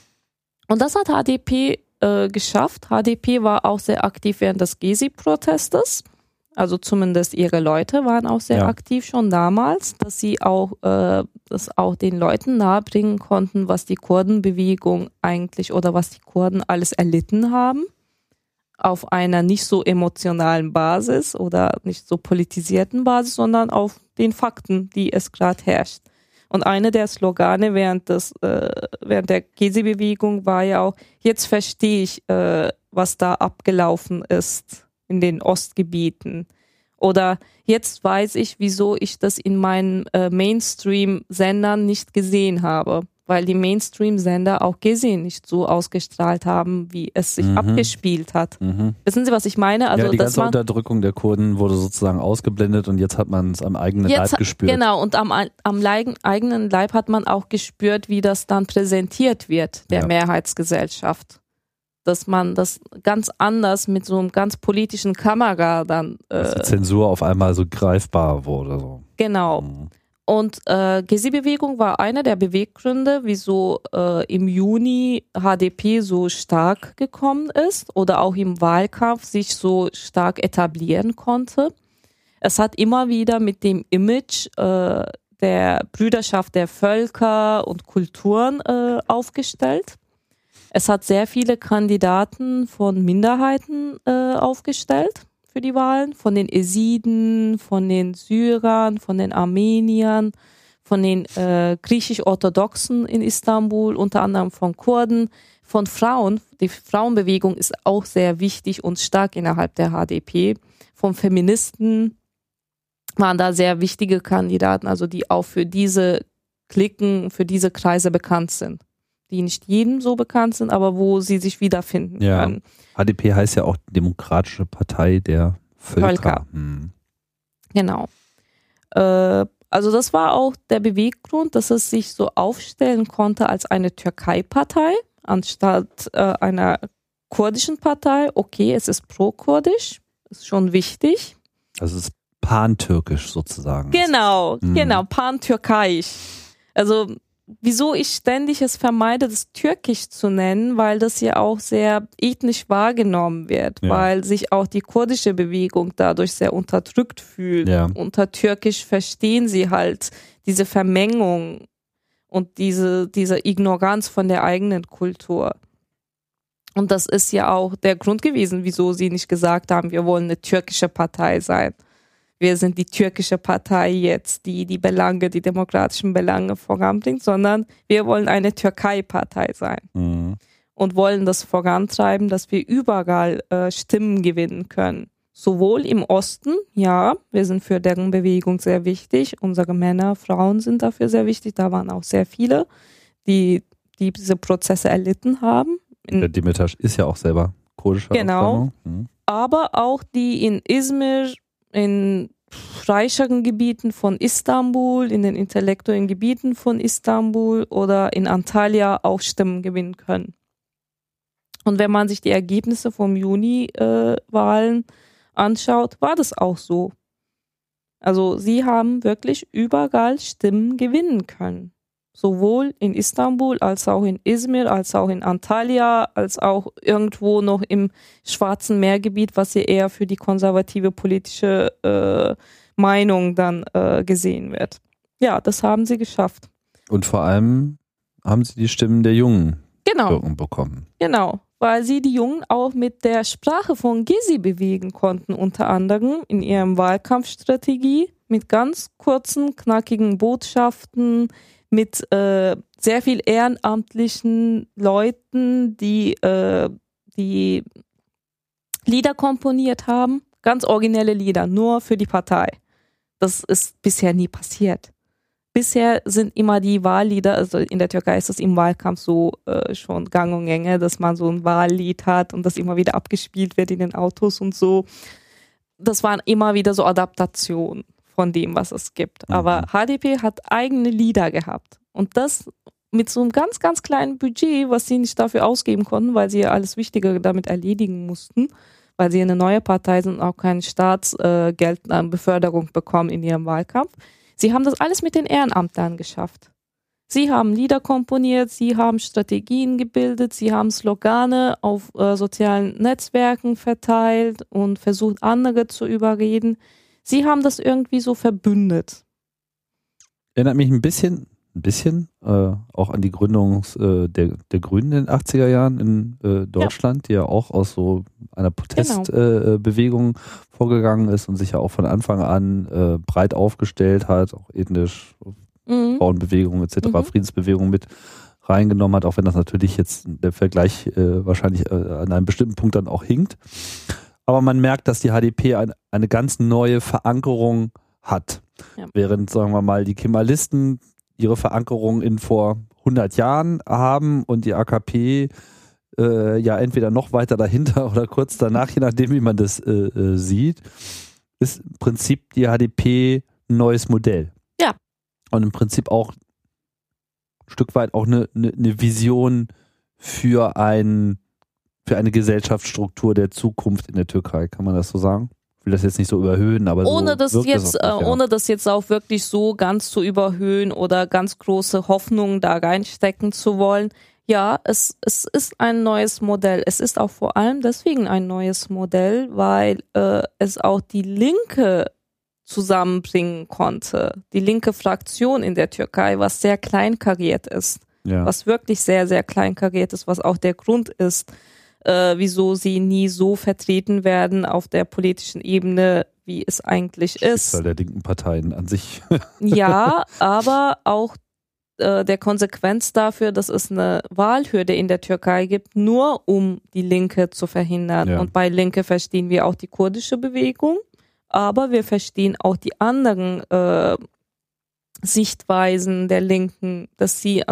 Und das hat HDP geschafft. HDP war auch sehr aktiv während des Gezi-Protestes. Also zumindest ihre Leute waren auch sehr aktiv schon damals, dass sie auch das auch den Leuten nahebringen konnten, was die Kurdenbewegung eigentlich oder was die Kurden alles erlitten haben. Auf einer nicht so emotionalen Basis oder nicht so politisierten Basis, sondern auf den Fakten, die es gerade herrscht. Und eine der Slogane während der Gezi-Bewegung war ja auch, jetzt verstehe ich, was da abgelaufen ist in den Ostgebieten. Oder jetzt weiß ich, wieso ich das in meinen Mainstream-Sendern nicht gesehen habe. Weil die Mainstream-Sender auch Gezi nicht so ausgestrahlt haben, wie es sich abgespielt hat. Wissen Sie, was ich meine? Also ja, die ganze Unterdrückung der Kurden wurde sozusagen ausgeblendet und jetzt hat man es am eigenen Leib gespürt. Genau, und am eigenen Leib hat man auch gespürt, wie das dann präsentiert wird, der Mehrheitsgesellschaft. Dass man das ganz anders mit so einem ganz politischen Kamera dann... dass die Zensur auf einmal so greifbar wurde. So. Genau. Und Gezi-Bewegung war einer der Beweggründe, wieso im Juni HDP so stark gekommen ist oder auch im Wahlkampf sich so stark etablieren konnte. Es hat immer wieder mit dem Image der Brüderschaft der Völker und Kulturen aufgestellt. Es hat sehr viele Kandidaten von Minderheiten aufgestellt für die Wahlen, von den Jesiden, von den Syrern, von den Armeniern, von den griechisch-orthodoxen in Istanbul, unter anderem von Kurden, von Frauen. Die Frauenbewegung ist auch sehr wichtig und stark innerhalb der HDP. Von Feministen waren da sehr wichtige Kandidaten, also die auch für diese Klicken, für diese Kreise bekannt sind. die nicht jedem so bekannt sind, aber wo sie sich wiederfinden können. HDP heißt ja auch Demokratische Partei der Völker. Genau. Also das war auch der Beweggrund, dass es sich so aufstellen konnte als eine Türkei-Partei anstatt einer kurdischen Partei. Okay, es ist pro-kurdisch, ist schon wichtig. Also es ist pan-türkisch sozusagen. Genau, pan-türkeisch. Also wieso ich ständig es vermeide, das Türkisch zu nennen, weil das ja auch sehr ethnisch wahrgenommen wird, weil sich auch die kurdische Bewegung dadurch sehr unterdrückt fühlt. Ja. Unter Türkisch verstehen sie halt diese Vermengung und diese Ignoranz von der eigenen Kultur. Und das ist ja auch der Grund gewesen, wieso sie nicht gesagt haben, wir wollen eine türkische Partei sein. Wir sind die türkische Partei jetzt, die Belange, die demokratischen Belange voranbringt, sondern wir wollen eine Türkei-Partei sein und wollen das vorantreiben, dass wir überall Stimmen gewinnen können. Sowohl im Osten, ja, wir sind für deren Bewegung sehr wichtig, unsere Männer, Frauen sind dafür sehr wichtig, da waren auch sehr viele, die diese Prozesse erlitten haben. Der Demirtaş ist ja auch selber kurdischer Abstammung. Aber auch die in Izmir, in reicheren Gebieten von Istanbul, in den intellektuellen Gebieten von Istanbul oder in Antalya auch Stimmen gewinnen können. Und wenn man sich die Ergebnisse vom Juni-Wahlen anschaut, war das auch so. Also sie haben wirklich überall Stimmen gewinnen können. Sowohl in Istanbul, als auch in Izmir, als auch in Antalya, als auch irgendwo noch im Schwarzen Meergebiet, was hier eher für die konservative politische Meinung dann gesehen wird. Ja, das haben sie geschafft. Und vor allem haben sie die Stimmen der Jungen bekommen. Genau, weil sie die Jungen auch mit der Sprache von Gezi bewegen konnten, unter anderem in ihrem Wahlkampfstrategie mit ganz kurzen, knackigen Botschaften, mit sehr viel ehrenamtlichen Leuten, die Lieder komponiert haben, ganz originelle Lieder, nur für die Partei. Das ist bisher nie passiert. Bisher sind immer die Wahllieder, also in der Türkei ist das im Wahlkampf so schon gang und gäbe, dass man so ein Wahllied hat und das immer wieder abgespielt wird in den Autos und so. Das waren immer wieder so Adaptationen von dem, was es gibt. Aber HDP hat eigene Lieder gehabt. Und das mit so einem ganz, ganz kleinen Budget, was sie nicht dafür ausgeben konnten, weil sie ja alles Wichtige damit erledigen mussten, weil sie eine neue Partei sind und auch kein Staatsgeld an Beförderung bekommen in ihrem Wahlkampf. Sie haben das alles mit den Ehrenamtlern geschafft. Sie haben Lieder komponiert, sie haben Strategien gebildet, sie haben Slogane auf sozialen Netzwerken verteilt und versucht, andere zu überreden. Sie haben das irgendwie so verbündet. Erinnert mich ein bisschen auch an die Gründung der Grünen in den 80er Jahren in Deutschland, die ja auch aus so einer Protestbewegung vorgegangen ist und sich ja auch von Anfang an breit aufgestellt hat, auch ethnisch, Frauenbewegung etc., Friedensbewegung mit reingenommen hat, auch wenn das natürlich jetzt der Vergleich wahrscheinlich an einem bestimmten Punkt dann auch hinkt. Aber man merkt, dass die HDP eine ganz neue Verankerung hat. Ja. Während, sagen wir mal, die Kemalisten ihre Verankerung in vor 100 Jahren haben und die AKP ja entweder noch weiter dahinter oder kurz danach, je nachdem, wie man das sieht, ist im Prinzip die HDP ein neues Modell. Ja. Und im Prinzip auch ein Stück weit auch eine Vision für eine Gesellschaftsstruktur der Zukunft in der Türkei. Kann man das so sagen? Ich will das jetzt nicht so überhöhen, aber ohne das jetzt auch wirklich so ganz zu überhöhen oder ganz große Hoffnungen da reinstecken zu wollen. Ja, es ist ein neues Modell. Es ist auch vor allem deswegen ein neues Modell, weil es auch die Linke zusammenbringen konnte. Die linke Fraktion in der Türkei, was sehr kleinkariert ist. Ja. Was wirklich sehr, sehr kleinkariert ist, was auch der Grund ist, wieso sie nie so vertreten werden auf der politischen Ebene, wie es eigentlich ist. Der linken Parteien an sich. Ja, aber auch der Konsequenz dafür, dass es eine Wahlhürde in der Türkei gibt, nur um die Linke zu verhindern. Ja. Und bei Linke verstehen wir auch die kurdische Bewegung, aber wir verstehen auch die anderen Sichtweisen der Linken, dass sie, also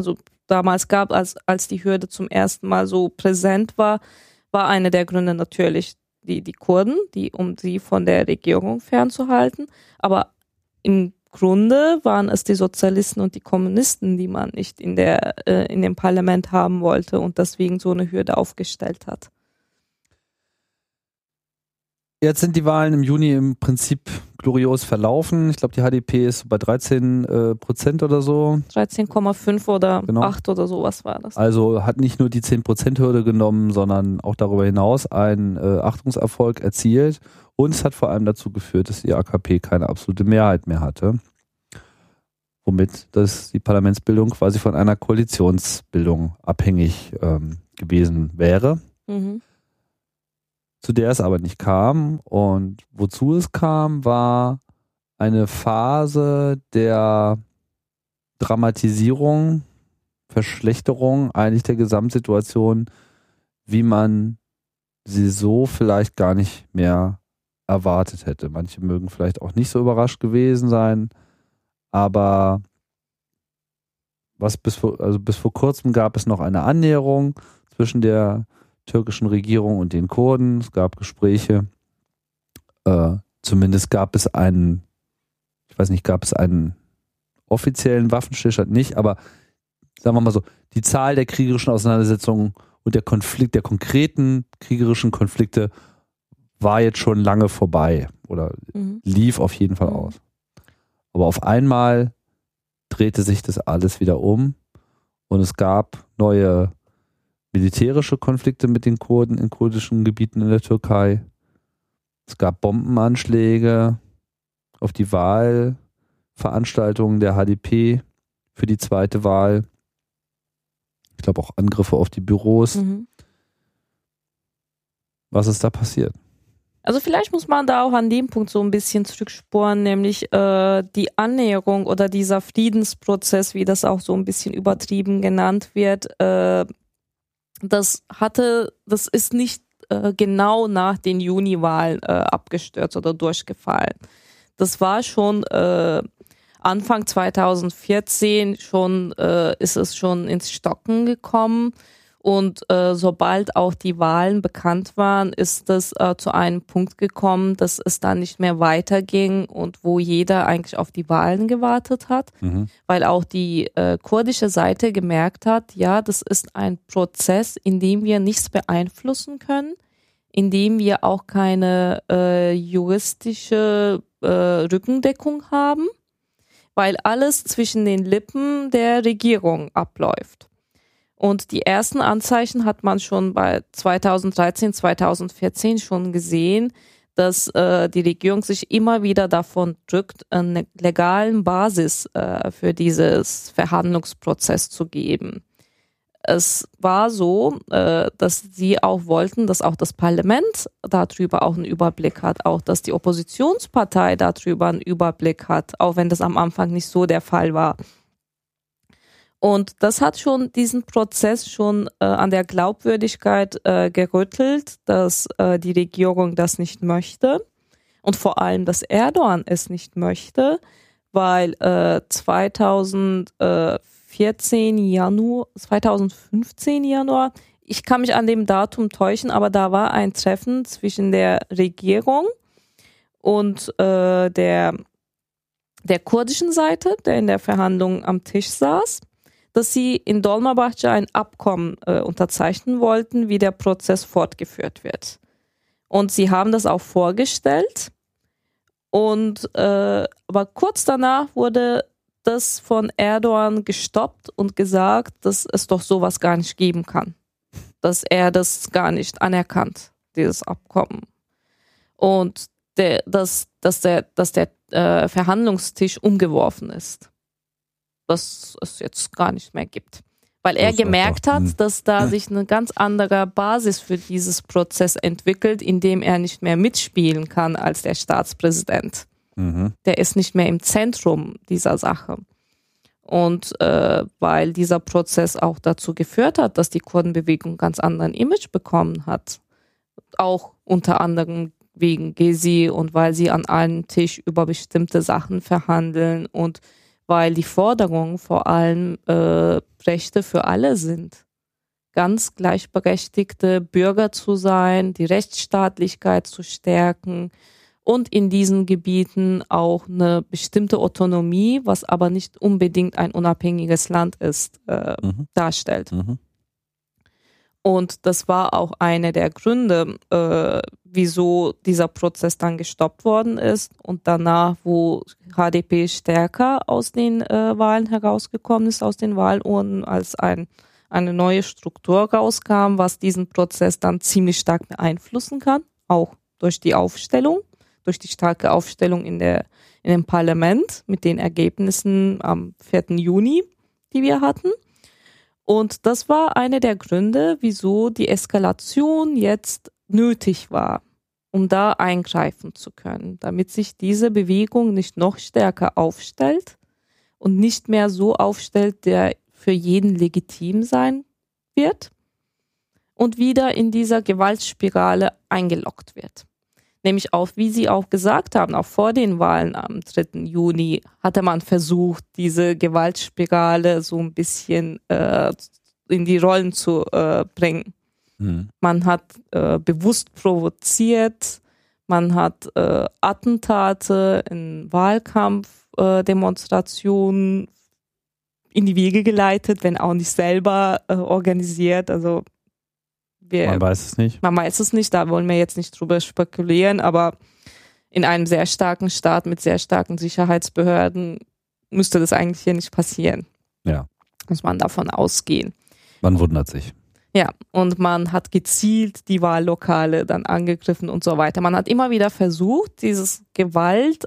damals gab, als die Hürde zum ersten Mal so präsent war einer der Gründe natürlich die Kurden, um sie von der Regierung fernzuhalten. Aber im Grunde waren es die Sozialisten und die Kommunisten, die man nicht in dem Parlament haben wollte und deswegen so eine Hürde aufgestellt hat. Jetzt sind die Wahlen im Juni im Prinzip glorios verlaufen. Ich glaube, die HDP ist bei 13% oder so. 13,5 oder 8 oder sowas war das. Also hat nicht nur die 10%-Hürde genommen, sondern auch darüber hinaus einen Achtungserfolg erzielt. Und es hat vor allem dazu geführt, dass die AKP keine absolute Mehrheit mehr hatte. Womit die Parlamentsbildung quasi von einer Koalitionsbildung abhängig gewesen wäre. Mhm. Zu der es aber nicht kam. Und wozu es kam, war eine Phase der Dramatisierung, Verschlechterung eigentlich der Gesamtsituation, wie man sie so vielleicht gar nicht mehr erwartet hätte. Manche mögen vielleicht auch nicht so überrascht gewesen sein, aber bis vor kurzem gab es noch eine Annäherung zwischen der türkischen Regierung und den Kurden. Es gab Gespräche. Zumindest gab es einen offiziellen Waffenstillstand nicht, aber sagen wir mal so, die Zahl der kriegerischen Auseinandersetzungen und der konkreten kriegerischen Konflikte war jetzt schon lange vorbei oder lief auf jeden Fall aus. Aber auf einmal drehte sich das alles wieder um und es gab neue militärische Konflikte mit den Kurden in kurdischen Gebieten in der Türkei. Es gab Bombenanschläge auf die Wahlveranstaltungen der HDP für die zweite Wahl. Ich glaube auch Angriffe auf die Büros. Was ist da passiert? Also vielleicht muss man da auch an dem Punkt so ein bisschen zurücksporen, nämlich die Annäherung oder dieser Friedensprozess, wie das auch so ein bisschen übertrieben genannt wird, das ist nicht genau nach den Juniwahlen abgestürzt oder durchgefallen. Das war schon Anfang 2014 ist es schon ins Stocken gekommen. Und sobald auch die Wahlen bekannt waren, ist es zu einem Punkt gekommen, dass es dann nicht mehr weiterging und wo jeder eigentlich auf die Wahlen gewartet hat, weil auch die kurdische Seite gemerkt hat, ja, das ist ein Prozess, in dem wir nichts beeinflussen können, in dem wir auch keine juristische Rückendeckung haben, weil alles zwischen den Lippen der Regierung abläuft. Und die ersten Anzeichen hat man schon bei 2013, 2014 schon gesehen, dass die Regierung sich immer wieder davon drückt, eine legalen Basis für dieses Verhandlungsprozess zu geben. Es war so, dass sie auch wollten, dass auch das Parlament darüber auch einen Überblick hat, auch dass die Oppositionspartei darüber einen Überblick hat, auch wenn das am Anfang nicht so der Fall war. Und das hat schon diesen Prozess schon an der Glaubwürdigkeit gerüttelt, dass die Regierung das nicht möchte und vor allem, dass Erdogan es nicht möchte, weil 2015 Januar, ich kann mich an dem Datum täuschen, aber da war ein Treffen zwischen der Regierung und der kurdischen Seite, der in der Verhandlung am Tisch saß, dass sie in Dolmabahce ein Abkommen unterzeichnen wollten, wie der Prozess fortgeführt wird. Und sie haben das auch vorgestellt. Und aber kurz danach wurde das von Erdogan gestoppt und gesagt, dass es doch sowas gar nicht geben kann. Dass er das gar nicht anerkannt, dieses Abkommen. Und dass der Verhandlungstisch umgeworfen ist. Dass es jetzt gar nicht mehr gibt. Weil er gemerkt hat, dass da sich eine ganz andere Basis für dieses Prozess entwickelt, in dem er nicht mehr mitspielen kann als der Staatspräsident. Der ist nicht mehr im Zentrum dieser Sache. Und weil dieser Prozess auch dazu geführt hat, dass die Kurdenbewegung ein ganz anderen Image bekommen hat, auch unter anderem wegen Gezi und weil sie an einem Tisch über bestimmte Sachen verhandeln und weil die Forderungen vor allem Rechte für alle sind. Ganz gleichberechtigte Bürger zu sein, die Rechtsstaatlichkeit zu stärken und in diesen Gebieten auch eine bestimmte Autonomie, was aber nicht unbedingt ein unabhängiges Land ist, darstellt. Mhm. Und das war auch einer der Gründe, wieso dieser Prozess dann gestoppt worden ist und danach, wo HDP stärker aus den Wahlen herausgekommen ist, aus den Wahlurnen, als eine neue Struktur rauskam, was diesen Prozess dann ziemlich stark beeinflussen kann, auch durch die Aufstellung, durch die starke Aufstellung in dem Parlament mit den Ergebnissen am 4. Juni, die wir hatten. Und das war einer der Gründe, wieso die Eskalation jetzt nötig war, um da eingreifen zu können, damit sich diese Bewegung nicht noch stärker aufstellt und nicht mehr so aufstellt, der für jeden legitim sein wird und wieder in dieser Gewaltspirale eingeloggt wird. Nämlich auch, wie Sie auch gesagt haben, auch vor den Wahlen am 3. Juni hatte man versucht, diese Gewaltspirale so ein bisschen in die Rollen zu bringen. Mhm. Man hat bewusst provoziert, man hat Attentate in Wahlkampfdemonstrationen in die Wege geleitet, wenn auch nicht selber organisiert. Also man weiß es nicht. Man weiß es nicht, da wollen wir jetzt nicht drüber spekulieren, aber in einem sehr starken Staat mit sehr starken Sicherheitsbehörden müsste das eigentlich hier nicht passieren. Ja. Muss man davon ausgehen. Man wundert sich. Ja, und man hat gezielt die Wahllokale dann angegriffen und so weiter. Man hat immer wieder versucht, dieses Gewalt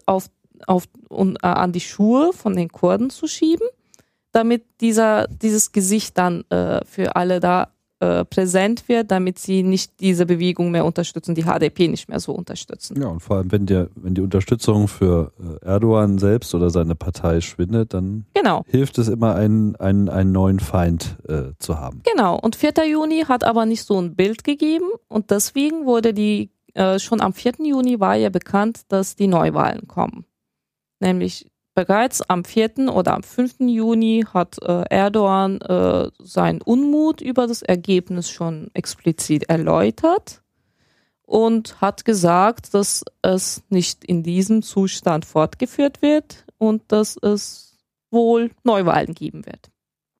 an die Schuhe von den Kurden zu schieben, damit dieses Gesicht dann für alle da präsent wird, damit sie nicht diese Bewegung mehr unterstützen, die HDP nicht mehr so unterstützen. Ja, und vor allem, wenn die Unterstützung für Erdogan selbst oder seine Partei schwindet, dann hilft es immer, einen neuen Feind zu haben. Genau, und 4. Juni hat aber nicht so ein Bild gegeben und deswegen wurde schon am 4. Juni war ja bekannt, dass die Neuwahlen kommen. Nämlich bereits am 4. oder am 5. Juni hat Erdogan seinen Unmut über das Ergebnis schon explizit erläutert und hat gesagt, dass es nicht in diesem Zustand fortgeführt wird und dass es wohl Neuwahlen geben wird.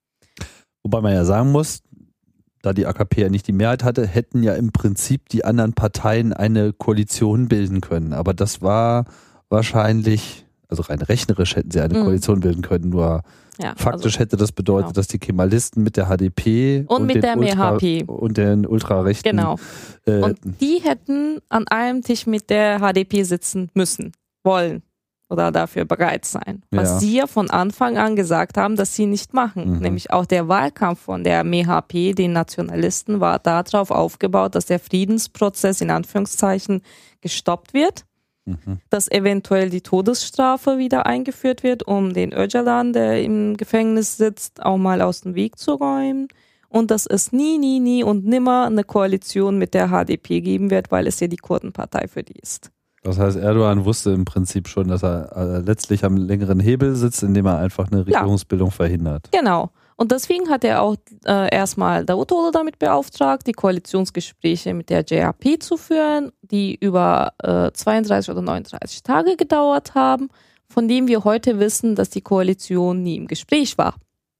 Wobei man ja sagen muss, da die AKP ja nicht die Mehrheit hatte, hätten ja im Prinzip die anderen Parteien eine Koalition bilden können. Aber das war wahrscheinlich... Also rein rechnerisch hätten sie eine Koalition bilden können, nur faktisch hätte das bedeutet, dass die Kemalisten mit der HDP und mit der MHP und den Ultrarechten. Und die hätten an einem Tisch mit der HDP sitzen müssen, wollen oder dafür bereit sein. Was sie ja von Anfang an gesagt haben, dass sie nicht machen. Nämlich auch der Wahlkampf von der MHP, den Nationalisten, war darauf aufgebaut, dass der Friedensprozess in Anführungszeichen gestoppt wird. Dass eventuell die Todesstrafe wieder eingeführt wird, um den Öcalan, der im Gefängnis sitzt, auch mal aus dem Weg zu räumen. Und dass es nie und nimmer eine Koalition mit der HDP geben wird, weil es ja die Kurdenpartei für die ist. Das heißt, Erdogan wusste im Prinzip schon, dass er letztlich am längeren Hebel sitzt, indem er einfach eine Regierungsbildung verhindert. Genau. Und deswegen hat er auch erstmal Davutoğlu damit beauftragt, die Koalitionsgespräche mit der JHP zu führen, die über 32 oder 39 Tage gedauert haben, von dem wir heute wissen, dass die Koalition nie im Gespräch war.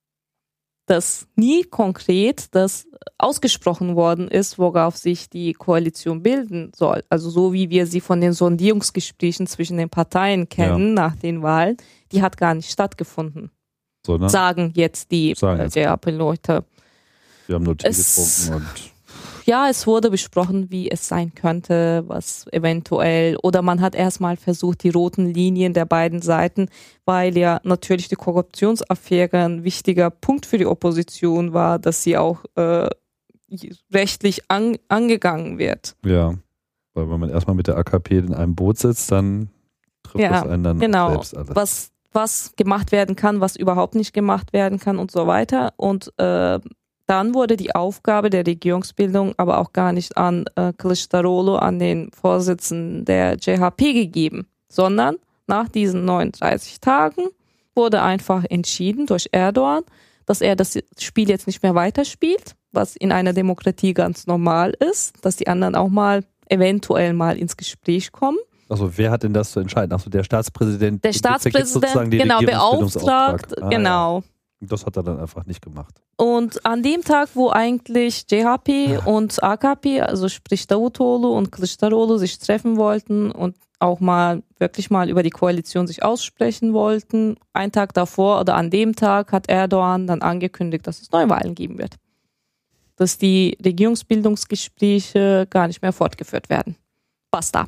Dass nie konkret das ausgesprochen worden ist, worauf sich die Koalition bilden soll. Also so wie wir sie von den Sondierungsgesprächen zwischen den Parteien kennen nach den Wahlen, die hat gar nicht stattgefunden. Sagen jetzt die JHP-Leute. Wir haben nur Tee getrunken und... Ja, es wurde besprochen, wie es sein könnte, was eventuell, oder man hat erstmal versucht, die roten Linien der beiden Seiten, weil ja natürlich die Korruptionsaffäre ein wichtiger Punkt für die Opposition war, dass sie auch rechtlich angegangen wird. Ja, weil wenn man erstmal mit der AKP in einem Boot sitzt, dann trifft das einen dann selbst alles. Was gemacht werden kann, was überhaupt nicht gemacht werden kann und so weiter. Und dann wurde die Aufgabe der Regierungsbildung aber auch gar nicht an Kılıçdaroğlu, an den Vorsitzenden der JHP gegeben, sondern nach diesen 39 Tagen wurde einfach entschieden durch Erdogan, dass er das Spiel jetzt nicht mehr weiterspielt, was in einer Demokratie ganz normal ist, dass die anderen auch mal eventuell mal ins Gespräch kommen. Also wer hat denn das zu entscheiden? Also der Staatspräsident. Der Staatspräsident, genau, beauftragt, genau. Ja. Das hat er dann einfach nicht gemacht. Und an dem Tag, wo eigentlich CHP und AKP, also sprich Davutoglu und Kılıçdaroğlu, sich treffen wollten und auch mal wirklich mal über die Koalition sich aussprechen wollten, einen Tag davor oder an dem Tag hat Erdogan dann angekündigt, dass es Neuwahlen geben wird. Dass die Regierungsbildungsgespräche gar nicht mehr fortgeführt werden. Basta.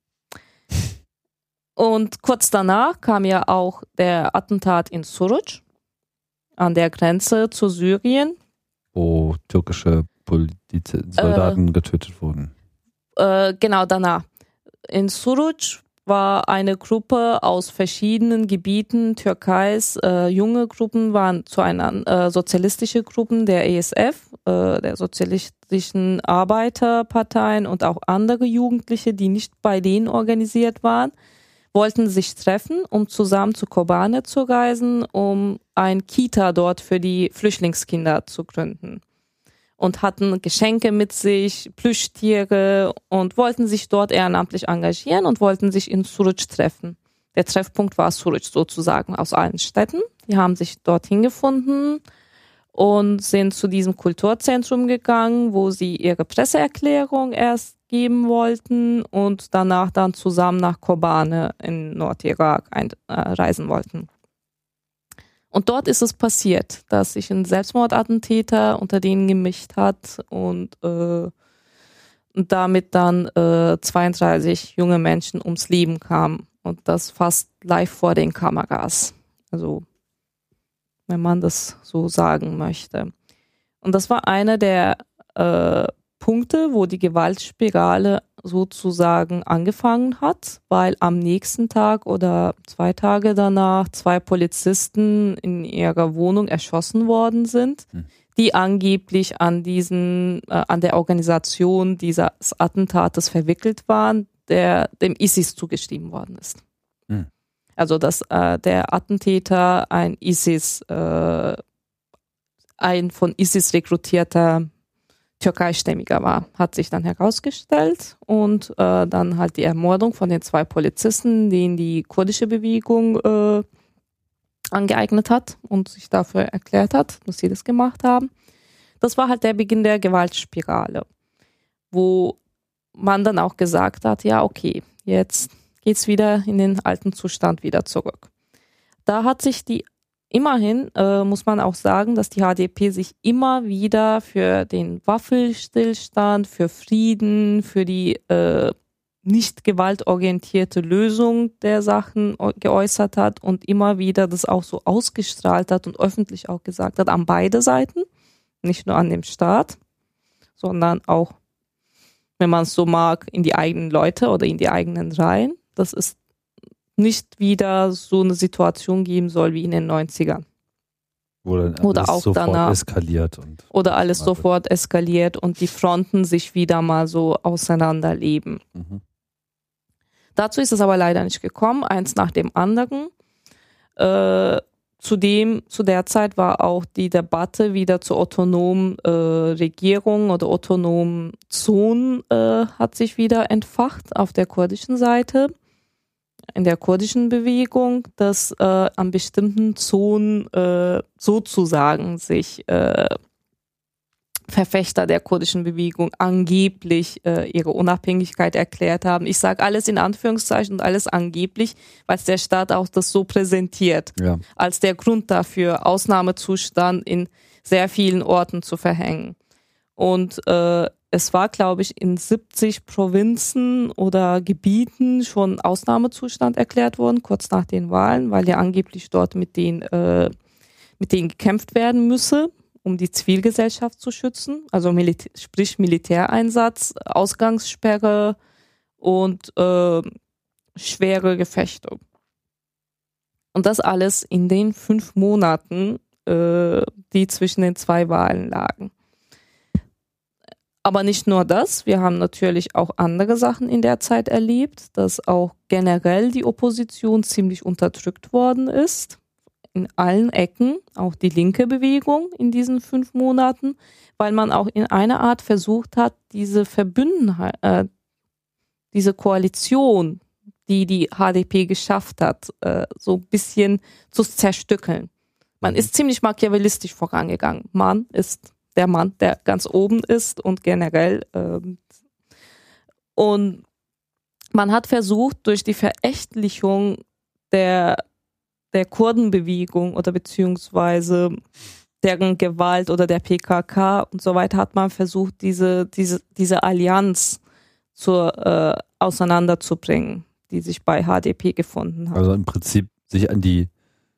Und kurz danach kam ja auch der Attentat in Suruç an der Grenze zu Syrien. Wo türkische Soldaten getötet wurden. Genau danach. In Suruç war eine Gruppe aus verschiedenen Gebieten Türkeis. Junge Gruppen waren zueinander, sozialistische Gruppen der ESF, der Sozialistischen Arbeiterparteien und auch andere Jugendliche, die nicht bei denen organisiert waren, wollten sich treffen, um zusammen zu Kobane zu reisen, um ein Kita dort für die Flüchtlingskinder zu gründen. Und hatten Geschenke mit sich, Plüschtiere und wollten sich dort ehrenamtlich engagieren und wollten sich in Suruç treffen. Der Treffpunkt war Suruç sozusagen aus allen Städten. Die haben sich dorthin gefunden und sind zu diesem Kulturzentrum gegangen, wo sie ihre Presseerklärung erst geben wollten und danach dann zusammen nach Kobane in Nordirak reisen wollten. Und dort ist es passiert, dass sich ein Selbstmordattentäter unter denen gemischt hat und damit dann 32 junge Menschen ums Leben kamen. Und das fast live vor den Kameras. Also, wenn man das so sagen möchte. Und das war einer der Punkte, wo die Gewaltspirale sozusagen angefangen hat, weil am nächsten Tag oder 2 Tage danach 2 Polizisten in ihrer Wohnung erschossen worden sind, die angeblich an der Organisation dieses Attentates verwickelt waren, der dem ISIS zugeschrieben worden ist. Also dass der Attentäter ein von ISIS rekrutierter Türkeistämmiger war, hat sich dann herausgestellt und dann halt die Ermordung von den 2 Polizisten, denen die kurdische Bewegung angeeignet hat und sich dafür erklärt hat, dass sie das gemacht haben. Das war halt der Beginn der Gewaltspirale, wo man dann auch gesagt hat, ja okay, jetzt geht's wieder in den alten Zustand wieder zurück. Da hat sich immerhin muss man auch sagen, dass die HDP sich immer wieder für den Waffenstillstand, für Frieden, für die nicht gewaltorientierte Lösung der Sachen geäußert hat und immer wieder das auch so ausgestrahlt hat und öffentlich auch gesagt hat, an beide Seiten, nicht nur an dem Staat, sondern auch, wenn man es so mag, in die eigenen Leute oder in die eigenen Reihen. Das ist nicht wieder so eine Situation geben soll wie in den 90ern. Oder auch sofort danach eskaliert. Oder alles sofort eskaliert und die Fronten sich wieder mal so auseinanderleben. Dazu ist es aber leider nicht gekommen, eins nach dem anderen. Zu der Zeit war auch die Debatte wieder zur autonomen Regierung oder autonomen Zonen hat sich wieder entfacht auf der kurdischen Seite. In der kurdischen Bewegung, dass an bestimmten Zonen sozusagen sich Verfechter der kurdischen Bewegung angeblich ihre Unabhängigkeit erklärt haben. Ich sage alles in Anführungszeichen und alles angeblich, weil der Staat auch das so präsentiert, als der Grund dafür, Ausnahmezustand in sehr vielen Orten zu verhängen. Und es war, glaube ich, in 70 Provinzen oder Gebieten schon Ausnahmezustand erklärt worden, kurz nach den Wahlen, weil ja angeblich dort mit denen gekämpft werden müsse, um die Zivilgesellschaft zu schützen. Also sprich Militäreinsatz, Ausgangssperre und schwere Gefechte. Und das alles in den 5 Monaten, die zwischen den 2 Wahlen lagen. Aber nicht nur das, wir haben natürlich auch andere Sachen in der Zeit erlebt, dass auch generell die Opposition ziemlich unterdrückt worden ist. in allen Ecken, auch die linke Bewegung in diesen 5 Monaten, weil man auch in einer Art versucht hat, diese Verbündenheit, diese Koalition, die die HDP geschafft hat, so ein bisschen zu zerstückeln. Man ist ziemlich machiavellistisch vorangegangen. Man ist der Mann, der ganz oben ist und generell. Und man hat versucht, durch die Verächtlichung der Kurdenbewegung oder beziehungsweise deren Gewalt oder der PKK und so weiter, hat man versucht, diese Allianz auseinanderzubringen, die sich bei HDP gefunden hat. Also im Prinzip sich an die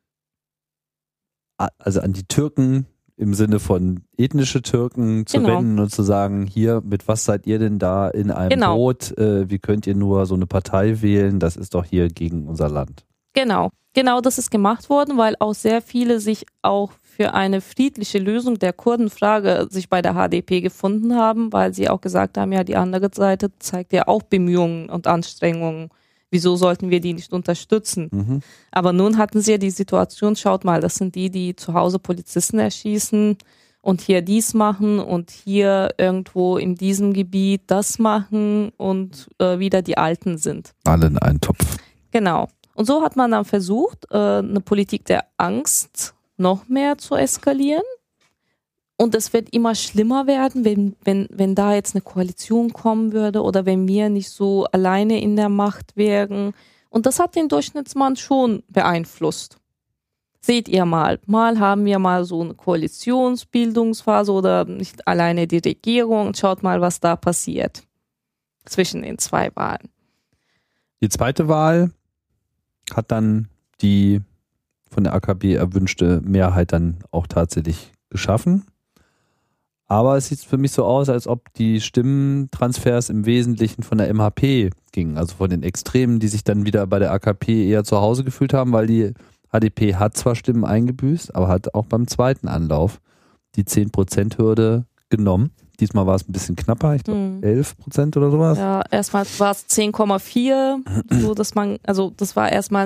Türken im Sinne von ethnische Türken zu wenden und zu sagen, hier, mit was seid ihr denn da in einem Boot? Wie könnt ihr nur so eine Partei wählen? Das ist doch hier gegen unser Land. Genau, das ist gemacht worden, weil auch sehr viele sich auch für eine friedliche Lösung der Kurdenfrage sich bei der HDP gefunden haben, weil sie auch gesagt haben, ja, die andere Seite zeigt ja auch Bemühungen und Anstrengungen. Wieso sollten wir die nicht unterstützen? Mhm. Aber nun hatten sie ja die Situation, schaut mal, das sind die zu Hause Polizisten erschießen und hier dies machen und hier irgendwo in diesem Gebiet das machen und wieder die Alten sind. Alle in einen Topf. Genau. Und so hat man dann versucht, eine Politik der Angst noch mehr zu eskalieren. Und es wird immer schlimmer werden, wenn da jetzt eine Koalition kommen würde oder wenn wir nicht so alleine in der Macht wären. Und das hat den Durchschnittsmann schon beeinflusst. Seht ihr mal haben wir mal so eine Koalitionsbildungsphase oder nicht alleine die Regierung. Schaut mal, was da passiert zwischen den 2 Wahlen. Die zweite Wahl hat dann die von der AKP erwünschte Mehrheit dann auch tatsächlich geschaffen. Aber es sieht für mich so aus, als ob die Stimmentransfers im Wesentlichen von der MHP gingen, also von den Extremen, die sich dann wieder bei der AKP eher zu Hause gefühlt haben, weil die HDP hat zwar Stimmen eingebüßt, aber hat auch beim zweiten Anlauf die 10%-Hürde genommen. Diesmal war es ein bisschen knapper, ich glaube 11% oder sowas. Ja, erstmal war es 10,4, so dass das war erstmal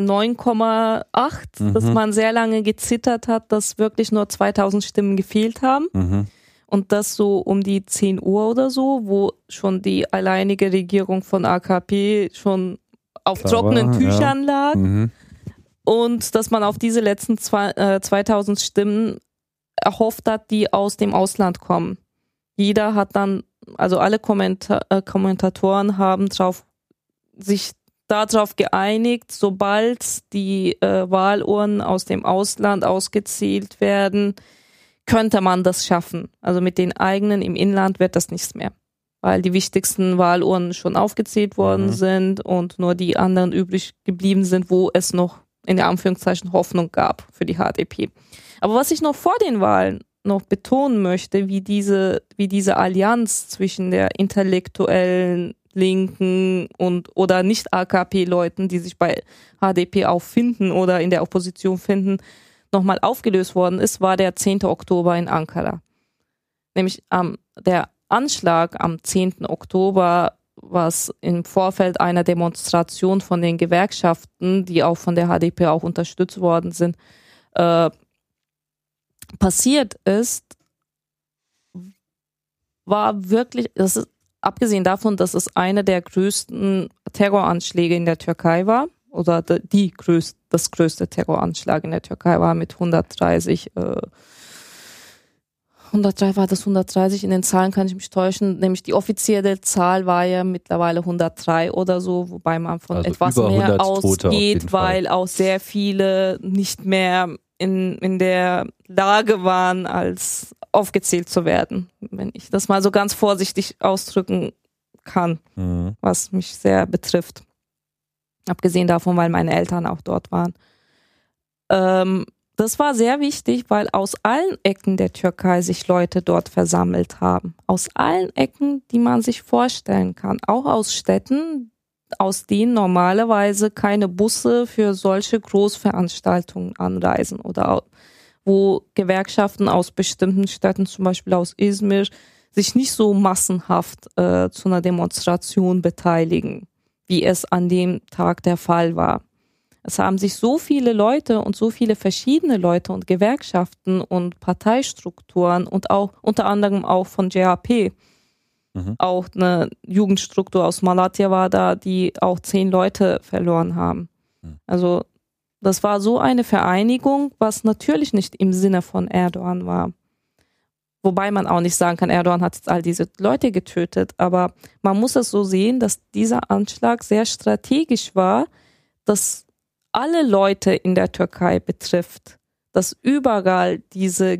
9,8, dass man sehr lange gezittert hat, dass wirklich nur 2000 Stimmen gefehlt haben. Mhm. Und das so um die 10 Uhr oder so, wo schon die alleinige Regierung von AKP schon auf trockenen Tüchern lag. Mhm. Und dass man auf diese letzten 2000 Stimmen erhofft hat, die aus dem Ausland kommen. Jeder hat dann, also alle Kommentatoren haben sich darauf geeinigt, sobald die Wahlurnen aus dem Ausland ausgezählt werden, könnte man das schaffen. Also mit den eigenen im Inland wird das nichts mehr, weil die wichtigsten Wahlurnen schon aufgezählt worden sind und nur die anderen übrig geblieben sind, wo es noch in der Anführungszeichen Hoffnung gab für die HDP. Aber was ich noch vor den Wahlen noch betonen möchte, wie diese Allianz zwischen der intellektuellen Linken oder nicht AKP-Leuten, die sich bei HDP auch finden oder in der Opposition finden, nochmal aufgelöst worden ist, war der 10. Oktober in Ankara. Nämlich der Anschlag am 10. Oktober, was im Vorfeld einer Demonstration von den Gewerkschaften, die auch von der HDP auch unterstützt worden sind, passiert ist, war wirklich, abgesehen davon, dass es einer der größten Terroranschläge in der Türkei war, oder das größte Terroranschlag in der Türkei war mit 130, in den Zahlen kann ich mich täuschen, nämlich die offizielle Zahl war ja mittlerweile 103 oder so, wobei man von etwas mehr ausgeht, weil auch sehr viele nicht mehr in der Lage waren, als aufgezählt zu werden, wenn ich das mal so ganz vorsichtig ausdrücken kann, was mich sehr betrifft. Abgesehen davon, weil meine Eltern auch dort waren. Das war sehr wichtig, weil aus allen Ecken der Türkei sich Leute dort versammelt haben. Aus allen Ecken, die man sich vorstellen kann. Auch aus Städten, aus denen normalerweise keine Busse für solche Großveranstaltungen anreisen. Oder wo Gewerkschaften aus bestimmten Städten, zum Beispiel aus Izmir, sich nicht so massenhaft zu einer Demonstration beteiligen, wie es an dem Tag der Fall war. Es haben sich so viele Leute und so viele verschiedene Leute und Gewerkschaften und Parteistrukturen und auch unter anderem auch von JAP, auch eine Jugendstruktur aus Malatya war da, die auch 10 Leute verloren haben. Also das war so eine Vereinigung, was natürlich nicht im Sinne von Erdogan war. Wobei man auch nicht sagen kann, Erdogan hat jetzt all diese Leute getötet, aber man muss es so sehen, dass dieser Anschlag sehr strategisch war, dass alle Leute in der Türkei betrifft, dass überall diese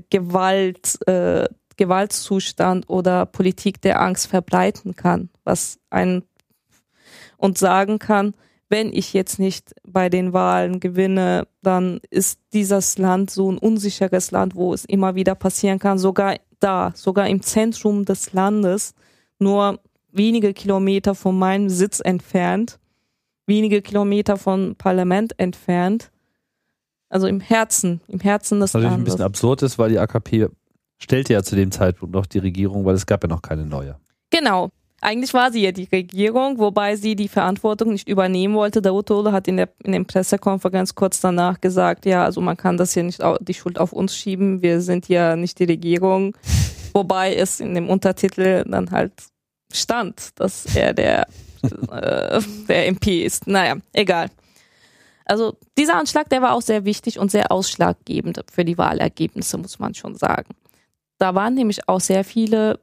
Gewaltzustand oder Politik der Angst verbreiten kann, was einen und sagen kann, wenn ich jetzt nicht bei den Wahlen gewinne, dann ist dieses Land so ein unsicheres Land, wo es immer wieder passieren kann, sogar im Zentrum des Landes, nur wenige Kilometer von meinem Sitz entfernt, wenige Kilometer vom Parlament entfernt, also im Herzen des Landes. Was natürlich ein bisschen absurd ist, weil die AKP stellte ja zu dem Zeitpunkt noch die Regierung, weil es gab ja noch keine neue. Genau. Eigentlich war sie ja die Regierung, wobei sie die Verantwortung nicht übernehmen wollte. Davutoğlu hat in der Pressekonferenz kurz danach gesagt, ja, also man kann das hier nicht die Schuld auf uns schieben, wir sind ja nicht die Regierung. Wobei es in dem Untertitel dann halt stand, dass er der MP ist. Naja, egal. Also dieser Anschlag, der war auch sehr wichtig und sehr ausschlaggebend für die Wahlergebnisse, muss man schon sagen. Da waren nämlich auch sehr viele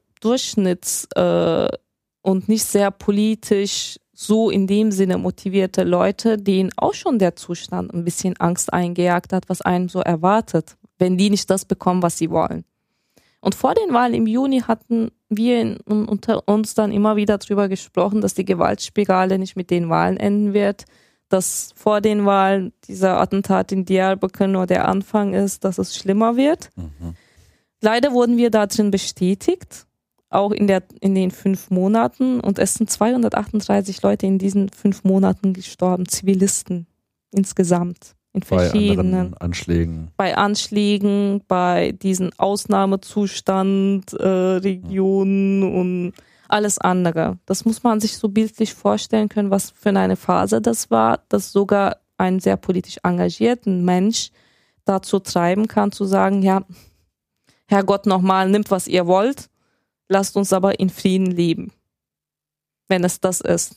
und nicht sehr politisch so in dem Sinne motivierte Leute, denen auch schon der Zustand ein bisschen Angst eingejagt hat, was einem so erwartet, wenn die nicht das bekommen, was sie wollen. Und vor den Wahlen im Juni hatten wir unter uns dann immer wieder darüber gesprochen, dass die Gewaltspirale nicht mit den Wahlen enden wird, dass vor den Wahlen dieser Attentat in Diyarbakır nur der Anfang ist, dass es schlimmer wird. Leider wurden wir darin bestätigt, auch in den 5 Monaten, und es sind 238 Leute in diesen 5 Monaten gestorben, Zivilisten insgesamt. In verschiedenen Anschlägen. Bei Anschlägen, bei diesen Ausnahmezustand, Regionen und alles andere. Das muss man sich so bildlich vorstellen können, was für eine Phase das war, dass sogar einen sehr politisch engagierten Mensch dazu treiben kann, zu sagen, ja, Herrgott nochmal, nimmt, was ihr wollt, lasst uns aber in Frieden leben, wenn es das ist.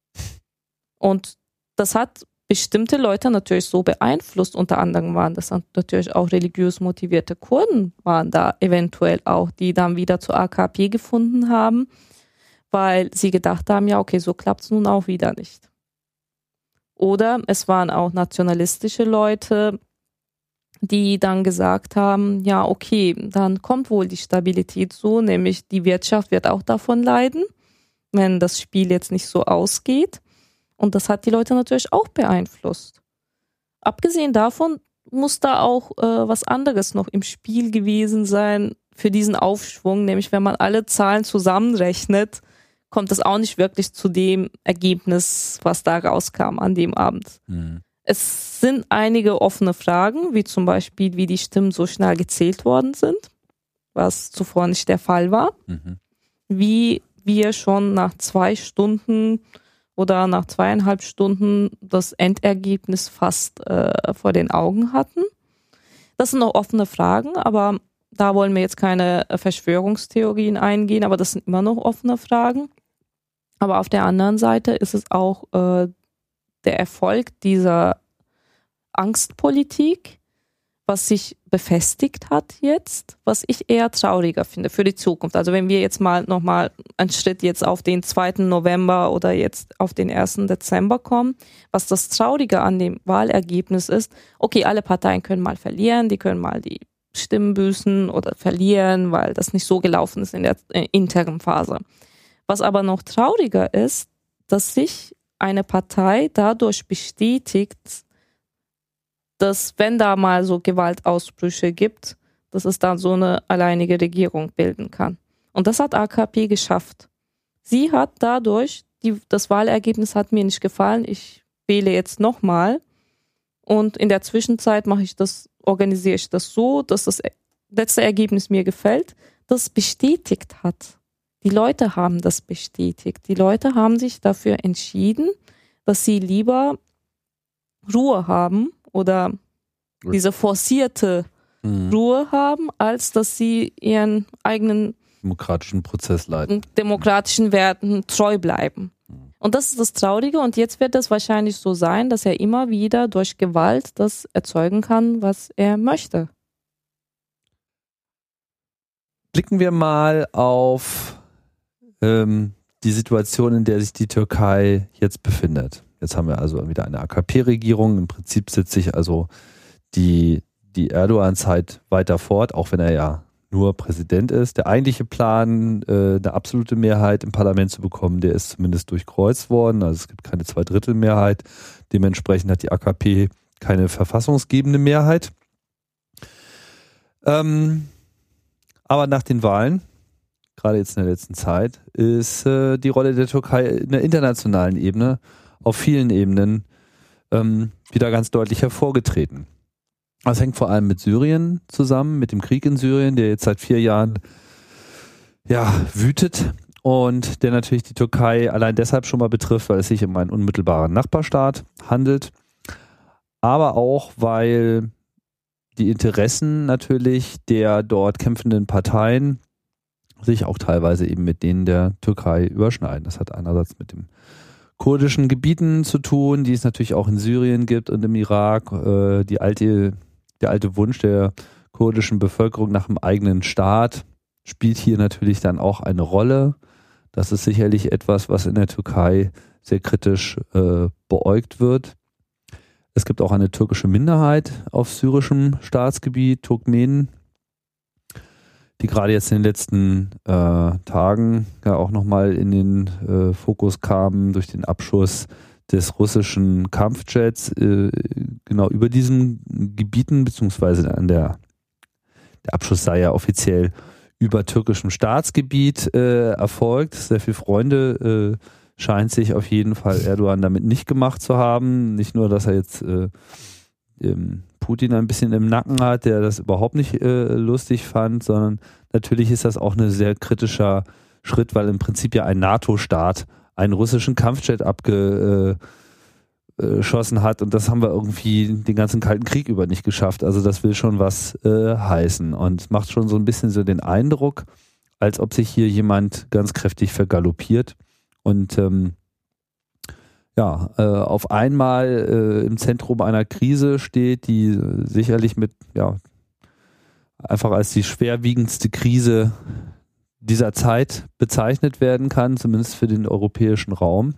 Und das hat bestimmte Leute natürlich so beeinflusst, unter anderem waren das natürlich auch religiös motivierte Kurden, waren da eventuell auch, die dann wieder zur AKP gefunden haben, weil sie gedacht haben, ja okay, so klappt es nun auch wieder nicht. Oder es waren auch nationalistische Leute, die dann gesagt haben, ja okay, dann kommt wohl die Stabilität so, nämlich die Wirtschaft wird auch davon leiden, wenn das Spiel jetzt nicht so ausgeht. Und das hat die Leute natürlich auch beeinflusst. Abgesehen davon muss da auch was anderes noch im Spiel gewesen sein für diesen Aufschwung, nämlich wenn man alle Zahlen zusammenrechnet, kommt das auch nicht wirklich zu dem Ergebnis, was da rauskam an dem Abend. Es sind einige offene Fragen, wie zum Beispiel, wie die Stimmen so schnell gezählt worden sind, was zuvor nicht der Fall war. Wie wir schon nach 2 Stunden oder nach 2,5 Stunden das Endergebnis fast vor den Augen hatten. Das sind noch offene Fragen, aber da wollen wir jetzt keine Verschwörungstheorien eingehen, aber das sind immer noch offene Fragen. Aber auf der anderen Seite ist es auch der Erfolg dieser Angstpolitik, was sich befestigt hat jetzt, was ich eher trauriger finde für die Zukunft. Also wenn wir jetzt nochmal einen Schritt jetzt auf den 2. November oder jetzt auf den 1. Dezember kommen, was das Traurige an dem Wahlergebnis ist, okay, alle Parteien können mal verlieren, die können mal die Stimmen büßen oder verlieren, weil das nicht so gelaufen ist in der internen Phase. Was aber noch trauriger ist, dass sich eine Partei dadurch bestätigt, dass wenn da mal so Gewaltausbrüche gibt, dass es dann so eine alleinige Regierung bilden kann. Und das hat AKP geschafft. Sie hat dadurch, das Wahlergebnis hat mir nicht gefallen, ich wähle jetzt nochmal und in der Zwischenzeit organisiere ich das so, dass das letzte Ergebnis mir gefällt, das bestätigt hat. Die Leute haben das bestätigt. Die Leute haben sich dafür entschieden, dass sie lieber Ruhe haben oder diese forcierte Ruhe haben, als dass sie ihren eigenen demokratischen Prozess leiten, demokratischen Werten treu bleiben. Und das ist das Traurige und jetzt wird es wahrscheinlich so sein, dass er immer wieder durch Gewalt das erzeugen kann, was er möchte. Blicken wir mal auf die Situation, in der sich die Türkei jetzt befindet. Jetzt haben wir also wieder eine AKP-Regierung. Im Prinzip setzt sich also die Erdogan-Zeit weiter fort, auch wenn er ja nur Präsident ist. Der eigentliche Plan, eine absolute Mehrheit im Parlament zu bekommen, der ist zumindest durchkreuzt worden. Also es gibt keine Zweidrittelmehrheit. Dementsprechend hat die AKP keine verfassungsgebende Mehrheit. Aber nach den Wahlen, gerade jetzt in der letzten Zeit, ist die Rolle der Türkei in der internationalen Ebene auf vielen Ebenen wieder ganz deutlich hervorgetreten. Das hängt vor allem mit Syrien zusammen, mit dem Krieg in Syrien, der jetzt seit 4 Jahren wütet und der natürlich die Türkei allein deshalb schon mal betrifft, weil es sich um einen unmittelbaren Nachbarstaat handelt, aber auch, weil die Interessen natürlich der dort kämpfenden Parteien sich auch teilweise eben mit denen der Türkei überschneiden. Das hat einerseits mit den kurdischen Gebieten zu tun, die es natürlich auch in Syrien gibt und im Irak. Der alte Wunsch der kurdischen Bevölkerung nach einem eigenen Staat spielt hier natürlich dann auch eine Rolle. Das ist sicherlich etwas, was in der Türkei sehr kritisch beäugt wird. Es gibt auch eine türkische Minderheit auf syrischem Staatsgebiet, Turkmenen, die gerade jetzt in den letzten Tagen ja auch nochmal in den Fokus kamen durch den Abschuss des russischen Kampfjets genau über diesen Gebieten, beziehungsweise der Abschuss sei ja offiziell über türkischem Staatsgebiet erfolgt. Sehr viele Freunde scheint sich auf jeden Fall Erdogan damit nicht gemacht zu haben. Nicht nur, dass er jetzt Putin ein bisschen im Nacken hat, der das überhaupt nicht lustig fand, sondern natürlich ist das auch ein sehr kritischer Schritt, weil im Prinzip ja ein NATO-Staat einen russischen Kampfjet abgeschossen hat und das haben wir irgendwie den ganzen Kalten Krieg über nicht geschafft. Also das will schon was heißen und macht schon so ein bisschen so den Eindruck, als ob sich hier jemand ganz kräftig vergaloppiert und auf einmal im Zentrum einer Krise steht, die sicherlich mit einfach als die schwerwiegendste Krise dieser Zeit bezeichnet werden kann, zumindest für den europäischen Raum.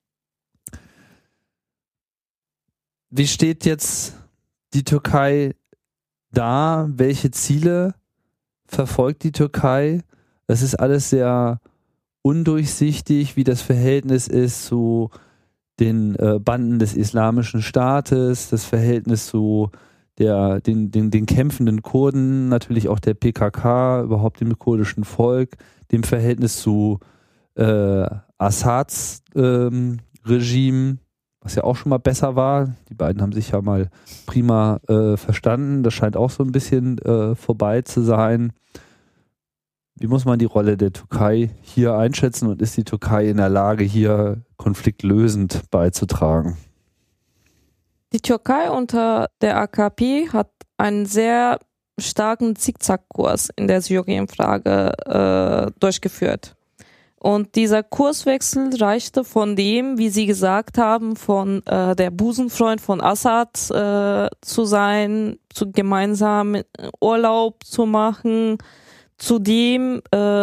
Wie steht jetzt die Türkei da? Welche Ziele verfolgt die Türkei? Es ist alles sehr undurchsichtig, wie das Verhältnis ist zu den Banden des Islamischen Staates, das Verhältnis zu den kämpfenden Kurden, natürlich auch der PKK, überhaupt dem kurdischen Volk, dem Verhältnis zu Assads Regime, was ja auch schon mal besser war. Die beiden haben sich ja mal prima verstanden. Das scheint auch so ein bisschen vorbei zu sein. Wie muss man die Rolle der Türkei hier einschätzen und ist die Türkei in der Lage, hier konfliktlösend beizutragen? Die Türkei unter der AKP hat einen sehr starken Zickzackkurs in der Syrien-Frage durchgeführt. Und dieser Kurswechsel reichte von dem, wie Sie gesagt haben, von der Busenfreund von Assad zu sein, zu gemeinsam Urlaub zu machen, zu dem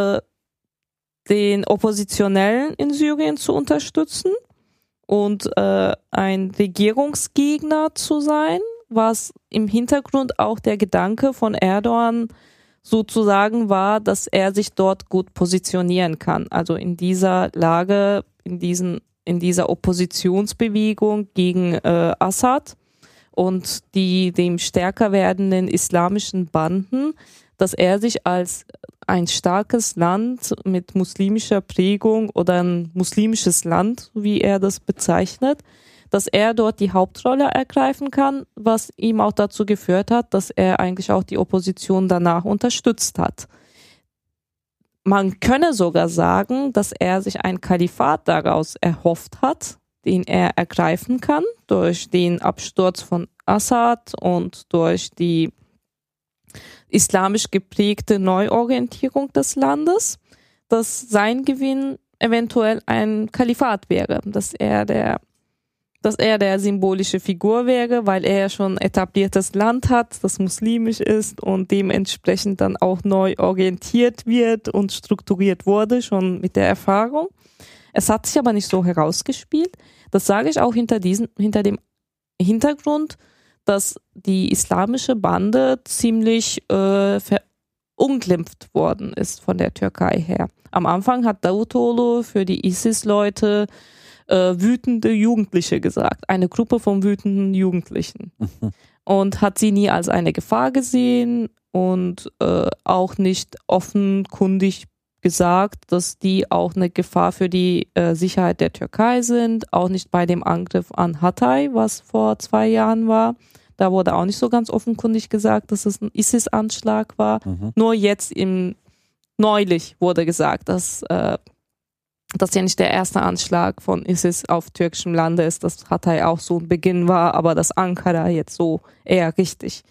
den Oppositionellen in Syrien zu unterstützen und ein Regierungsgegner zu sein, was im Hintergrund auch der Gedanke von Erdogan sozusagen war, dass er sich dort gut positionieren kann. Also in dieser Lage, in dieser Oppositionsbewegung gegen Assad und die dem stärker werdenden islamischen Banden, dass er sich als ein starkes Land mit muslimischer Prägung oder ein muslimisches Land, wie er das bezeichnet, dass er dort die Hauptrolle ergreifen kann, was ihm auch dazu geführt hat, dass er eigentlich auch die Opposition danach unterstützt hat. Man könne sogar sagen, dass er sich ein Kalifat daraus erhofft hat, den er ergreifen kann durch den Absturz von Assad und durch die islamisch geprägte Neuorientierung des Landes, dass sein Gewinn eventuell ein Kalifat wäre, dass er der symbolische Figur wäre, weil er schon etabliertes Land hat, das muslimisch ist und dementsprechend dann auch neu orientiert wird und strukturiert wurde, schon mit der Erfahrung. Es hat sich aber nicht so herausgespielt. Das sage ich auch hinter dem Hintergrund, dass die islamische Bande ziemlich verunglimpft worden ist von der Türkei her. Am Anfang hat Davutoğlu für die ISIS-Leute wütende Jugendliche gesagt, eine Gruppe von wütenden Jugendlichen. Und hat sie nie als eine Gefahr gesehen und auch nicht offenkundig gesagt, dass die auch eine Gefahr für die Sicherheit der Türkei sind, auch nicht bei dem Angriff an Hatay, was vor 2 Jahren war. Da wurde auch nicht so ganz offenkundig gesagt, dass es ein ISIS-Anschlag war. Nur jetzt neulich wurde gesagt, dass das ja nicht der erste Anschlag von ISIS auf türkischem Lande ist, dass Hatay auch so ein Beginn war, aber dass Ankara jetzt so eher richtig,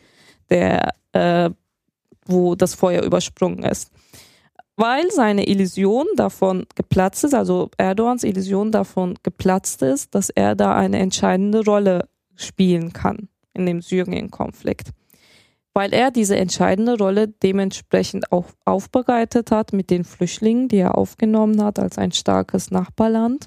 wo das Feuer übersprungen ist. Weil seine Illusion davon geplatzt ist, also Erdogans Illusion davon geplatzt ist, dass er da eine entscheidende Rolle spielen kann in dem Syrien-Konflikt. Weil er diese entscheidende Rolle dementsprechend auch aufbereitet hat mit den Flüchtlingen, die er aufgenommen hat als ein starkes Nachbarland.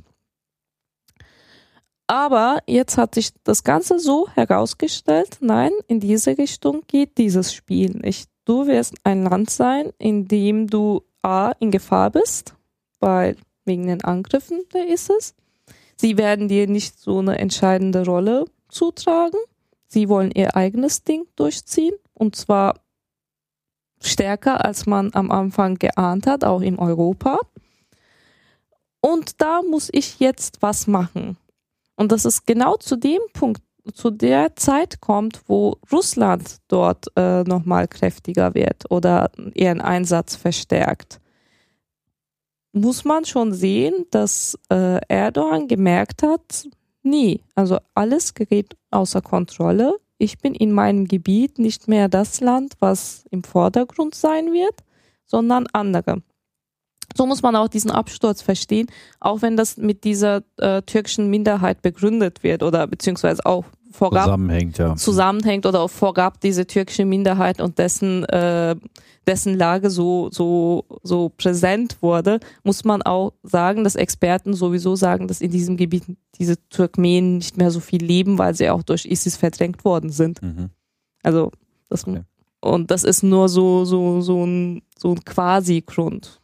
Aber jetzt hat sich das Ganze so herausgestellt, nein, in diese Richtung geht dieses Spiel nicht. Du wirst ein Land sein, in dem du in Gefahr bist, wegen den Angriffen der ISIS. Sie werden dir nicht so eine entscheidende Rolle zutragen. Sie wollen ihr eigenes Ding durchziehen und zwar stärker, als man am Anfang geahnt hat, auch in Europa. Und da muss ich jetzt was machen. Und das ist genau zu dem Punkt, zu der Zeit kommt, wo Russland dort nochmal kräftiger wird oder ihren Einsatz verstärkt. Muss man schon sehen, dass Erdogan gemerkt hat, also alles gerät außer Kontrolle. Ich bin in meinem Gebiet nicht mehr das Land, was im Vordergrund sein wird, sondern andere. So muss man auch diesen Absturz verstehen, auch wenn das mit dieser türkischen Minderheit begründet wird oder beziehungsweise auch vorab zusammenhängt oder auch vorab diese türkische Minderheit und dessen Lage so präsent wurde, muss man auch sagen, dass Experten sowieso sagen, dass in diesem Gebiet diese Turkmenen nicht mehr so viel leben, weil sie auch durch ISIS verdrängt worden sind. Also und das ist nur so ein Quasi-Grund.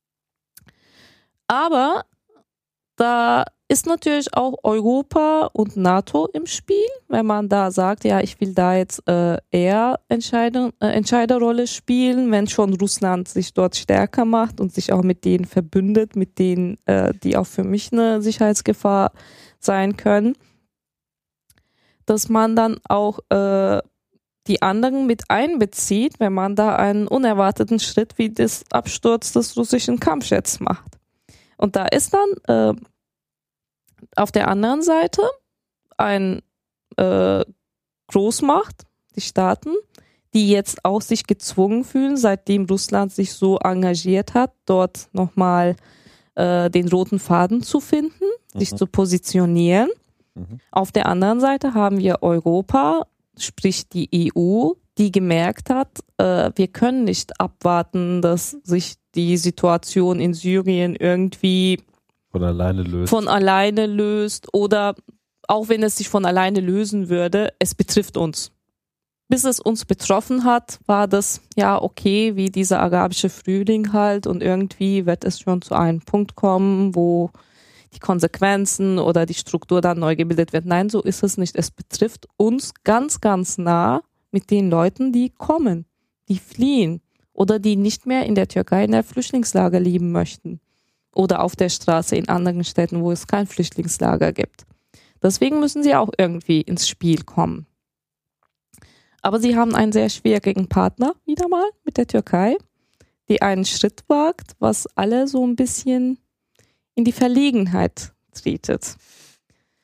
Aber da ist natürlich auch Europa und NATO im Spiel, wenn man da sagt, ja, ich will da jetzt eher Entscheiderrolle spielen, wenn schon Russland sich dort stärker macht und sich auch mit denen verbündet, mit denen, die auch für mich eine Sicherheitsgefahr sein können, dass man dann auch die anderen mit einbezieht, wenn man da einen unerwarteten Schritt wie das Absturz des russischen Kampfjets macht. Und da ist dann auf der anderen Seite ein Großmacht, die Staaten, die jetzt auch sich gezwungen fühlen, seitdem Russland sich so engagiert hat, dort nochmal den roten Faden zu finden, sich zu positionieren. Auf der anderen Seite haben wir Europa, sprich die EU, die gemerkt hat, wir können nicht abwarten, dass sich die Situation in Syrien irgendwie von alleine löst oder auch wenn es sich von alleine lösen würde, es betrifft uns. Bis es uns betroffen hat, war das ja okay, wie dieser arabische Frühling halt und irgendwie wird es schon zu einem Punkt kommen, wo die Konsequenzen oder die Struktur dann neu gebildet wird. Nein, so ist es nicht. Es betrifft uns ganz, ganz nah mit den Leuten, die kommen, die fliehen oder die nicht mehr in der Türkei in der Flüchtlingslager leben möchten oder auf der Straße in anderen Städten, wo es kein Flüchtlingslager gibt. Deswegen müssen sie auch irgendwie ins Spiel kommen. Aber sie haben einen sehr schwierigen Partner wieder mal mit der Türkei, die einen Schritt wagt, was alle so ein bisschen in die Verlegenheit tretet.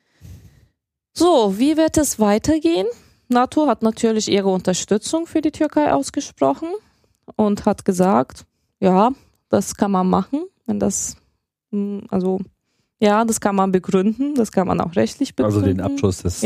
So, wie wird es weitergehen? NATO hat natürlich ihre Unterstützung für die Türkei ausgesprochen und hat gesagt, ja, das kann man machen, wenn das, also ja, das kann man begründen, das kann man auch rechtlich begründen. Also den Abschuss des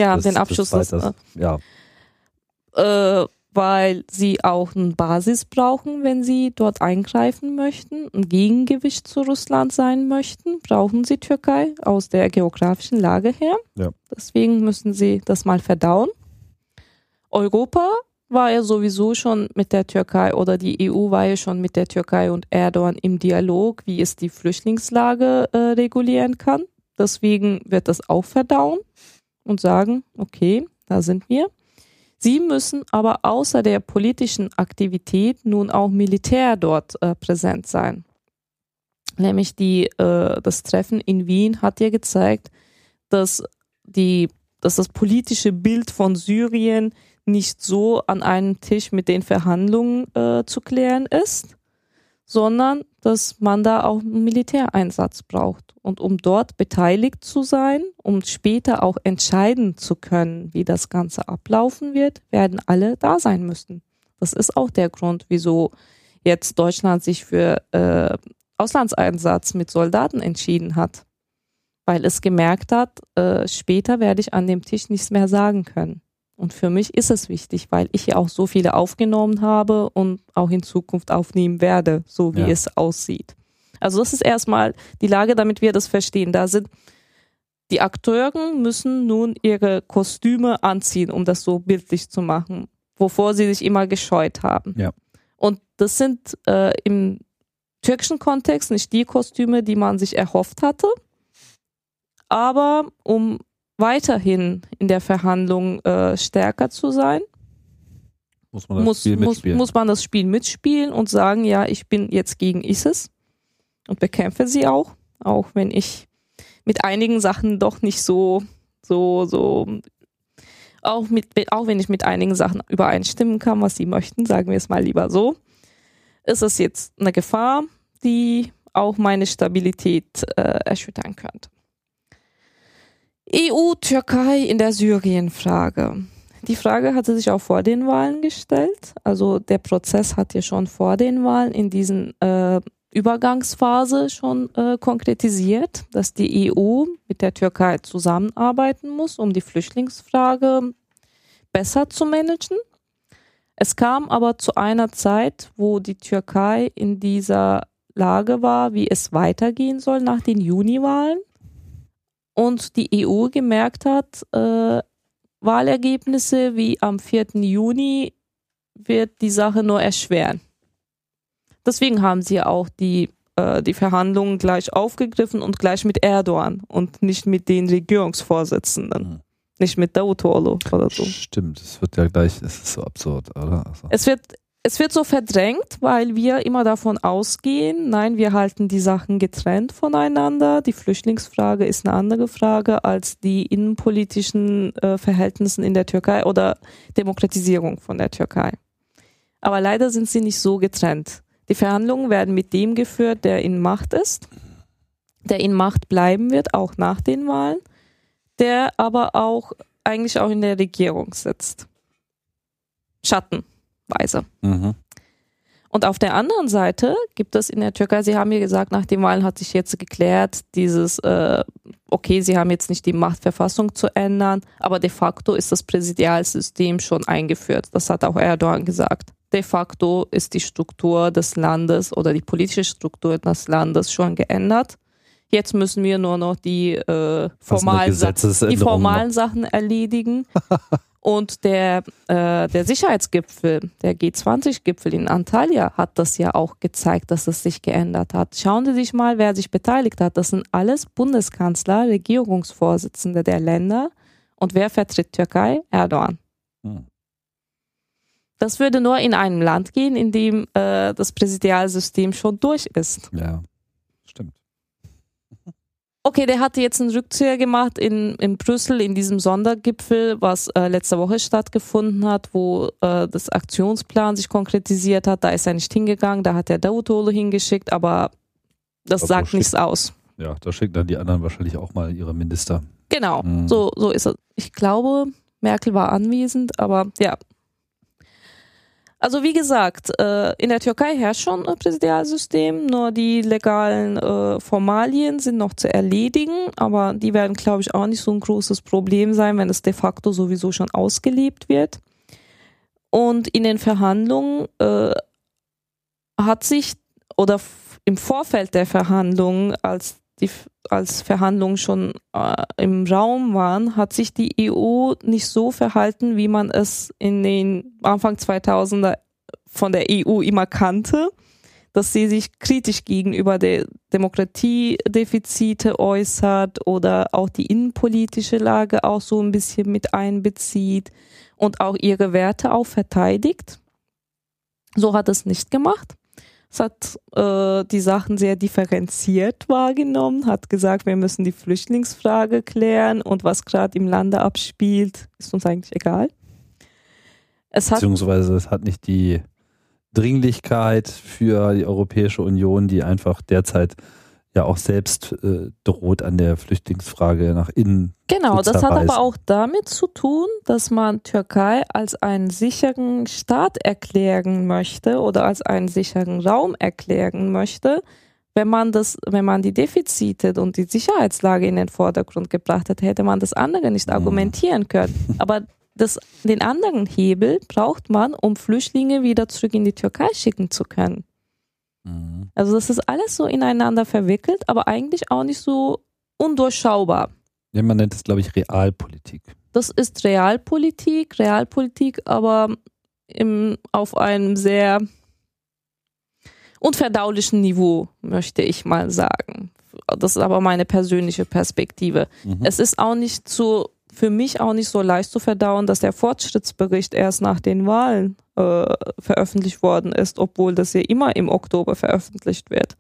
weil sie auch eine Basis brauchen, wenn sie dort eingreifen möchten, ein Gegengewicht zu Russland sein möchten, brauchen sie Türkei aus der geografischen Lage her. Ja. Deswegen müssen sie das mal verdauen. Europa war ja sowieso schon mit der Türkei oder die EU war ja schon mit der Türkei und Erdogan im Dialog, wie es die Flüchtlingslage regulieren kann. Deswegen wird das auch verdauen und sagen, okay, da sind wir. Sie müssen aber außer der politischen Aktivität nun auch militär dort präsent sein. Nämlich das Treffen in Wien hat ja gezeigt, dass das politische Bild von Syrien nicht so an einem Tisch mit den Verhandlungen zu klären ist, sondern dass man da auch einen Militäreinsatz braucht. Und um dort beteiligt zu sein, um später auch entscheiden zu können, wie das Ganze ablaufen wird, werden alle da sein müssen. Das ist auch der Grund, wieso jetzt Deutschland sich für Auslandseinsatz mit Soldaten entschieden hat. Weil es gemerkt hat, später werde ich an dem Tisch nichts mehr sagen können. Und für mich ist es wichtig, weil ich ja auch so viele aufgenommen habe und auch in Zukunft aufnehmen werde, so wie es aussieht. Also das ist erstmal die Lage, damit wir das verstehen. Da sind die Akteure müssen nun ihre Kostüme anziehen, um das so bildlich zu machen, wovor sie sich immer gescheut haben. Ja. Und das sind im türkischen Kontext nicht die Kostüme, die man sich erhofft hatte, aber um weiterhin in der Verhandlung stärker zu sein, muss man das Spiel mitspielen und sagen, ja, ich bin jetzt gegen ISIS und bekämpfe sie auch wenn ich mit einigen Sachen doch nicht auch wenn ich mit einigen Sachen übereinstimmen kann, was sie möchten, sagen wir es mal lieber so, ist es jetzt eine Gefahr, die auch meine Stabilität erschüttern könnte. EU-Türkei in der Syrien-Frage. Die Frage hatte sich auch vor den Wahlen gestellt. Also der Prozess hat ja schon vor den Wahlen in diesen Übergangsphase schon konkretisiert, dass die EU mit der Türkei zusammenarbeiten muss, um die Flüchtlingsfrage besser zu managen. Es kam aber zu einer Zeit, wo die Türkei in dieser Lage war, wie es weitergehen soll nach den Juniwahlen. Und die EU gemerkt hat, Wahlergebnisse wie am 4. Juni wird die Sache nur erschweren. Deswegen haben sie auch die Verhandlungen gleich aufgegriffen und gleich mit Erdogan und nicht mit den Regierungsvorsitzenden. Nicht mit Davutoglu oder so. Stimmt, es wird ja gleich, es ist so absurd, oder? Also. Es wird so verdrängt, weil wir immer davon ausgehen, nein, wir halten die Sachen getrennt voneinander. Die Flüchtlingsfrage ist eine andere Frage als die innenpolitischen Verhältnisse in der Türkei oder Demokratisierung von der Türkei. Aber leider sind sie nicht so getrennt. Die Verhandlungen werden mit dem geführt, der in Macht ist, der in Macht bleiben wird, auch nach den Wahlen, der aber auch eigentlich auch in der Regierung sitzt. Schattenweise. Mhm. Und auf der anderen Seite gibt es in der Türkei, Sie haben mir gesagt, nach den Wahlen hat sich jetzt geklärt, okay, Sie haben jetzt nicht die Machtverfassung zu ändern, aber de facto ist das Präsidialsystem schon eingeführt. Das hat auch Erdogan gesagt. De facto ist die Struktur des Landes oder die politische Struktur des Landes schon geändert. Jetzt müssen wir nur noch die formalen Sachen erledigen. Und der Sicherheitsgipfel, der G20-Gipfel in Antalya hat das ja auch gezeigt, dass es sich geändert hat. Schauen Sie sich mal, wer sich beteiligt hat. Das sind alles Bundeskanzler, Regierungsvorsitzende der Länder. Und wer vertritt Türkei? Erdogan. Das würde nur in einem Land gehen, in dem das Präsidialsystem schon durch ist. Ja, stimmt. Okay, der hatte jetzt einen Rückzieher gemacht in Brüssel in diesem Sondergipfel, was letzte Woche stattgefunden hat, wo das Aktionsplan sich konkretisiert hat. Da ist er nicht hingegangen, da hat er Davutoglu hingeschickt, aber das sagt nichts aus. Ja, da schicken dann die anderen wahrscheinlich auch mal ihre Minister. Genau, so ist es. Ich glaube, Merkel war anwesend, aber ja. Also wie gesagt, in der Türkei herrscht schon ein Präsidialsystem, nur die legalen Formalien sind noch zu erledigen, aber die werden, glaube ich, auch nicht so ein großes Problem sein, wenn es de facto sowieso schon ausgelebt wird. Und in den Verhandlungen hat sich, oder im Vorfeld der Verhandlungen, als Verhandlungen schon im Raum waren, hat sich die EU nicht so verhalten, wie man es in den Anfang 2000er von der EU immer kannte, dass sie sich kritisch gegenüber der Demokratiedefizite äußert oder auch die innenpolitische Lage auch so ein bisschen mit einbezieht und auch ihre Werte auch verteidigt. So hat es nicht gemacht. Es hat die Sachen sehr differenziert wahrgenommen, hat gesagt, wir müssen die Flüchtlingsfrage klären und was gerade im Lande abspielt, ist uns eigentlich egal. Beziehungsweise es hat nicht die Dringlichkeit für die Europäische Union, die einfach derzeit ja auch selbst droht, an der Flüchtlingsfrage nach innen Genau, zu das zerreißen. hat aber auch damit zu tun, dass man Türkei als einen sicheren Staat erklären möchte oder als einen sicheren Raum erklären möchte, wenn man die Defizite und die Sicherheitslage in den Vordergrund gebracht hätte, hätte man das andere nicht argumentieren können. Aber den anderen Hebel braucht man, um Flüchtlinge wieder zurück in die Türkei schicken zu können. Also das ist alles so ineinander verwickelt, aber eigentlich auch nicht so undurchschaubar. Ja, man nennt es, glaube ich, Realpolitik. Das ist Realpolitik, aber auf einem sehr unverdaulichen Niveau, möchte ich mal sagen. Das ist aber meine persönliche Perspektive. Es ist auch nicht so, für mich auch nicht so leicht zu verdauen, dass der Fortschrittsbericht erst nach den Wahlen veröffentlicht worden ist, obwohl das ja immer im Oktober veröffentlicht wird.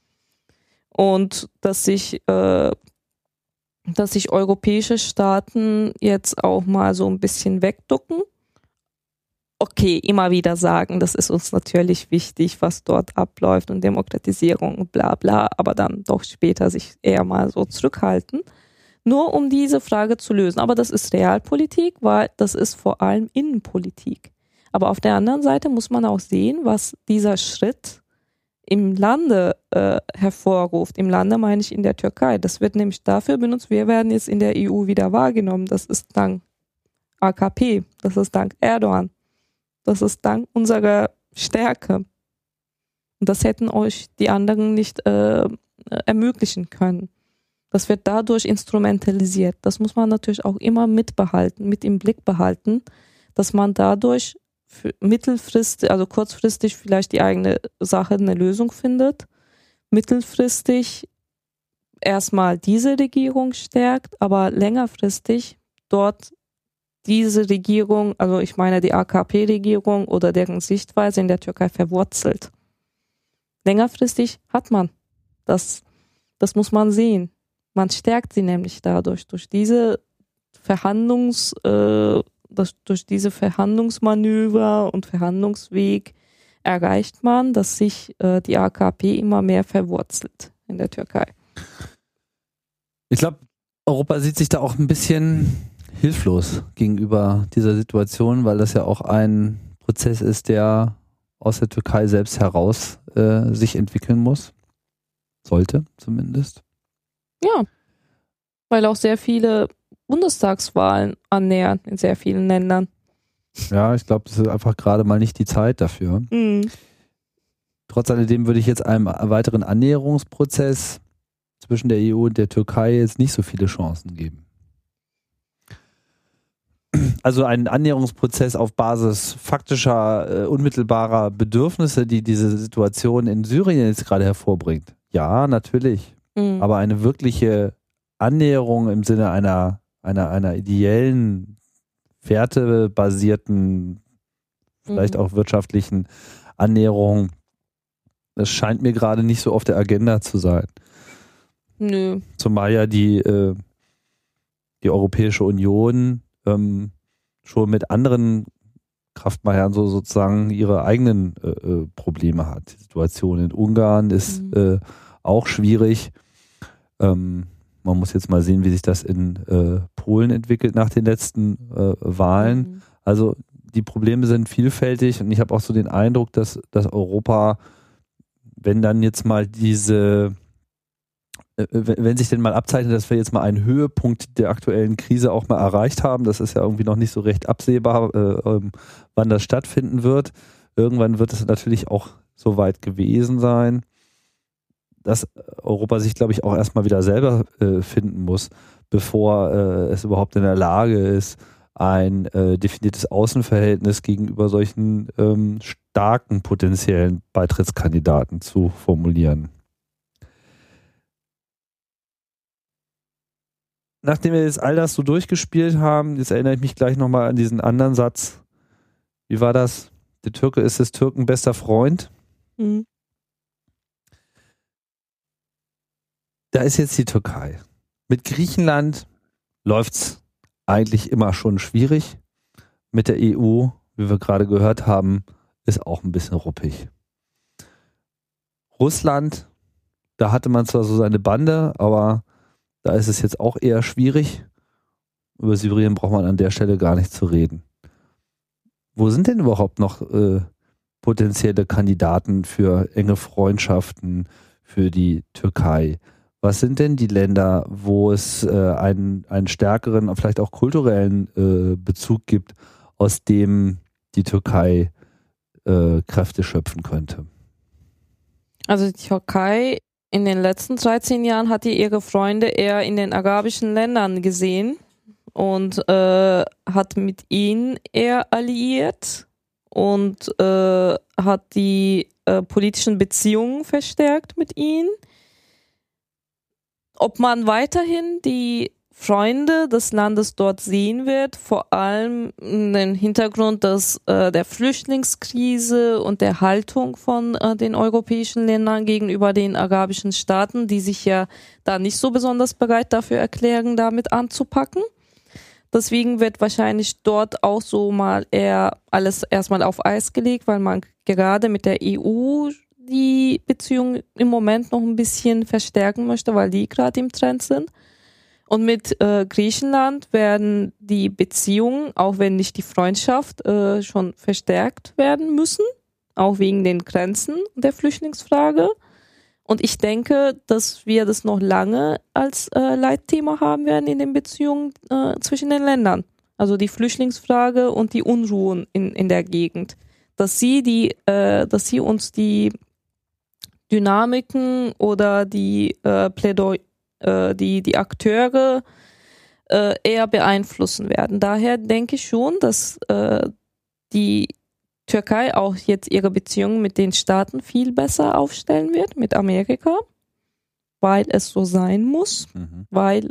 Und dass sich europäische Staaten jetzt auch mal so ein bisschen wegducken. Okay, immer wieder sagen, das ist uns natürlich wichtig, was dort abläuft und Demokratisierung und bla bla, aber dann doch später sich eher mal so zurückhalten. Nur um diese Frage zu lösen. Aber das ist Realpolitik, weil das ist vor allem Innenpolitik. Aber auf der anderen Seite muss man auch sehen, was dieser Schritt im Lande hervorruft. Im Lande meine ich in der Türkei. Das wird nämlich dafür benutzt, wir werden jetzt in der EU wieder wahrgenommen. Das ist dank AKP, das ist dank Erdogan, das ist dank unserer Stärke. Und das hätten euch die anderen nicht ermöglichen können. Das wird dadurch instrumentalisiert. Das muss man natürlich auch immer mit im Blick behalten, dass man dadurch mittelfristig, also kurzfristig vielleicht die eigene Sache eine Lösung findet, mittelfristig erstmal diese Regierung stärkt, aber längerfristig dort diese Regierung, also ich meine die AKP-Regierung oder deren Sichtweise in der Türkei verwurzelt. Längerfristig hat man das muss man sehen. Man stärkt sie nämlich dadurch, durch diese durch diese Verhandlungsmanöver und Verhandlungsweg erreicht man, dass sich die AKP immer mehr verwurzelt in der Türkei. Ich glaube, Europa sieht sich da auch ein bisschen hilflos gegenüber dieser Situation, weil das ja auch ein Prozess ist, der aus der Türkei selbst heraus sich entwickeln muss. Sollte zumindest. Ja, weil auch sehr viele Bundestagswahlen annähern in sehr vielen Ländern. Ja, ich glaube, das ist einfach gerade mal nicht die Zeit dafür. Trotz alledem würde ich jetzt einem weiteren Annäherungsprozess zwischen der EU und der Türkei jetzt nicht so viele Chancen geben. Also einen Annäherungsprozess auf Basis faktischer, unmittelbarer Bedürfnisse, die diese Situation in Syrien jetzt gerade hervorbringt. Ja, natürlich. Aber eine wirkliche Annäherung im Sinne einer ideellen, wertebasierten, vielleicht auch wirtschaftlichen Annäherung, das scheint mir gerade nicht so auf der Agenda zu sein. Nö. Zumal ja die Europäische Union schon mit anderen Kraftmachern so sozusagen ihre eigenen Probleme hat. Die Situation in Ungarn ist auch schwierig. Man muss jetzt mal sehen, wie sich das in Polen entwickelt nach den letzten Wahlen. Mhm. Also die Probleme sind vielfältig und ich habe auch so den Eindruck, dass Europa, wenn dann jetzt mal wenn sich denn mal abzeichnet, dass wir jetzt mal einen Höhepunkt der aktuellen Krise auch mal erreicht haben, das ist ja irgendwie noch nicht so recht absehbar, wann das stattfinden wird. Irgendwann wird es natürlich auch so weit gewesen sein, dass Europa sich, glaube ich, auch erstmal wieder selber finden muss, bevor es überhaupt in der Lage ist, ein definiertes Außenverhältnis gegenüber solchen starken potenziellen Beitrittskandidaten zu formulieren. Nachdem wir jetzt all das so durchgespielt haben, jetzt erinnere ich mich gleich nochmal an diesen anderen Satz. Wie war das? Der Türke ist des Türken bester Freund. Mhm. Da ist jetzt die Türkei. Mit Griechenland läuft's eigentlich immer schon schwierig. Mit der EU, wie wir gerade gehört haben, ist auch ein bisschen ruppig. Russland, da hatte man zwar so seine Bande, aber da ist es jetzt auch eher schwierig. Über Syrien braucht man an der Stelle gar nicht zu reden. Wo sind denn überhaupt noch potenzielle Kandidaten für enge Freundschaften für die Türkei? Was sind denn die Länder, wo es einen stärkeren, vielleicht auch kulturellen Bezug gibt, aus dem die Türkei Kräfte schöpfen könnte? Also die Türkei in den letzten 13 Jahren hat die ihre Freunde eher in den arabischen Ländern gesehen und hat mit ihnen eher alliiert und hat die politischen Beziehungen verstärkt mit ihnen. Ob man weiterhin die Freunde des Landes dort sehen wird, vor allem den Hintergrund der Flüchtlingskrise und der Haltung von den europäischen Ländern gegenüber den arabischen Staaten, die sich ja da nicht so besonders bereit dafür erklären, damit anzupacken. Deswegen wird wahrscheinlich dort auch so mal eher alles erstmal auf Eis gelegt, weil man gerade mit der EU die Beziehung im Moment noch ein bisschen verstärken möchte, weil die gerade im Trend sind. Und mit Griechenland werden die Beziehungen, auch wenn nicht die Freundschaft, schon verstärkt werden müssen, auch wegen den Grenzen der Flüchtlingsfrage. Und ich denke, dass wir das noch lange als Leitthema haben werden in den Beziehungen zwischen den Ländern. Also die Flüchtlingsfrage und die Unruhen in der Gegend. Dass sie uns die Dynamiken oder die die Akteure eher beeinflussen werden. Daher denke ich schon, dass die Türkei auch jetzt ihre Beziehungen mit den Staaten viel besser aufstellen wird, mit Amerika, weil es so sein muss, weil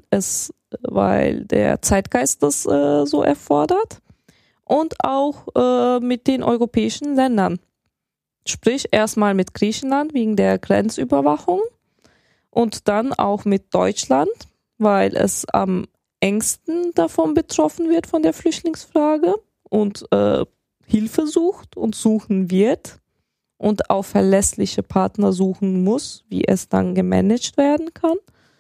der Zeitgeist das so erfordert und auch mit den europäischen Ländern. Sprich erstmal mit Griechenland wegen der Grenzüberwachung und dann auch mit Deutschland, weil es am engsten davon betroffen wird von der Flüchtlingsfrage und Hilfe sucht und suchen wird und auch verlässliche Partner suchen muss, wie es dann gemanagt werden kann.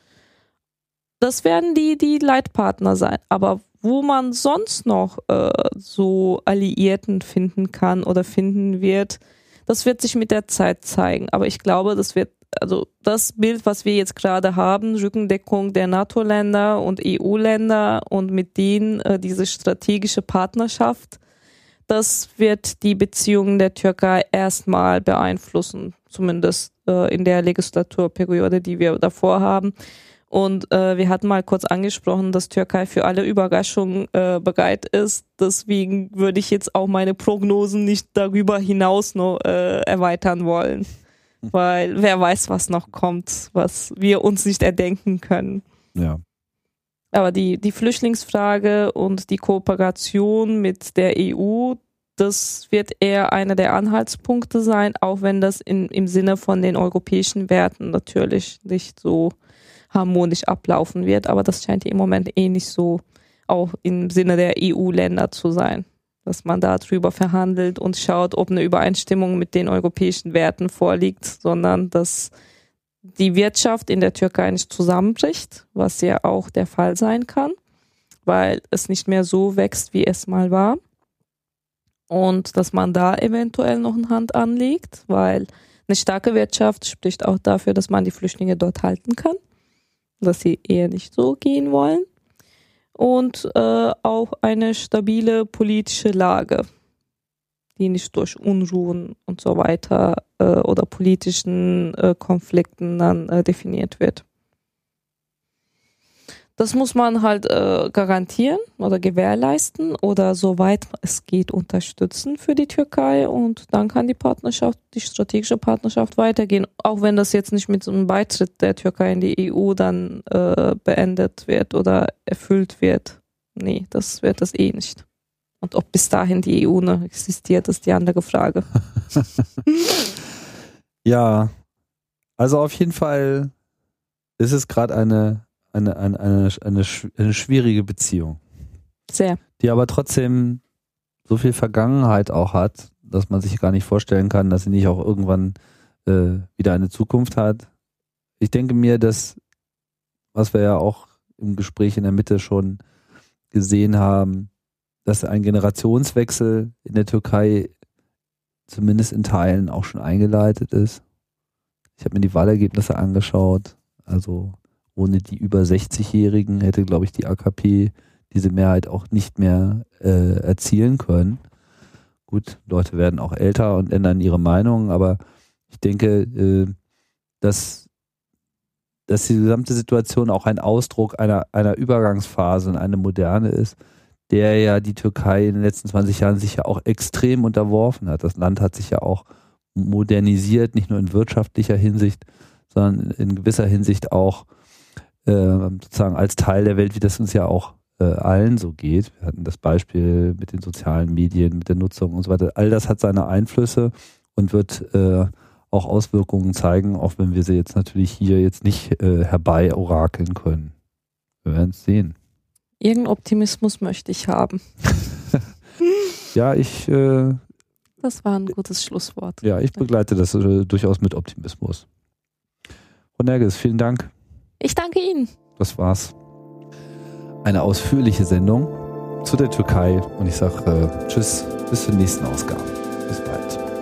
Das werden die Leitpartner sein. Aber wo man sonst noch so Alliierten finden kann oder finden wird, das wird sich mit der Zeit zeigen. Aber ich glaube, das Bild, was wir jetzt gerade haben, Rückendeckung der NATO-Länder und EU-Länder und mit denen diese strategische Partnerschaft, das wird die Beziehungen der Türkei erstmal beeinflussen, zumindest in der Legislaturperiode, die wir davor haben. Und wir hatten mal kurz angesprochen, dass Türkei für alle Überraschungen bereit ist. Deswegen würde ich jetzt auch meine Prognosen nicht darüber hinaus noch erweitern wollen. Weil wer weiß, was noch kommt, was wir uns nicht erdenken können. Ja. Aber die Flüchtlingsfrage und die Kooperation mit der EU, das wird eher einer der Anhaltspunkte sein, auch wenn das im Sinne von den europäischen Werten natürlich nicht so harmonisch ablaufen wird. Aber das scheint im Moment nicht so auch im Sinne der EU-Länder zu sein, dass man darüber verhandelt und schaut, ob eine Übereinstimmung mit den europäischen Werten vorliegt, sondern dass die Wirtschaft in der Türkei nicht zusammenbricht, was ja auch der Fall sein kann, weil es nicht mehr so wächst, wie es mal war. Und dass man da eventuell noch eine Hand anlegt, weil eine starke Wirtschaft spricht auch dafür, dass man die Flüchtlinge dort halten kann, dass sie eher nicht so gehen wollen. Und auch eine stabile politische Lage, die nicht durch Unruhen und so weiter oder politischen Konflikten dann definiert wird. Das muss man halt garantieren oder gewährleisten oder soweit es geht unterstützen für die Türkei und dann kann die Partnerschaft, die strategische Partnerschaft weitergehen, auch wenn das jetzt nicht mit so einem Beitritt der Türkei in die EU dann beendet wird oder erfüllt wird. Nee, das wird das eh nicht. Und ob bis dahin die EU noch existiert, ist die andere Frage. Ja, also auf jeden Fall ist es gerade eine schwierige Beziehung. Sehr. Die aber trotzdem so viel Vergangenheit auch hat, dass man sich gar nicht vorstellen kann, dass sie nicht auch irgendwann wieder eine Zukunft hat. Ich denke mir, dass, was wir ja auch im Gespräch in der Mitte schon gesehen haben, dass ein Generationswechsel in der Türkei zumindest in Teilen auch schon eingeleitet ist. Ich habe mir die Wahlergebnisse angeschaut. Also ohne die über 60-Jährigen hätte, glaube ich, die AKP diese Mehrheit auch nicht mehr erzielen können. Gut, Leute werden auch älter und ändern ihre Meinung, aber ich denke, dass die gesamte Situation auch ein Ausdruck einer Übergangsphase in eine moderne ist, der ja die Türkei in den letzten 20 Jahren sich ja auch extrem unterworfen hat. Das Land hat sich ja auch modernisiert, nicht nur in wirtschaftlicher Hinsicht, sondern in gewisser Hinsicht auch sozusagen als Teil der Welt, wie das uns ja auch allen so geht. Wir hatten das Beispiel mit den sozialen Medien, mit der Nutzung und so weiter. All das hat seine Einflüsse und wird auch Auswirkungen zeigen, auch wenn wir sie jetzt natürlich hier jetzt nicht herbei orakeln können. Wir werden es sehen. Irgendeinen Optimismus möchte ich haben. Ja, das war ein gutes Schlusswort. Ja, ich begleite das durchaus mit Optimismus. Frau Nerges, vielen Dank. Ich danke Ihnen. Das war's. Eine ausführliche Sendung zu der Türkei und ich sage Tschüss, bis zur nächsten Ausgabe. Bis bald.